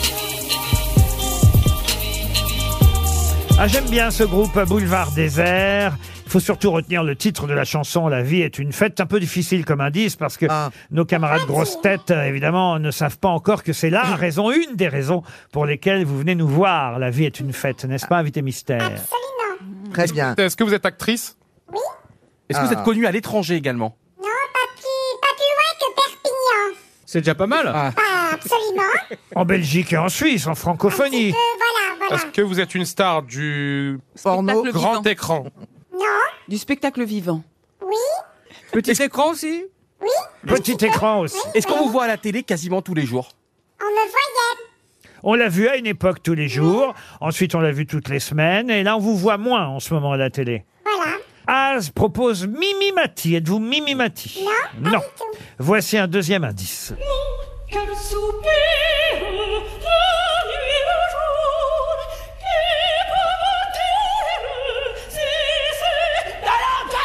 Ah, j'aime bien ce groupe Boulevard Désert. Il faut surtout retenir le titre de la chanson « La vie est une fête ». Un peu difficile comme indice parce que nos camarades grosses têtes, évidemment, ne savent pas encore que c'est la raison, une des raisons pour lesquelles vous venez nous voir. La vie est une fête, n'est-ce pas, invité mystère? Absolument. Très bien. Est-ce que vous êtes actrice? Oui. Est-ce que vous êtes connue à l'étranger également? Non, pas plus loin que Perpignan. C'est déjà pas mal. Pas absolument. En Belgique et en Suisse, en francophonie. Voilà. Est-ce que vous êtes une star du Porno. grand écran? Non. Du spectacle vivant. Oui. Petit écran aussi? Oui. Petit écran aussi. Est-ce qu'on vous voit à la télé quasiment tous les jours? On me voyait. On l'a vu à une époque tous les jours. Ensuite, on l'a vu toutes les semaines. Et là, on vous voit moins en ce moment à la télé. Voilà. Az propose Mimi Mati. Êtes-vous Mimi Mati? Non. Non. Voici un deuxième indice. Quel soupir de nuit et jour qui peut me dire si c'est de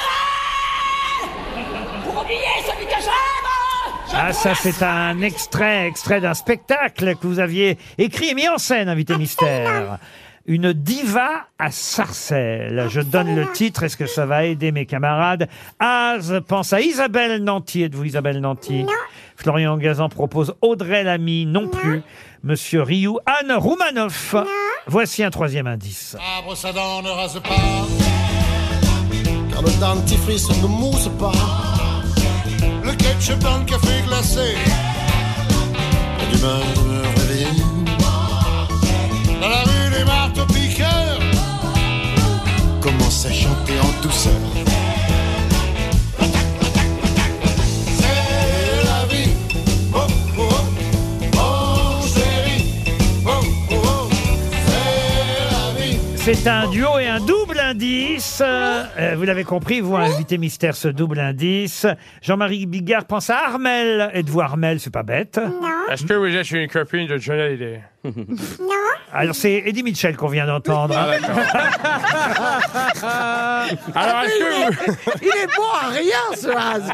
l'enfer pour oublier celui que j'aime. Ah, ça, c'est un extrait d'un spectacle que vous aviez écrit et mis en scène, invité mystère. Une diva à Sarcelles. Je donne le titre. Est-ce que ça va aider mes camarades? Az pense à Isabelle Nanty. Êtes-vous Isabelle Nanty? Non. Florian Gazan propose Audrey Lamy. Non plus. Monsieur Rioux. Anne Roumanoff. Non. Voici un troisième indice. Arbre sa dent ne rase pas, car le dentifrice ne mousse pas. Le ketchup dans le café glacé, et d'humeur de me réveiller. Dans la rue des marteaux-piqueurs, commence à chanter en douceur. C'est la vie, oh oh oh, oh chérie, oh oh oh, c'est la vie. C'est un duo et un double indice. Vous l'avez compris, vous, invité mystère, ce double indice. Jean-Marie Bigard pense à Armel. Êtes-vous Armel? C'est pas bête. Non. Est-ce que vous êtes une copine de Johnny Hallyday? Non. Alors, c'est Eddie Mitchell qu'on vient d'entendre. Ah, d'accord. Alors, est-ce que vous... Il est bon à rien, ce Az.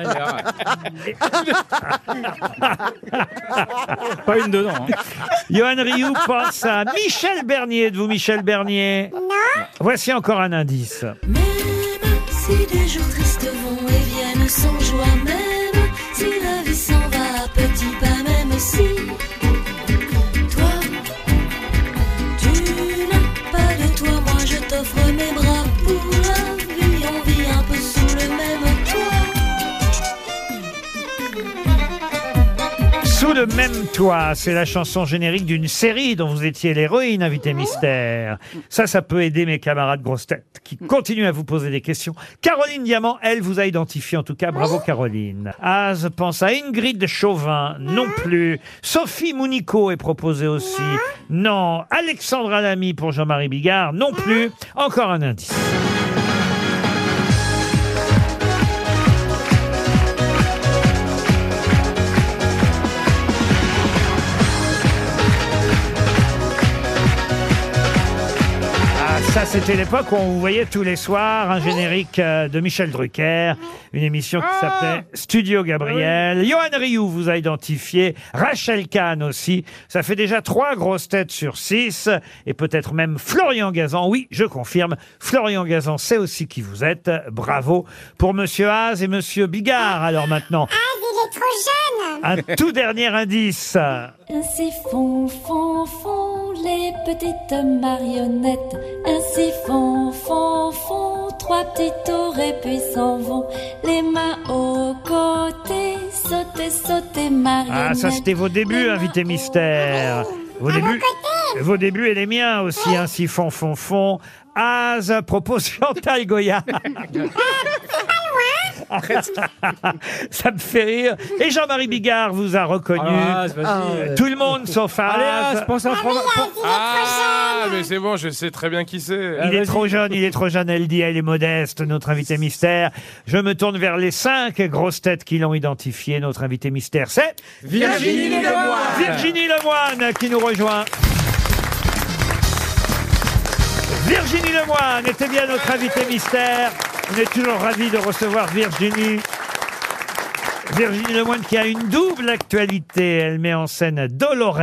Pas une dedans. Hein. Johan Rioux pense à Michel Bernier. Êtes-vous Michel Bernier? Non. Voici encore un indice. Même si des jours tristes vont et viennent sans joie, même si la vie s'en va à petits pas, même Sous le même toit, c'est la chanson générique d'une série dont vous étiez l'héroïne, invité mystère. Ça peut aider mes camarades grosses têtes qui continuent à vous poser des questions. Caroline Diamant, elle vous a identifié en tout cas. Bravo Caroline. Az pense à Ingrid Chauvin, non plus. Sophie Mounico est proposée aussi. Non. Alexandra Lamy pour Jean-Marie Bigard, non plus. Encore un indice. Ça, c'était l'époque où on vous voyait tous les soirs un générique de Michel Drucker, une émission qui s'appelait Studio Gabriel. Johan Rioux vous a identifié, Rachel Kahn aussi. Ça fait déjà 3 grosses têtes sur 6, et peut-être même Florian Gazan. Oui, je confirme, Florian Gazan, c'est aussi qui vous êtes. Bravo pour Monsieur Haas et Monsieur Bigard. Alors maintenant, il est trop jeune. un tout dernier indice. Ainsi font les petites marionnettes. Ainsi font 3 petits tours et puis s'en vont. Les mains aux côtés, sauter marionnettes. Ah, ça c'était vos débuts, invité mystère. Vos débuts et les miens aussi, ainsi font. Az propose Chantal Goya. Ça me fait rire. Et Jean-Marie Bigard vous a reconnu. Tout le monde sauf Az. Allez, pense à mais c'est bon, je sais très bien qui c'est. Il est trop jeune, elle dit, elle est modeste, notre invité mystère. Je me tourne vers les 5 grosses têtes qui l'ont identifié. Notre invité mystère, c'est Virginie Lemoine. Virginie Lemoine qui nous rejoint. Virginie Lemoine était bien notre invité mystère. On est toujours ravis de recevoir Virginie. Virginie Lemoine qui a une double actualité. Elle met en scène Dolores,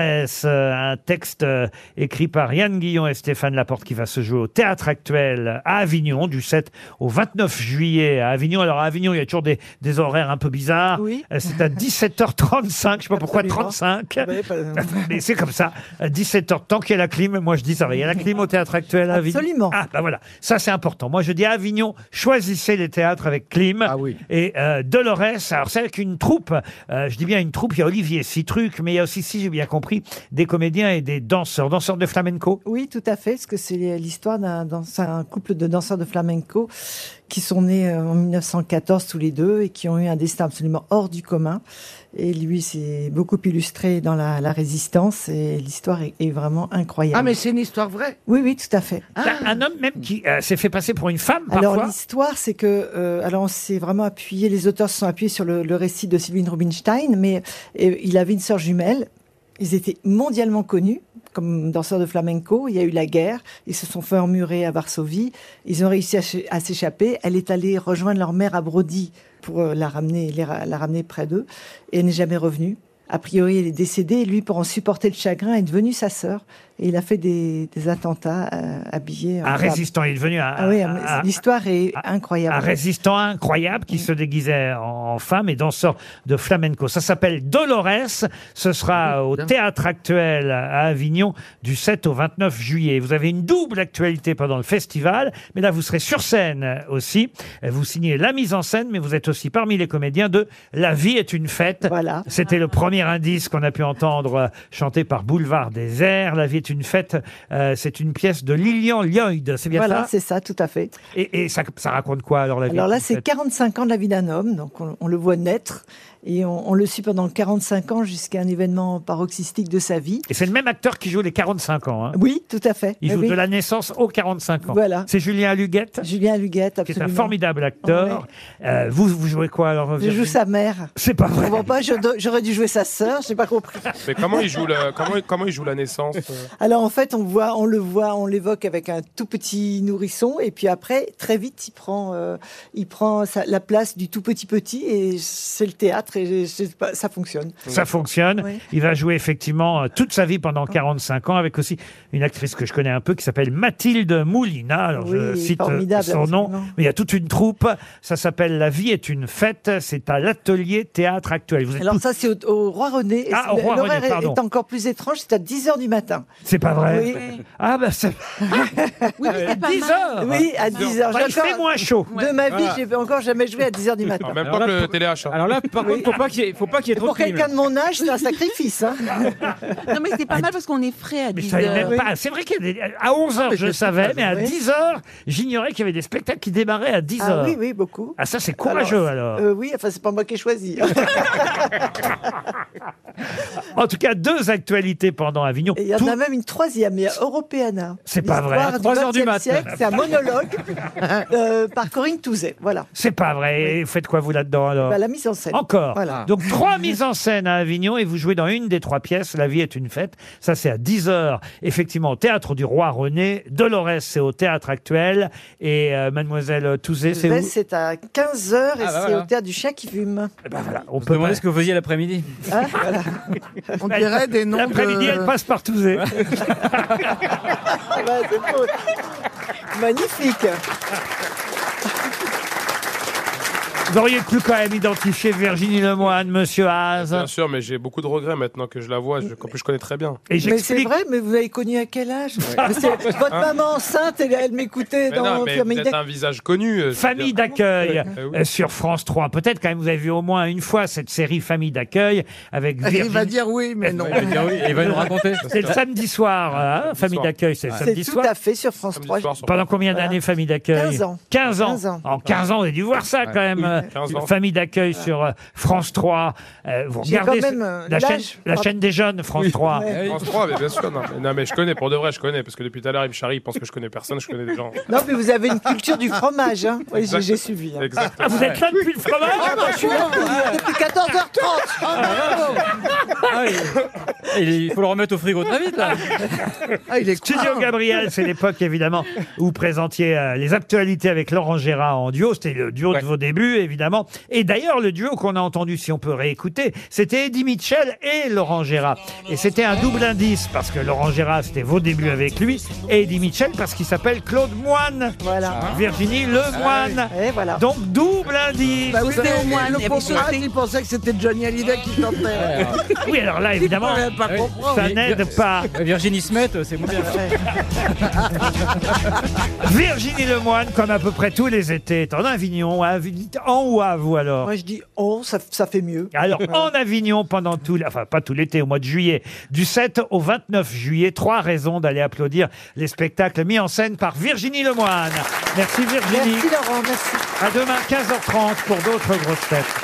un texte écrit par Yann Guillon et Stéphane Laporte qui va se jouer au Théâtre Actuel à Avignon du 7 au 29 juillet à Avignon. Alors à Avignon, il y a toujours des horaires un peu bizarres. Oui. C'est à 17h35, je sais pas pourquoi 35. Mais c'est comme ça. À 17h, tant qu'il y a la clim, moi je dis ça va. Il y a la clim au Théâtre Actuel à Avignon. Absolument. Ah bah voilà, ça c'est important. Moi je dis à Avignon, choisissez les théâtres avec clim. Ah oui. Et Dolores, alors c'est avec une troupe, je dis bien une troupe, il y a Olivier Citruc, mais il y a aussi, si j'ai bien compris, des comédiens et des danseurs de flamenco. Oui, tout à fait, parce que c'est l'histoire d'un couple de danseurs de flamenco qui sont nés en 1914 tous les deux et qui ont eu un destin absolument hors du commun. Et lui s'est beaucoup illustré dans la résistance et l'histoire est vraiment incroyable. Ah, mais c'est une histoire vraie? Oui, oui, tout à fait. Un homme même qui s'est fait passer pour une femme, parfois. Alors, l'histoire, c'est que... alors, on s'est vraiment appuyé, les auteurs se sont appuyés sur le récit de Sylvine Rubinstein, mais il avait une sœur jumelle. Ils étaient mondialement connus comme danseurs de flamenco. Il y a eu la guerre. Ils se sont fait emmurer à Varsovie. Ils ont réussi à s'échapper. Elle est allée rejoindre leur mère à Brody pour la ramener près d'eux. Et elle n'est jamais revenue. A priori, elle est décédée. Et lui, pour en supporter le chagrin, est devenu sa sœur. Et il a fait des attentats habillés. Un résistant, il est devenu l'histoire est incroyable. Un résistant incroyable qui se déguisait en femme et danseur de flamenco. Ça s'appelle Dolores. Ce sera au Théâtre Actuel à Avignon du 7 au 29 juillet. Vous avez une double actualité pendant le festival, mais là vous serez sur scène aussi. Vous signez la mise en scène, mais vous êtes aussi parmi les comédiens de La vie est une fête. Voilà. C'était le premier indice qu'on a pu entendre chanté par Boulevard des Airs. La vie est une fête, c'est une pièce de Lilian Lloyd, c'est bien ça? Voilà, c'est ça, tout à fait. Et ça raconte quoi alors la vie? Alors là, c'est 45 ans de la vie d'un homme, donc on le voit naître. Et on le suit pendant 45 ans jusqu'à un événement paroxystique de sa vie. Et c'est le même acteur qui joue les 45 ans. Hein. Oui, tout à fait. Il joue oui. de la naissance aux 45 ans. Voilà. C'est Julien Aluguette. Julien Aluguette, absolument. Qui est un formidable acteur. Ouais. Vous jouez quoi alors? Je joue sa mère. C'est pas vrai. Je comprends pas, j'aurais dû jouer sa sœur, j'ai pas compris. Mais comment il joue la naissance? Alors en fait, on l'évoque avec un tout petit nourrisson et puis après, très vite, il prend la place du tout petit et c'est le théâtre et ça fonctionne. Ça fonctionne. Oui. Il va jouer effectivement toute sa vie pendant 45 ans avec aussi une actrice que je connais un peu qui s'appelle Mathilde Moulina. Alors je cite son nom, mais il y a toute une troupe. Ça s'appelle La vie est une fête. C'est à l'Atelier Théâtre Actuel. Alors ça, c'est au Roi René. Au Roi René, pardon. Est encore plus étrange, c'est à 10h du matin. C'est pas vrai. Oui. Ah bah c'est... Oui, mais c'est pas 10 mal. heures. Oui, à 10h. Bah, il fait moins chaud. De ma vie, Voilà. j'ai encore jamais joué à 10h du matin. Même Alors pas que là, le téléachat. Alors là, par contre, faut pas qu'il y ait Et trop pour de film. quelqu'un de mon âge, c'est un sacrifice. Hein. Non, mais c'est pas mal parce qu'on est frais à Mais je 10 savais heures. même pas. C'est vrai qu'il y a des... À 11h, je le savais, mais à Oui. 10h, j'ignorais qu'il y avait des spectacles qui démarraient à 10h. Ah oui, oui, beaucoup. Ah, ça, c'est courageux, alors. Oui, enfin, c'est pas moi qui ai choisi. En tout cas, 2 actualités pendant Avignon. Et il y en Tout- a même une troisième, il y a Europeana. C'est pas vrai. L'histoire À 3 heures du XXe mat. siècle, c'est un monologue par Corinne Touzet. Voilà. C'est pas vrai. Et vous faites quoi, vous, là-dedans, alors Bah, la mise en scène. Encore. Voilà. Donc 3 mises en scène à Avignon et vous jouez dans une des 3 pièces. La vie est une fête. Ça, c'est à 10h, effectivement, au Théâtre du Roi René. Dolores, c'est au Théâtre Actuel. Et Mademoiselle Touzé, c'est où? C'est à 15h et Ah, bah, c'est voilà. au Théâtre du Chien qui fume. Eh ben voilà, on On peut peut demander pas... ce que vous faisiez l'après-midi. Hein, voilà. On dirait des noms L'après-midi, elle de... passe par Touzé. Ouais, c'est beau. Magnifique. Vous auriez pu quand même identifier Virginie Lemoine, Monsieur Haas. Bien sûr, mais j'ai beaucoup de regrets maintenant que je la vois, qu'en plus je connais très bien. Et Mais c'est j'explique... vrai, mais vous l'avez connue à quel âge? Parce que votre maman enceinte, elle m'écoutait Mais dans non, mais Famille vous êtes un visage connu. Famille d'accueil oui. sur France 3. Peut-être quand même vous avez vu au moins une fois cette série Famille d'accueil avec Il va Virginie. dire oui, mais non. Il va dire oui, et il va nous raconter. C'est le samedi soir, hein, Famille soir. d'accueil, c'est le C'est samedi tout soir. à fait sur France 3. Pendant combien d'années Famille d'accueil? 15 ans. 15 ans. 15 ans. En 15 ans, vous avez dû voir ça quand même. 15 ans. Famille d'accueil sur France 3. Vous J'ai regardez quand même, la, l'âge. chaîne, la chaîne des jeunes, France 3. Ouais. France 3, mais bien sûr. Non, mais je connais, pour de vrai, je connais. Parce que depuis tout à l'heure, Yves Charry, il pense que je connais personne, je connais des gens. Non, mais vous avez une culture du fromage. Hein. Oui, Exact. j'ai suivi. Hein. Exactement. Ah, vous êtes là depuis le fromage? Ah, bah, je suis là depuis 14h30. Ah, il faut le remettre au frigo très vite, là. Ah, il est Studio Gabriel, c'est l'époque évidemment où vous présentiez les actualités avec Laurent Gérard en duo. C'était le duo de vos débuts, évidemment. Et d'ailleurs, le duo qu'on a entendu, si on peut réécouter, c'était Eddie Mitchell et Laurent Gérard. Et c'était un double indice, parce que Laurent Gérard, c'était vos débuts avec lui, et Eddie Mitchell, parce qu'il s'appelle Claude Moine. Voilà. Virginie Lemoine. Et voilà. Donc, double indice. Bah, vous C'était savez, au moins, le il y avait pauvre sauté. Max, il pensait que c'était Johnny Hallyday qui chantait. Oui, alors là, évidemment, Il pouvait pas comprendre. ça n'aide pas. Virginie Smet, c'est moins bien. Virginie Lemoine, comme à peu près tous les étés, est en Avignon. En ou à vous alors? Moi, je dis, ça fait mieux. Alors, en Avignon, pendant enfin, pas tout l'été, au mois de juillet, du 7 au 29 juillet, 3 raisons d'aller applaudir les spectacles mis en scène par Virginie Lemoine. Merci Virginie. Merci Laurent, merci. À demain, 15h30 pour d'autres grosses têtes.